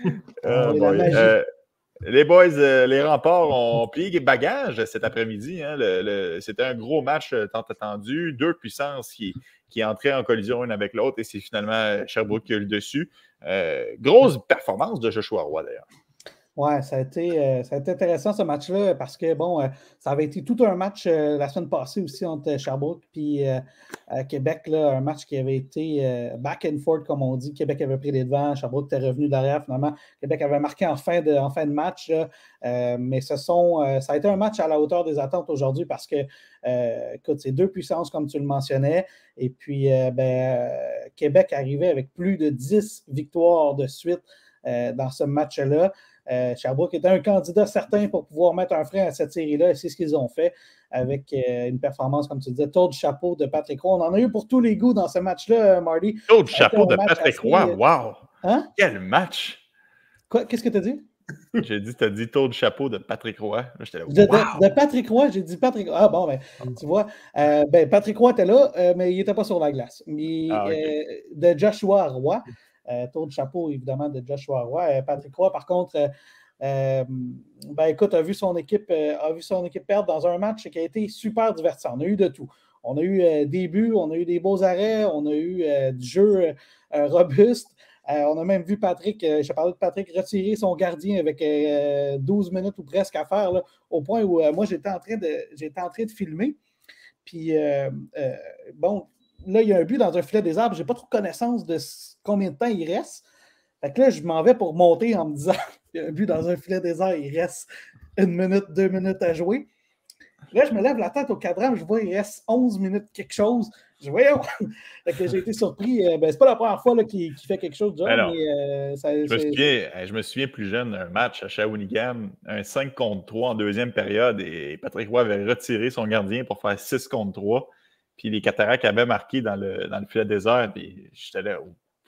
Speaker 1: euh, boy, euh, Les boys, euh, les remparts ont plié les bagages cet après-midi. Hein, le, le, c'était un gros match euh, tant attendu. Deux puissances qui, qui entraient en collision une avec l'autre et c'est finalement Sherbrooke qui a eu le dessus. Euh, grosse performance de Joshua Roy, d'ailleurs.
Speaker 4: Oui, ça a été, euh, ça a été intéressant ce match-là parce que, bon, euh, ça avait été tout un match euh, la semaine passée aussi entre Sherbrooke et euh, euh, Québec, là, un match qui avait été euh, back and forth, comme on dit. Québec avait pris les devants, Sherbrooke était revenu derrière. Finalement, Québec avait marqué en fin de, en fin de match. Là, euh, mais ce sont, euh, ça a été un match à la hauteur des attentes aujourd'hui parce que, euh, écoute, c'est deux puissances, comme tu le mentionnais. Et puis, euh, ben, euh, Québec arrivait avec plus de dix victoires de suite euh, dans ce match-là. Euh, Sherbrooke était un candidat certain pour pouvoir mettre un frein à cette série-là et c'est ce qu'ils ont fait avec euh, une performance, comme tu disais, taux de chapeau de Patrick Roy. On en a eu pour tous les goûts dans ce match-là, Marty.
Speaker 1: Taux de chapeau de Patrick Roy, assez... wow!
Speaker 4: Hein?
Speaker 1: Quel match!
Speaker 4: Quoi? Qu'est-ce que tu as dit?
Speaker 1: J'ai dit, tu as dit taux de chapeau de Patrick Roy. Là, j'étais là, wow.
Speaker 4: de, de, de Patrick Roy, j'ai dit Patrick Ah bon, ben, tu vois, euh, ben, Patrick Roy était là, euh, mais il n'était pas sur la glace. Mais, ah, okay. euh, de Joshua Roy, euh, taux de chapeau, évidemment, de Joshua Roy. Euh, Patrick Roy, par contre, euh, Euh, ben écoute, a vu son équipe euh, a vu son équipe perdre dans un match qui a été super divertissant. On a eu de tout. On a eu euh, des buts, on a eu des beaux arrêts, on a eu euh, du jeu euh, robuste. Euh, on a même vu Patrick, euh, je parlais de Patrick, retirer son gardien avec euh, douze minutes ou presque à faire, là, au point où euh, moi j'étais en train de j'étais en train de filmer. Puis euh, euh, bon, là, il y a un but dans un filet des arbres. Je n'ai pas trop connaissance de combien de temps il reste. Fait que là, je m'en vais pour monter en me disant il y a un but dans un filet désert, il reste une minute, deux minutes à jouer. Là, je me lève la tête au cadran, je vois il reste onze minutes quelque chose. Je vois, fait que j'ai été surpris. Ben, c'est pas la première fois là, qu'il, qu'il fait quelque chose de genre,
Speaker 1: Alors,
Speaker 4: mais euh, ça,
Speaker 1: je, me souviens, je me souviens plus jeune d'un match à Shawinigan, un cinq contre trois en deuxième période, et Patrick Roy avait retiré son gardien pour faire six contre trois. Puis les Cataractes avaient marqué dans le, dans le filet désert, puis j'étais là.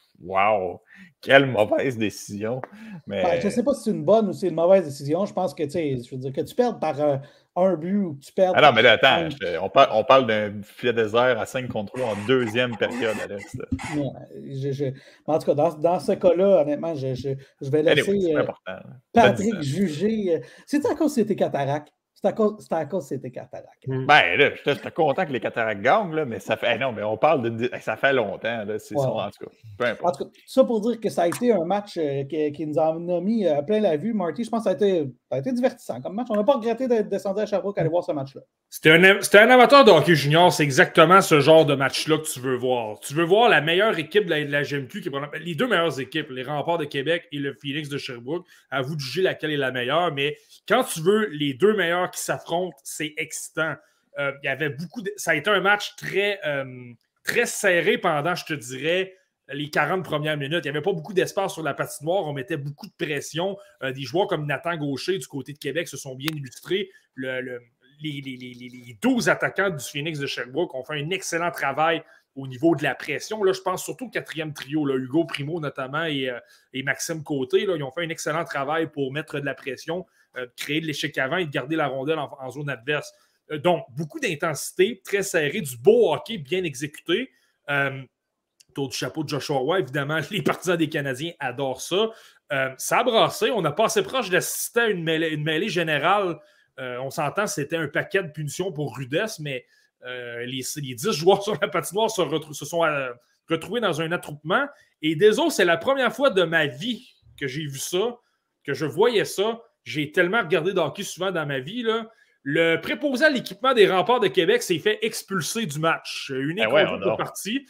Speaker 1: Wow! Quelle mauvaise décision! Mais...
Speaker 4: Ben, je ne sais pas si c'est une bonne ou si c'est une mauvaise décision. Je pense que, tu sais, je veux dire, que tu perdes par euh, un but ou que tu perds.
Speaker 1: Ah non, mais là, attends, je, on, parle, on parle d'un filet désert à cinq contre trois en deuxième période, Alex.
Speaker 4: Non, je, je... En tout cas, dans, dans ce cas-là, honnêtement, je, je, je vais laisser anyway, euh, Patrick juger. Euh... C'est-tu à cause que c'était cataracte? C'est à cause, c'est à cause de ces cataractes.
Speaker 1: Mm. Ben là, j'étais content que les cataractes gagnent, là, mais ça fait. Non, mais on parle de. Ça fait longtemps, là, c'est ouais. ça, en tout cas. Peu importe.
Speaker 4: En tout cas, ça pour dire que ça a été un match euh, qui, qui nous en a mis euh, plein la vue, Marty. Je pense que ça a été, ça a été divertissant comme match. On n'a pas regretté d'être descendu à Sherbrooke à aller voir ce match-là.
Speaker 3: C'était un, c'était un amateur de hockey junior, c'est exactement ce genre de match-là que tu veux voir. Tu veux voir la meilleure équipe de la, de la G M Q, qui est les deux meilleures équipes, les Remparts de Québec et le Phoenix de Sherbrooke. À vous de juger laquelle est la meilleure, mais quand tu veux les deux meilleurs qui s'affrontent, c'est excitant. Euh, il y avait beaucoup de... Ça a été un match très, euh, très serré pendant, je te dirais, les quarante premières minutes. Il n'y avait pas beaucoup d'espace sur la patinoire. On mettait beaucoup de pression. Euh, des joueurs comme Nathan Gaucher du côté de Québec se sont bien illustrés. Le, le, les, les, les, les douze attaquants du Phoenix de Sherbrooke ont fait un excellent travail au niveau de la pression. Là, je pense surtout au quatrième trio, là, Hugo Primo notamment et, euh, et Maxime Côté. Là, ils ont fait un excellent travail pour mettre de la pression, euh, créer de l'échec avant et de garder la rondelle en, en zone adverse. Euh, donc, beaucoup d'intensité, très serré, du beau hockey bien exécuté. Euh, Tour du chapeau de Joshua Roy, évidemment, les partisans des Canadiens adorent ça. Euh, ça a brassé. On n'a pas assez proche d'assister à une mêlée, une mêlée générale. Euh, on s'entend, c'était un paquet de punitions pour rudesse, mais euh, les, les dix joueurs sur la patinoire se, retrou- se sont euh, retrouvés dans un attroupement. Et désolé, c'est la première fois de ma vie que j'ai vu ça, que je voyais ça. J'ai tellement regardé de hockey souvent dans ma vie, là. Le préposé à l'équipement des Remparts de Québec s'est fait expulser du match. Une
Speaker 1: école ben ouais,
Speaker 3: de partie.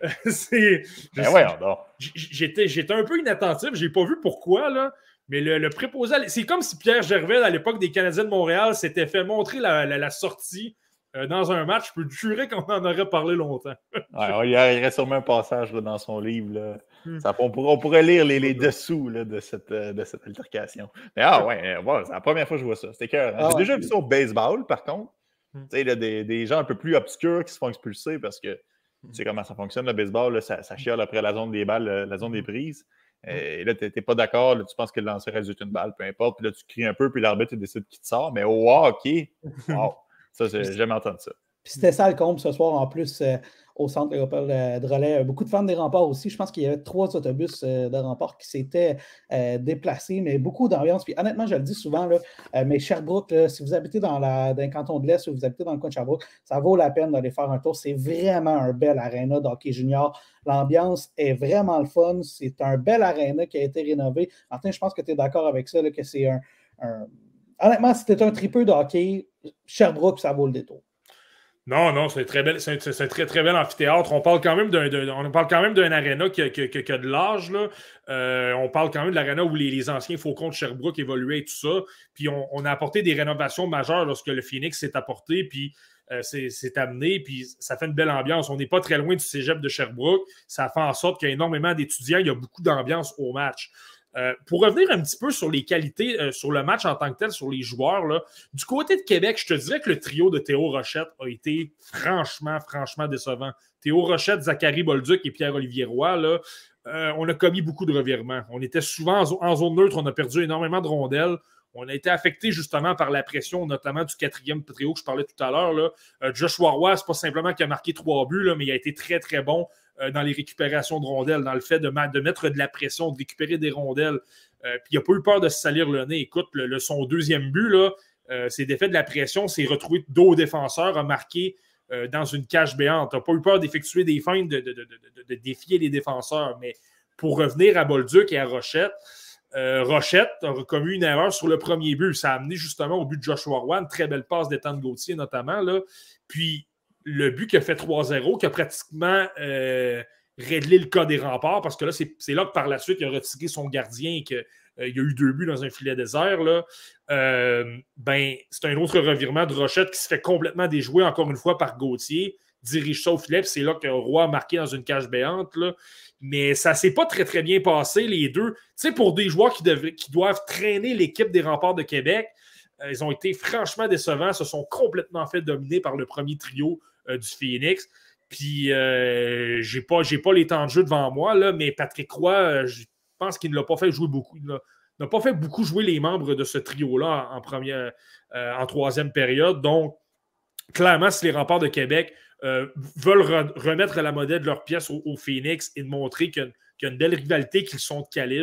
Speaker 3: c'est,
Speaker 1: ben ouais,
Speaker 3: j'étais, j'étais un peu inattentif. Je n'ai pas vu pourquoi, là. Mais le, le préposé, à... c'est comme si Pierre Gervais, à l'époque des Canadiens de Montréal, s'était fait montrer la, la, la sortie euh, dans un match. Je peux te jurer qu'on en aurait parlé longtemps.
Speaker 1: Ouais, il y aurait sûrement un passage là, dans son livre. Là. Hmm. Ça, on, pourrait, on pourrait lire les, les dessous là, de, cette, de cette altercation. Mais ah ouais, ouais, c'est la première fois que je vois ça. C'était cœur. Hein? Ah, J'ai ouais. déjà vu ça au baseball, par contre. Hmm. Tu sais, là, des, des gens un peu plus obscurs qui se font expulser parce que tu sais comment ça fonctionne, le baseball, là, ça, ça chiale après la zone des balles, la zone des prises. Et là, tu n'es pas d'accord, là, tu penses que le lancer résulte une balle, peu importe. Puis là, tu cries un peu, puis l'arbitre décide qui te sort. Mais au hockey, wow, ça, j'ai jamais entendu ça.
Speaker 4: Puis c'était ça le comble ce soir, en plus, euh, au centre Léopold de Relais. Beaucoup de fans des Remparts aussi. Je pense qu'il y avait trois autobus euh, de Remparts qui s'étaient euh, déplacés, mais beaucoup d'ambiance. Puis honnêtement, je le dis souvent, là, euh, mais Sherbrooke, là, si vous habitez dans, la, dans le canton de l'Est ou vous habitez dans le coin de Sherbrooke, ça vaut la peine d'aller faire un tour. C'est vraiment un bel aréna de hockey junior. L'ambiance est vraiment le fun. C'est un bel aréna qui a été rénové. Martin, je pense que tu es d'accord avec ça, là, que c'est un, un... Honnêtement, si tu es un tripeux de hockey, Sherbrooke, ça vaut le détour.
Speaker 3: Non, non, c'est, très belle, c'est, un, c'est un très, très bel amphithéâtre. On parle quand même d'un, d'un, on parle quand même d'un aréna qui a, qui, a, qui a de l'âge. Là. Euh, on parle quand même de l'aréna où les, les anciens Faucons de Sherbrooke évoluaient et tout ça. Puis on, on a apporté des rénovations majeures lorsque le Phoenix s'est apporté, puis euh, c'est, c'est amené, puis ça fait une belle ambiance. On n'est pas très loin du cégep de Sherbrooke. Ça fait en sorte qu'il y a énormément d'étudiants. Il y a beaucoup d'ambiance au match. Euh, pour revenir un petit peu sur les qualités, euh, sur le match en tant que tel, sur les joueurs, là, du côté de Québec, je te dirais que le trio de Théo Rochette a été franchement, franchement décevant. Théo Rochette, Zachary Bolduc et Pierre-Olivier Roy, là, euh, on a commis beaucoup de revirements. On était souvent en, zo- en zone neutre, on a perdu énormément de rondelles. On a été affecté justement par la pression, notamment du quatrième trio que je parlais tout à l'heure. Là. Euh, Joshua Roy, c'est pas simplement qu'il a marqué trois buts, là, mais il a été très, très bon euh, dans les récupérations de rondelles, dans le fait de, ma- de mettre de la pression, de récupérer des rondelles. Euh, puis il n'a pas eu peur de se salir le nez. Écoute, le, le, son deuxième but, là, euh, c'est d'effet de la pression, c'est retrouvé dos au défenseur, a marqué euh, dans une cage béante. Il n'a pas eu peur d'effectuer des feintes, de, de, de, de, de défier les défenseurs. Mais pour revenir à Bolduc et à Rochette, Euh, Rochette a commis une erreur sur le premier but. Ça a amené justement au but de Joshua Roy, une très belle passe d'Étienne Gauthier notamment. Là. Puis le but qui a fait trois zéro, qui a pratiquement euh, réglé le cas des Remparts, parce que là, c'est, c'est là que par la suite, il a retiré son gardien et qu'il euh, y a eu deux buts dans un filet désert. Là. Euh, ben, c'est un autre revirement de Rochette qui se fait complètement déjouer encore une fois par Gauthier, dirige ça au filet, puis c'est là que Roy a marqué dans une cage béante. Là. Mais ça ne s'est pas très, très bien passé, les deux. Tu sais, pour des joueurs qui, dev- qui doivent traîner l'équipe des Remparts de Québec, euh, ils ont été franchement décevants, se sont complètement fait dominer par le premier trio euh, du Phoenix. Puis, euh, j'ai pas, j'ai pas les temps de jeu devant moi, là, mais Patrick Roy, euh, je pense qu'il ne l'a pas fait jouer beaucoup. Il n'a, n'a pas fait beaucoup jouer les membres de ce trio-là en, en, première, euh, en troisième période. Donc, clairement, si les Remparts de Québec Euh, veulent re- remettre la monnaie de leur pièce au, au Phoenix et de montrer qu'il y, a, qu'il y a une belle rivalité, qu'ils sont de calibre,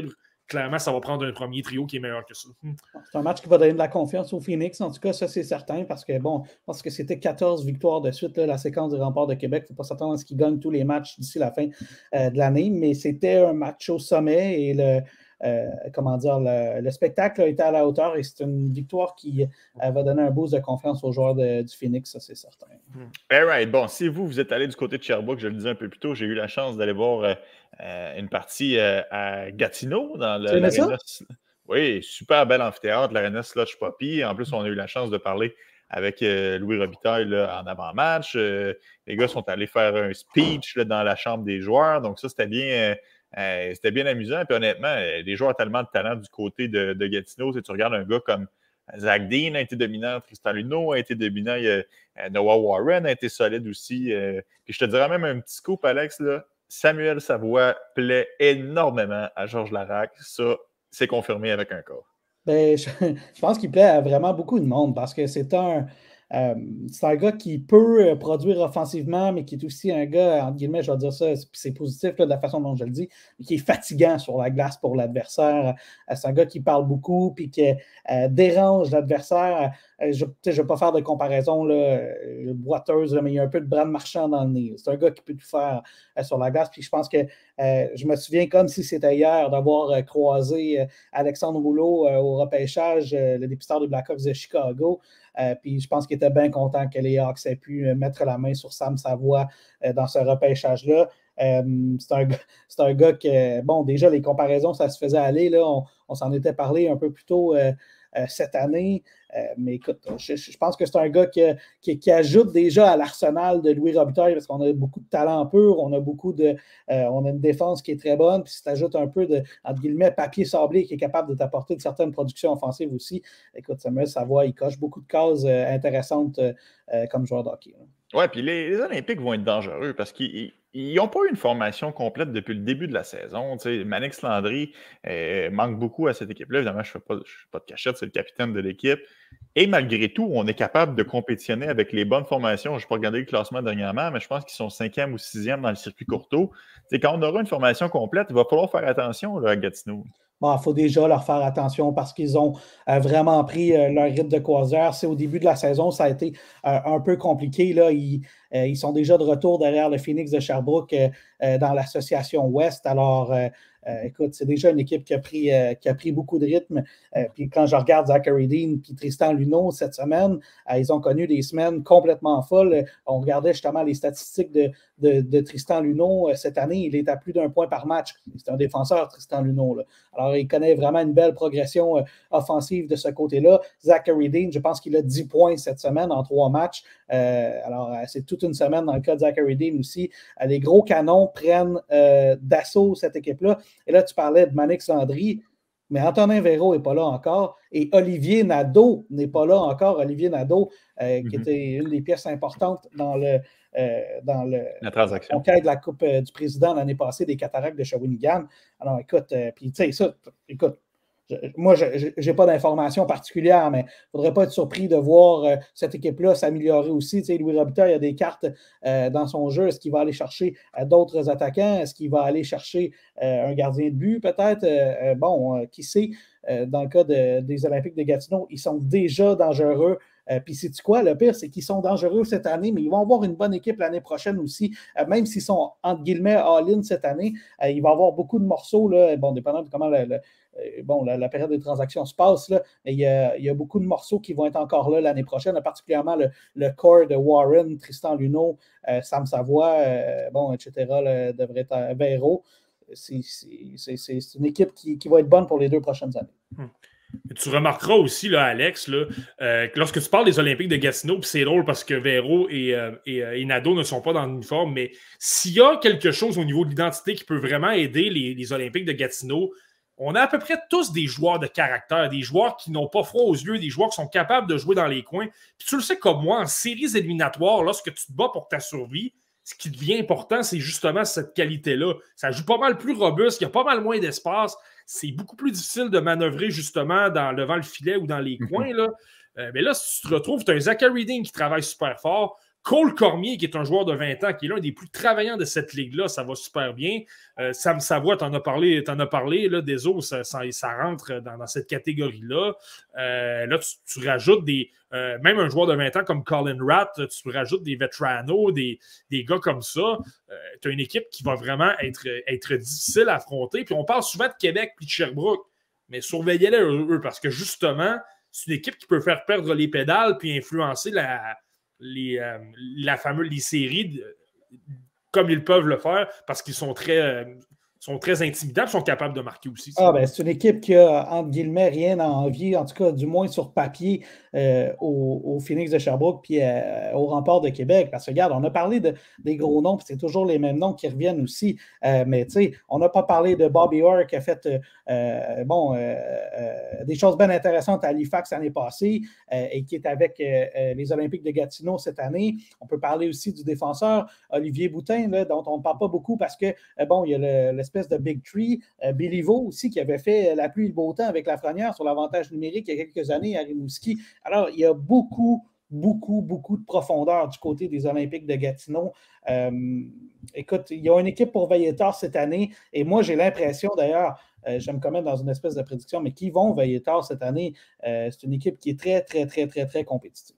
Speaker 3: clairement, ça va prendre un premier trio qui est meilleur que ça.
Speaker 4: C'est un match qui va donner de la confiance au Phoenix. En tout cas, ça, c'est certain, parce que, bon, parce que c'était quatorze victoires de suite, là, la séquence du Remparts de Québec. Il ne faut pas s'attendre à ce qu'ils gagnent tous les matchs d'ici la fin euh, de l'année, mais c'était un match au sommet et le, euh, comment dire, le, le spectacle a été à la hauteur et c'est une victoire qui euh, va donner un boost de confiance aux joueurs de, du Phoenix, ça, c'est certain.
Speaker 1: All right. Bon, si vous, vous êtes allé du côté de Sherbrooke, je le disais un peu plus tôt, j'ai eu la chance d'aller voir euh, euh, une partie euh, à Gatineau dans le, l'aréna. Oui, super bel amphithéâtre, l'aréna Slush Poppy. En plus, on a eu la chance de parler avec euh, Louis Robitaille là, en avant-match. Euh, les gars sont allés faire un speech là, dans la chambre des joueurs. Donc, ça, c'était bien, euh, euh, c'était bien amusant. Puis honnêtement, les joueurs ont tellement de talent du côté de, de Gatineau. Tu regardes un gars comme Zach Dean a été dominant, Tristan Luneau a été dominant, il y a, euh, Noah Warren a été solide aussi. Euh, puis je te dirais même un petit scoop, Alex, là, Samuel Savoie plaît énormément à Georges Laraque. Ça, c'est confirmé avec un corps.
Speaker 4: Ben, je, je pense qu'il plaît à vraiment beaucoup de monde parce que c'est un, euh, c'est un gars qui peut produire offensivement, mais qui est aussi un gars, entre guillemets, je vais dire ça, c'est positif là, de la façon dont je le dis, mais qui est fatigant sur la glace pour l'adversaire. C'est un gars qui parle beaucoup puis qui euh, dérange l'adversaire. Je ne vais pas faire de comparaison là, boiteuse, là, mais il y a un peu de Brad Marchand dans le nez. C'est un gars qui peut tout faire euh, sur la glace. Puis je pense que euh, je me souviens comme si c'était hier d'avoir euh, croisé euh, Alexandre Rouleau euh, au repêchage, euh, le dépisteur des Blackhawks de Chicago. Euh, puis je pense qu'il était bien content que les Hawks aient pu mettre la main sur Sam Savoie euh, dans ce repêchage-là. Euh, c'est, un, c'est un gars que, bon, déjà, les comparaisons, ça se faisait aller. Là, on, on s'en était parlé un peu plus tôt euh, euh, cette année. Euh, mais écoute, je, je pense que c'est un gars qui, qui, qui ajoute déjà à l'arsenal de Louis Robitaille parce qu'on a beaucoup de talent pur, on a beaucoup de. Euh, on a une défense qui est très bonne, puis si tu ajoutes un peu de, entre guillemets, papier sablé qui est capable de t'apporter de certaines productions offensives aussi. Écoute, Samuel Savoie, il coche beaucoup de cases euh, intéressantes euh, euh, comme joueur de hockey.
Speaker 1: Oui, puis les, les Olympiques vont être dangereux parce qu'ils n'ont pas eu une formation complète depuis le début de la saison. Tu sais, Manix Landry euh, manque beaucoup à cette équipe-là. Évidemment, je ne fais, fais pas de cachette, c'est le capitaine de l'équipe. Et malgré tout, on est capable de compétitionner avec les bonnes formations. Je n'ai pas regardé le classement dernièrement, mais je pense qu'ils sont cinquième ou sixième dans le circuit courto. Tu sais, quand on aura une formation complète, il va falloir faire attention là, à Gatineau.
Speaker 4: Bon, il faut déjà leur faire attention parce qu'ils ont euh, vraiment pris euh, leur rythme de croisière. C'est au début de la saison, ça a été euh, un peu compliqué. Là. Ils, euh, ils sont déjà de retour derrière le Phoenix de Sherbrooke euh, euh, dans l'association Ouest. Alors, euh, euh, écoute, c'est déjà une équipe qui a pris, euh, qui a pris beaucoup de rythme. Euh, puis quand je regarde Zachary Dean et Tristan Luneau cette semaine, euh, ils ont connu des semaines complètement folles. On regardait justement les statistiques de, de, de Tristan Luneau euh, cette année. Il est à plus d'un point par match. C'est un défenseur, Tristan Luneau. Là. Alors, il connaît vraiment une belle progression euh, offensive de ce côté-là. Zachary Dean, je pense qu'il a dix points cette semaine en trois matchs. Euh, alors, euh, c'est toute une semaine dans le cas de Zachary Dean aussi. Euh, les gros canons prennent euh, d'assaut cette équipe-là. Et là, tu parlais de Manix Landry, mais Antonin Véro n'est pas là encore. Et Olivier Nadeau n'est pas là encore. Olivier Nadeau, euh, mm-hmm. qui était une des pièces importantes dans le euh, dans le
Speaker 1: la transaction.
Speaker 4: conquête de la Coupe euh, du Président l'année passée des Cataractes de Shawinigan. Alors, écoute, euh, puis tu sais, ça, écoute, je, moi, je n'ai pas d'informations particulières, mais il ne faudrait pas être surpris de voir euh, cette équipe-là s'améliorer aussi. Tu sais, Louis Robitaille a des cartes euh, dans son jeu. Est-ce qu'il va aller chercher euh, d'autres attaquants? Est-ce qu'il va aller chercher euh, un gardien de but, peut-être? Euh, bon, euh, qui sait? Euh, dans le cas de, des Olympiques de Gatineau, ils sont déjà dangereux. Euh, Puis, sais-tu quoi? Le pire, c'est qu'ils sont dangereux cette année, mais ils vont avoir une bonne équipe l'année prochaine aussi. Euh, même s'ils sont, entre guillemets, all-in cette année, euh, il va y avoir beaucoup de morceaux, là, bon, dépendant de comment le, le, euh, bon, la, la période des transactions se passe, là, mais il y, a, il y a beaucoup de morceaux qui vont être encore là l'année prochaine, particulièrement le, le corps de Warren, Tristan Luneau, euh, Sam Savoie, euh, bon, et cetera, là, devrait être à Véro. C'est, c'est, c'est, c'est une équipe qui, qui va être bonne pour les deux prochaines années.
Speaker 3: Hum. Tu remarqueras aussi, là, Alex, là, euh, que lorsque tu parles des Olympiques de Gatineau, puis c'est drôle parce que Véro et, euh, et, euh, et Nadeau ne sont pas dans l'uniforme, mais s'il y a quelque chose au niveau de l'identité qui peut vraiment aider les, les Olympiques de Gatineau, on a à peu près tous des joueurs de caractère, des joueurs qui n'ont pas froid aux yeux, des joueurs qui sont capables de jouer dans les coins. Puis tu le sais comme moi, en séries éliminatoires, lorsque tu te bats pour ta survie, ce qui devient important, c'est justement cette qualité-là. Ça joue pas mal plus robuste, il y a pas mal moins d'espace. C'est beaucoup plus difficile de manœuvrer justement dans, devant le filet ou dans les coins. Là. Euh, mais là, si tu te retrouves, tu as un Zachary Dean qui travaille super fort, Cole Cormier, qui est un joueur de vingt ans, qui est l'un des plus travaillants de cette ligue-là, ça va super bien. Euh, Sam Savoie, tu en as parlé, t'en as parlé là, des autres, ça, ça, ça rentre dans, dans cette catégorie-là. Euh, là, tu, tu rajoutes des... Euh, même un joueur de vingt ans comme Colin Ratt, tu rajoutes des veteranos, des, des gars comme ça. Euh, tu as une équipe qui va vraiment être, être difficile à affronter. Puis on parle souvent de Québec puis de Sherbrooke, mais surveillez-les eux, parce que justement, c'est une équipe qui peut faire perdre les pédales puis influencer la... Les, euh, la fameuse les séries de, comme ils peuvent le faire parce qu'ils sont très, euh, sont très intimidants et sont capables de marquer aussi.
Speaker 4: Ah, ben, c'est une équipe qui a, entre guillemets, rien à envier, en tout cas, du moins sur papier, euh, au, au Phoenix de Sherbrooke puis euh, au Rempart de Québec. Parce que, regarde, on a parlé de, des gros noms, puis c'est toujours les mêmes noms qui reviennent aussi. Euh, mais, tu sais, on n'a pas parlé de Bobby Orr qui a fait euh, bon, euh, euh, des choses bien intéressantes à Halifax l'année passée euh, et qui est avec euh, les Olympiques de Gatineau cette année. On peut parler aussi du défenseur Olivier Boutin, là, dont on ne parle pas beaucoup parce que, euh, bon, il y a le, l'espèce de Big Tree. Euh, Béliveau aussi, qui avait fait la pluie et le beau temps avec Lafrenière sur l'avantage numérique il y a quelques années à Rimouski. Alors, il y a beaucoup, beaucoup, beaucoup de profondeur du côté des Olympiques de Gatineau. Euh, écoute, il y a une équipe pour veiller tard cette année et moi, j'ai l'impression d'ailleurs, euh, je vais me commettre dans une espèce de prédiction, mais qui vont veiller tard cette année, euh, c'est une équipe qui est très, très, très, très, très compétitive.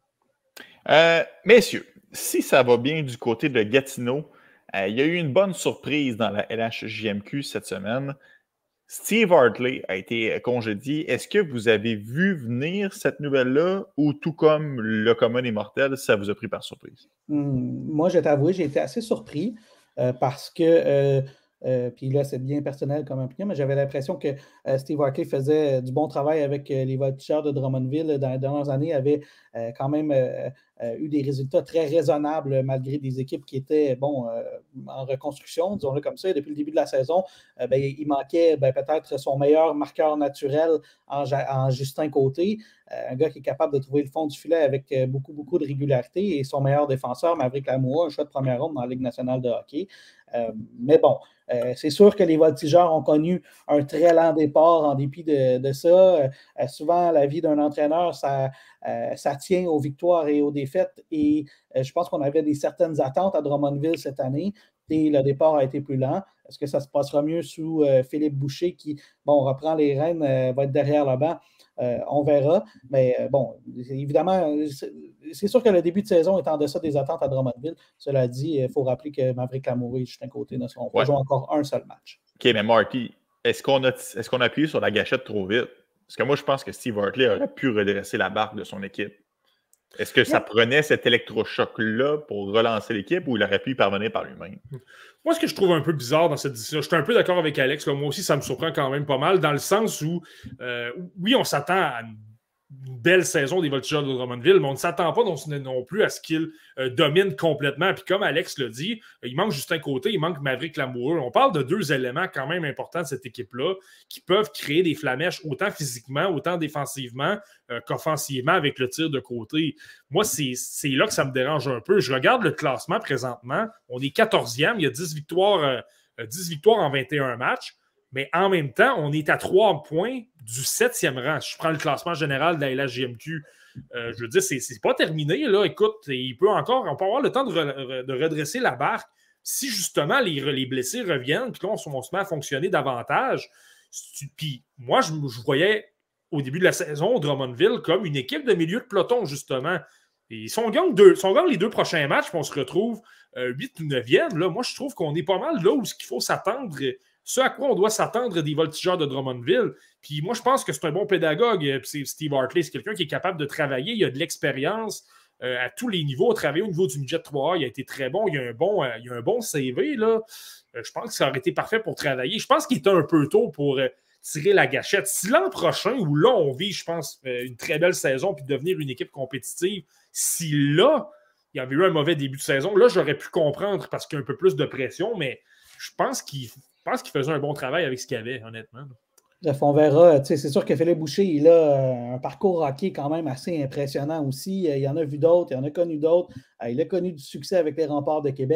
Speaker 1: Euh, messieurs, si ça va bien du côté de Gatineau, euh, il y a eu une bonne surprise dans la L H J M Q cette semaine. Steve Hartley a été congédié. Est-ce que vous avez vu venir cette nouvelle-là ou tout comme le commun des mortels, ça vous a pris par surprise?
Speaker 4: Hum, moi, je vais t'avouer, j'ai été assez surpris euh, parce que, euh, euh, puis là, c'est bien personnel comme opinion, mais j'avais l'impression que euh, Steve Hartley faisait du bon travail avec euh, les Voltigeurs de Drummondville dans les dernières années, avait euh, quand même euh, euh, eu des résultats très raisonnables malgré des équipes qui étaient, bon, euh, en reconstruction, disons-le comme ça. Depuis le début de la saison, euh, ben, il manquait ben, peut-être son meilleur marqueur naturel en, en Justin Côté, euh, un gars qui est capable de trouver le fond du filet avec euh, beaucoup, beaucoup de régularité, et son meilleur défenseur, Maverick Lamoura, un choix de première ronde dans la Ligue nationale de hockey. Euh, mais bon, euh, c'est sûr que les Voltigeurs ont connu un très lent départ en dépit de, de ça. Euh, souvent, la vie d'un entraîneur, ça, euh, ça tient aux victoires et aux défaites. Et euh, je pense qu'on avait des certaines attentes à Drummondville cette année. Et le départ a été plus lent. Est-ce que ça se passera mieux sous euh, Philippe Boucher qui, bon, reprend les rênes, euh, va être derrière le banc? Euh, on verra. Mais euh, bon, évidemment, c'est, c'est sûr que le début de saison est en deçà des attentes à Drummondville. Cela dit, il faut rappeler que Maverick Lamoura et Justin Côté ne seront pas jouer encore un seul match.
Speaker 1: OK, mais Marty, est-ce qu'on a, est-ce qu'on a appuyé sur la gâchette trop vite? Parce que moi, je pense que Steve Hartley aurait pu redresser la barque de son équipe. Est-ce que ça prenait cet électrochoc-là pour relancer l'équipe ou il aurait pu y parvenir par lui-même?
Speaker 3: Moi, ce que je trouve un peu bizarre dans cette décision, je suis un peu d'accord avec Alex, là, moi aussi, ça me surprend quand même pas mal, dans le sens où, euh, oui, on s'attend à une belle saison des Voltigeurs de Drummondville, mais on ne s'attend pas non, non plus à ce qu'ils euh, dominent complètement. Puis comme Alex l'a dit, il manque Justin Côté, il manque Maverick Lamoureux. On parle de deux éléments quand même importants de cette équipe-là qui peuvent créer des flamèches autant physiquement, autant défensivement euh, qu'offensivement avec le tir de côté. Moi, c'est, c'est là que ça me dérange un peu. Je regarde le classement présentement. On est quatorzième, il y a dix victoires, euh, dix victoires en vingt et un matchs. Mais en même temps, on est à trois points du septième rang. Si je prends le classement général de la L H J M Q, euh, je veux dire, c'est, c'est pas terminé. Là. Écoute, il peut encore, on peut avoir le temps de, re, de redresser la barque si justement les, les blessés reviennent, puis là, on, on se met à fonctionner davantage. Puis moi, je, je voyais au début de la saison Drummondville comme une équipe de milieu de peloton, justement. Et si on gagne, deux, si on gagne les deux prochains matchs, puis on se retrouve euh, huit ou neuvième, là, moi, je trouve qu'on est pas mal là où il faut s'attendre. Ce à quoi on doit s'attendre des Voltigeurs de Drummondville. Puis moi, je pense que c'est un bon pédagogue. C'est Steve Hartley, c'est quelqu'un qui est capable de travailler. Il a de l'expérience euh, à tous les niveaux. Travailler au niveau du midget trois A, il a été très bon. Il a un bon, euh, il a un bon C V. Là. Euh, je pense que ça aurait été parfait pour travailler. Je pense qu'il était un peu tôt pour euh, tirer la gâchette. Si l'an prochain, où là, on vit, je pense, euh, une très belle saison puis devenir une équipe compétitive, si là, il y avait eu un mauvais début de saison, là, j'aurais pu comprendre parce qu'il y a un peu plus de pression, mais je pense qu'il Je pense qu'il faisait un bon travail avec ce qu'il y avait, honnêtement.
Speaker 4: Bref, on verra. C'est sûr que Philippe Boucher, il a un parcours hockey quand même assez impressionnant aussi. Il y en a vu d'autres, il en a connu d'autres. Il a connu du succès avec les Remparts de Québec.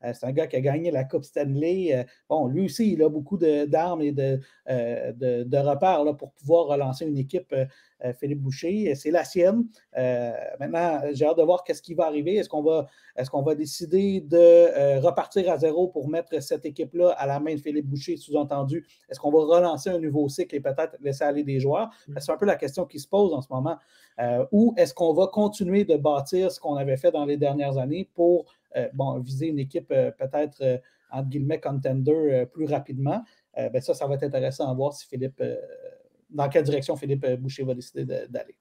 Speaker 4: Euh, c'est un gars qui a gagné la Coupe Stanley. Euh, bon, lui aussi, il a beaucoup de, d'armes et de, euh, de, de repères là, pour pouvoir relancer une équipe. Euh, Philippe Boucher, c'est la sienne. Euh, maintenant, j'ai hâte de voir qu'est-ce qui va arriver. Est-ce qu'on va, est-ce qu'on va décider de euh, repartir à zéro pour mettre cette équipe-là à la main de Philippe Boucher, sous-entendu? Est-ce qu'on va relancer un nouveau cycle et peut-être laisser aller des joueurs? C'est un peu la question qui se pose en ce moment. Euh, ou est-ce qu'on va continuer de bâtir ce qu'on avait fait dans les dernières années pour euh, bon, viser une équipe euh, peut-être, euh, entre guillemets, contender euh, plus rapidement? Euh, ben ça, ça va être intéressant à voir si Philippe... Euh, dans quelle direction Philippe Boucher va décider de, d'aller.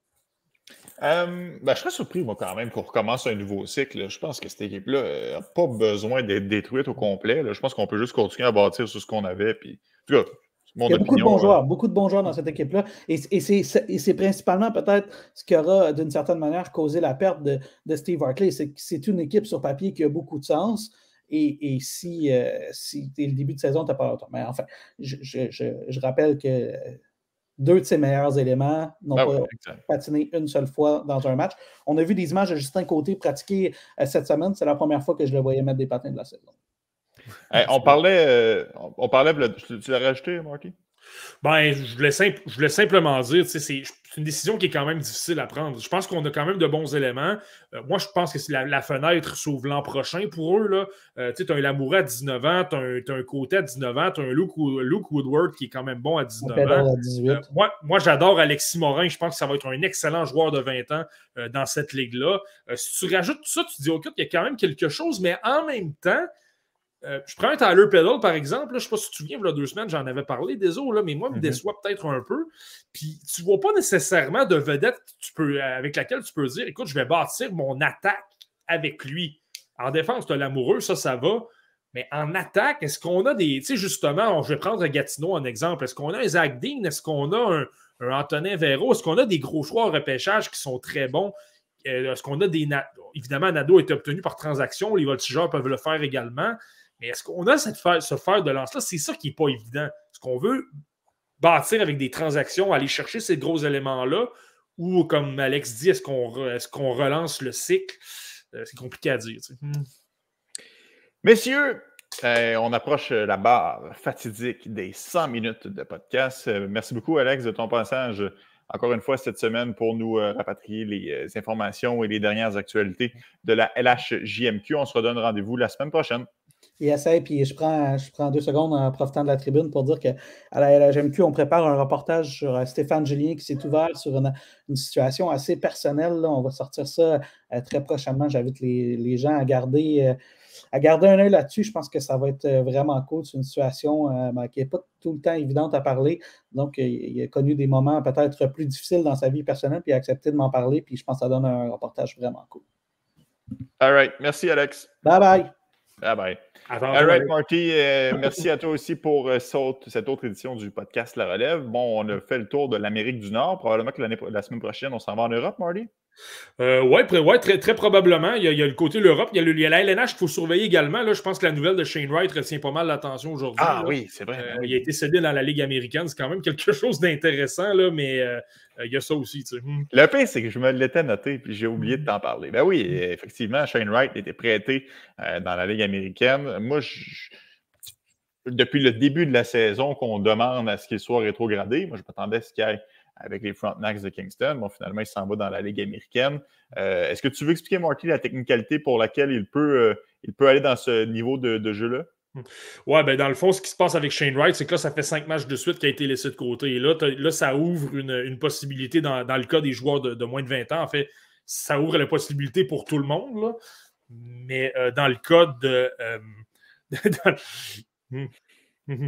Speaker 1: Euh, ben, je serais surpris, moi, quand même, qu'on recommence un nouveau cycle. Je pense que cette équipe-là n'a pas besoin d'être détruite au complet. Là. Je pense qu'on peut juste continuer à bâtir sur ce qu'on avait. Puis, en tout cas, c'est mon
Speaker 4: Il y a
Speaker 1: opinion,
Speaker 4: beaucoup de bons
Speaker 1: euh...
Speaker 4: joueurs, beaucoup de bons joueurs dans cette équipe-là. Et, et, c'est, et c'est principalement peut-être ce qui aura, d'une certaine manière, causé la perte de, de Steve Hartley. C'est, c'est une équipe sur papier qui a beaucoup de sens. Et, et si, euh, si dès le début de saison, tu n'as pas l'autre. Mais enfin, je, je, je, je rappelle que deux de ses meilleurs éléments n'ont ben pas oui, patiné une seule fois dans un match. On a vu des images de Justin Côté pratiquer euh, cette semaine. C'est la première fois que je le voyais mettre des patins de la saison.
Speaker 1: Hey, on parlait, euh, on parlait, tu, tu l'as rajouté, Marky?
Speaker 3: Ben, je voulais, simple, je voulais simplement dire, c'est, c'est une décision qui est quand même difficile à prendre. Je pense qu'on a quand même de bons éléments. Euh, moi, je pense que c'est la, la fenêtre s'ouvre l'an prochain pour eux. Là. Euh, tu as un Lamoureux à dix-neuf ans, tu as un, un Côté à dix-neuf ans, tu as un Luke, Luke Woodward qui est quand même bon à dix-neuf ans. À dix-huit. Euh, moi, moi, j'adore Alexis Morin. Je pense que ça va être un excellent joueur de vingt ans euh, dans cette ligue-là. Euh, si tu rajoutes tout ça, tu te dis, OK, il y a quand même quelque chose, mais en même temps, Euh, je prends un Tyler Peddle, par exemple. Là, je ne sais pas si tu te souviens, il y a deux semaines, j'en avais parlé, désolé, là, mais moi, il me mm-hmm. déçoit peut-être un peu. Puis, tu ne vois pas nécessairement de vedette tu peux, avec laquelle tu peux dire, écoute, je vais bâtir mon attaque avec lui. En défense, tu as Lamoureux, ça, ça va. Mais en attaque, est-ce qu'on a des... Tu sais, justement, je vais prendre Gatineau en exemple. Est-ce qu'on a un Zach Dean? Est-ce qu'on a un, un Antonin Véro? Est-ce qu'on a des gros choix au repêchage qui sont très bons? Est-ce qu'on a des... Évidemment, Nadeau est obtenu par transaction. Les voltigeurs peuvent le faire également. Mais est-ce qu'on a cette fer, ce fer de lance-là? C'est ça qui n'est pas évident. Est-ce qu'on veut bâtir avec des transactions, aller chercher ces gros éléments-là? Ou, comme Alex dit, est-ce qu'on, est-ce qu'on relance le cycle? Euh, c'est compliqué à dire. Tu sais. hmm.
Speaker 1: Messieurs, euh, on approche la barre fatidique des cent minutes de podcast. Euh, merci beaucoup, Alex, de ton passage encore une fois cette semaine pour nous euh, rapatrier les euh, informations et les dernières actualités de la L H J M Q. On se redonne rendez-vous la semaine prochaine.
Speaker 4: Et essaye, puis je prends, je prends deux secondes en profitant de la tribune pour dire qu'à la L H J M Q, on prépare un reportage sur Stéphane Julien qui s'est ouvert sur une, une situation assez personnelle. Là. On va sortir ça euh, très prochainement. J'invite les, les gens à garder, euh, à garder un œil là-dessus. Je pense que ça va être vraiment cool. C'est une situation euh, ben, qui n'est pas tout le temps évidente à parler. Donc, euh, il a connu des moments peut-être plus difficiles dans sa vie personnelle, puis il a accepté de m'en parler. Puis je pense que ça donne un reportage vraiment cool.
Speaker 1: All right. Merci, Alex.
Speaker 4: Bye-bye.
Speaker 1: Bye-bye. All right, Marty, euh, merci à toi aussi pour euh, cette autre édition du podcast La Relève. Bon, on a fait le tour de l'Amérique du Nord. Probablement que l'année, la semaine prochaine, on s'en va en Europe, Marty?
Speaker 3: Euh, oui, ouais, très, très probablement. Il y, a, il y a le côté de l'Europe, il y a, le, il y a la L N H qu'il faut surveiller également. Là, je pense que la nouvelle de Shane Wright retient pas mal l'attention aujourd'hui.
Speaker 1: Ah
Speaker 3: là.
Speaker 1: oui, c'est vrai.
Speaker 3: Euh,
Speaker 1: oui.
Speaker 3: Il a été cédé dans la Ligue américaine. C'est quand même quelque chose d'intéressant, là, mais euh, il y a ça aussi. Tu sais. hmm.
Speaker 1: Le pire, c'est que je me l'étais noté puis j'ai oublié de t'en parler. Ben oui, effectivement, Shane Wright était prêté euh, dans la Ligue américaine. Moi, je, depuis le début de la saison qu'on demande à ce qu'il soit rétrogradé, moi, je m'attendais à ce qu'il y ait avec les Frontenacs de Kingston. Bon, finalement, il s'en va dans la Ligue américaine. Euh, est-ce que tu veux expliquer, Marty, la technicalité pour laquelle il peut, euh, il peut aller dans ce niveau de, de jeu-là?
Speaker 3: Ouais, ben dans le fond, ce qui se passe avec Shane Wright, c'est que là, ça fait cinq matchs de suite qui a été laissé de côté. Et là, là ça ouvre une, une possibilité dans, dans le cas des joueurs de, de moins de vingt ans. En fait, ça ouvre la possibilité pour tout le monde. Là. Mais euh, dans le cas de... Euh, dans... Mmh. Mmh.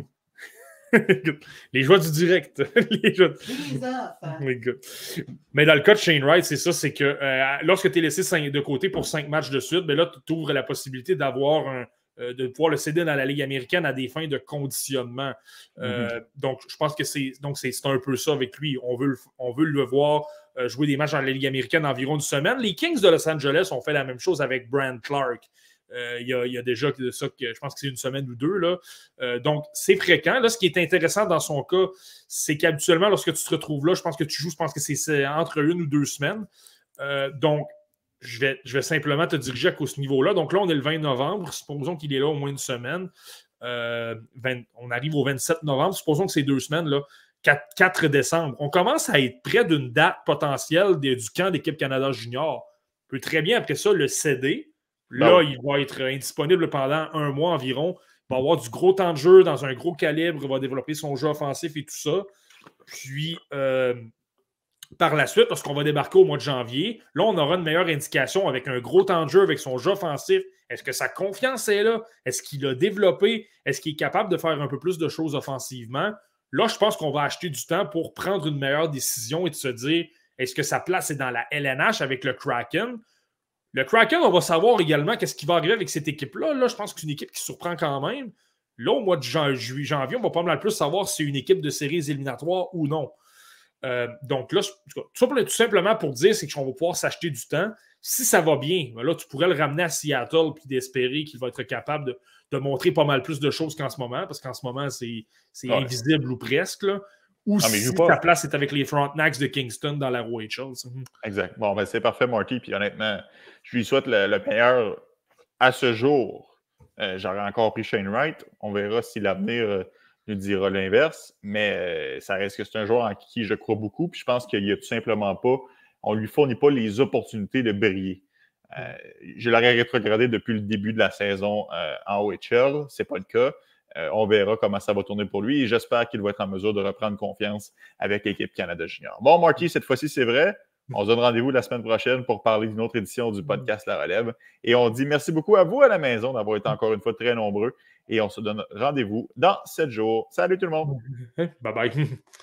Speaker 3: Les joies du direct. Les joies... Les Mais dans le cas de Shane Wright, c'est ça, c'est que euh, lorsque tu es laissé cinq, de côté pour cinq matchs de suite, ben là, tu ouvres la possibilité d'avoir un, euh, de pouvoir le céder dans la Ligue américaine à des fins de conditionnement. Euh, mm-hmm. Donc, je pense que c'est, donc c'est, c'est un peu ça avec lui. On veut, on veut le voir euh, jouer des matchs dans la Ligue américaine environ une semaine. Les Kings de Los Angeles ont fait la même chose avec Brant Clark. Euh, il, y a, il y a déjà de ça, que, je pense que c'est une semaine ou deux. Là. Euh, donc, c'est fréquent. Là, ce qui est intéressant dans son cas, c'est qu'habituellement, lorsque tu te retrouves là, je pense que tu joues, je pense que c'est, c'est entre une ou deux semaines. Euh, donc, je vais, je vais simplement te diriger à ce niveau-là. Donc là, on est le vingt novembre. Supposons qu'il est là au moins une semaine. Euh, vingt, on arrive au vingt-sept novembre. Supposons que c'est deux semaines, là, quatre, quatre décembre. On commence à être près d'une date potentielle de, du camp d'équipe Canada Junior. On peut très bien, après ça, le céder. Là, il va être indisponible pendant un mois environ. Il va avoir du gros temps de jeu dans un gros calibre. Il va développer son jeu offensif et tout ça. Puis, euh, par la suite, lorsqu'on va débarquer au mois de janvier, là, on aura une meilleure indication avec un gros temps de jeu, avec son jeu offensif. Est-ce que sa confiance est là? Est-ce qu'il a développé? Est-ce qu'il est capable de faire un peu plus de choses offensivement? Là, je pense qu'on va acheter du temps pour prendre une meilleure décision et de se dire, est-ce que sa place est dans la L N H avec le Kraken? Le Kraken, on va savoir également qu'est-ce qui va arriver avec cette équipe-là. Là, je pense que c'est une équipe qui surprend quand même. Là, au mois de janvier, janvier on va pas mal plus savoir si c'est une équipe de séries éliminatoires ou non. Euh, donc là, tout, ça pour, tout simplement pour dire, c'est qu'on va pouvoir s'acheter du temps. Si ça va bien, là, tu pourrais le ramener à Seattle et d'espérer qu'il va être capable de, de montrer pas mal plus de choses qu'en ce moment, parce qu'en ce moment, c'est, c'est ouais. invisible ou presque. Là. Ou non, si ta place est avec les Frontenacs de Kingston dans la R O H L. Ça.
Speaker 1: Exact. Bon, ben c'est parfait, Marty. Puis honnêtement, je lui souhaite le, le meilleur à ce jour. Euh, j'aurais encore pris Shane Wright. On verra si l'avenir euh, nous dira l'inverse. Mais euh, ça reste que c'est un joueur en qui je crois beaucoup. Puis je pense qu'il n'y a tout simplement pas, on ne lui fournit pas les opportunités de briller. Euh, je l'aurais rétrogradé depuis le début de la saison euh, en O H L. Ce n'est pas le cas. Euh, on verra comment ça va tourner pour lui et j'espère qu'il va être en mesure de reprendre confiance avec l'équipe Canada Junior. Bon, Marty, cette fois-ci, c'est vrai. On se donne rendez-vous la semaine prochaine pour parler d'une autre édition du podcast La Relève. Et on dit merci beaucoup à vous à la maison d'avoir été encore une fois très nombreux. Et on se donne rendez-vous dans sept jours. Salut tout le monde!
Speaker 3: Bye bye!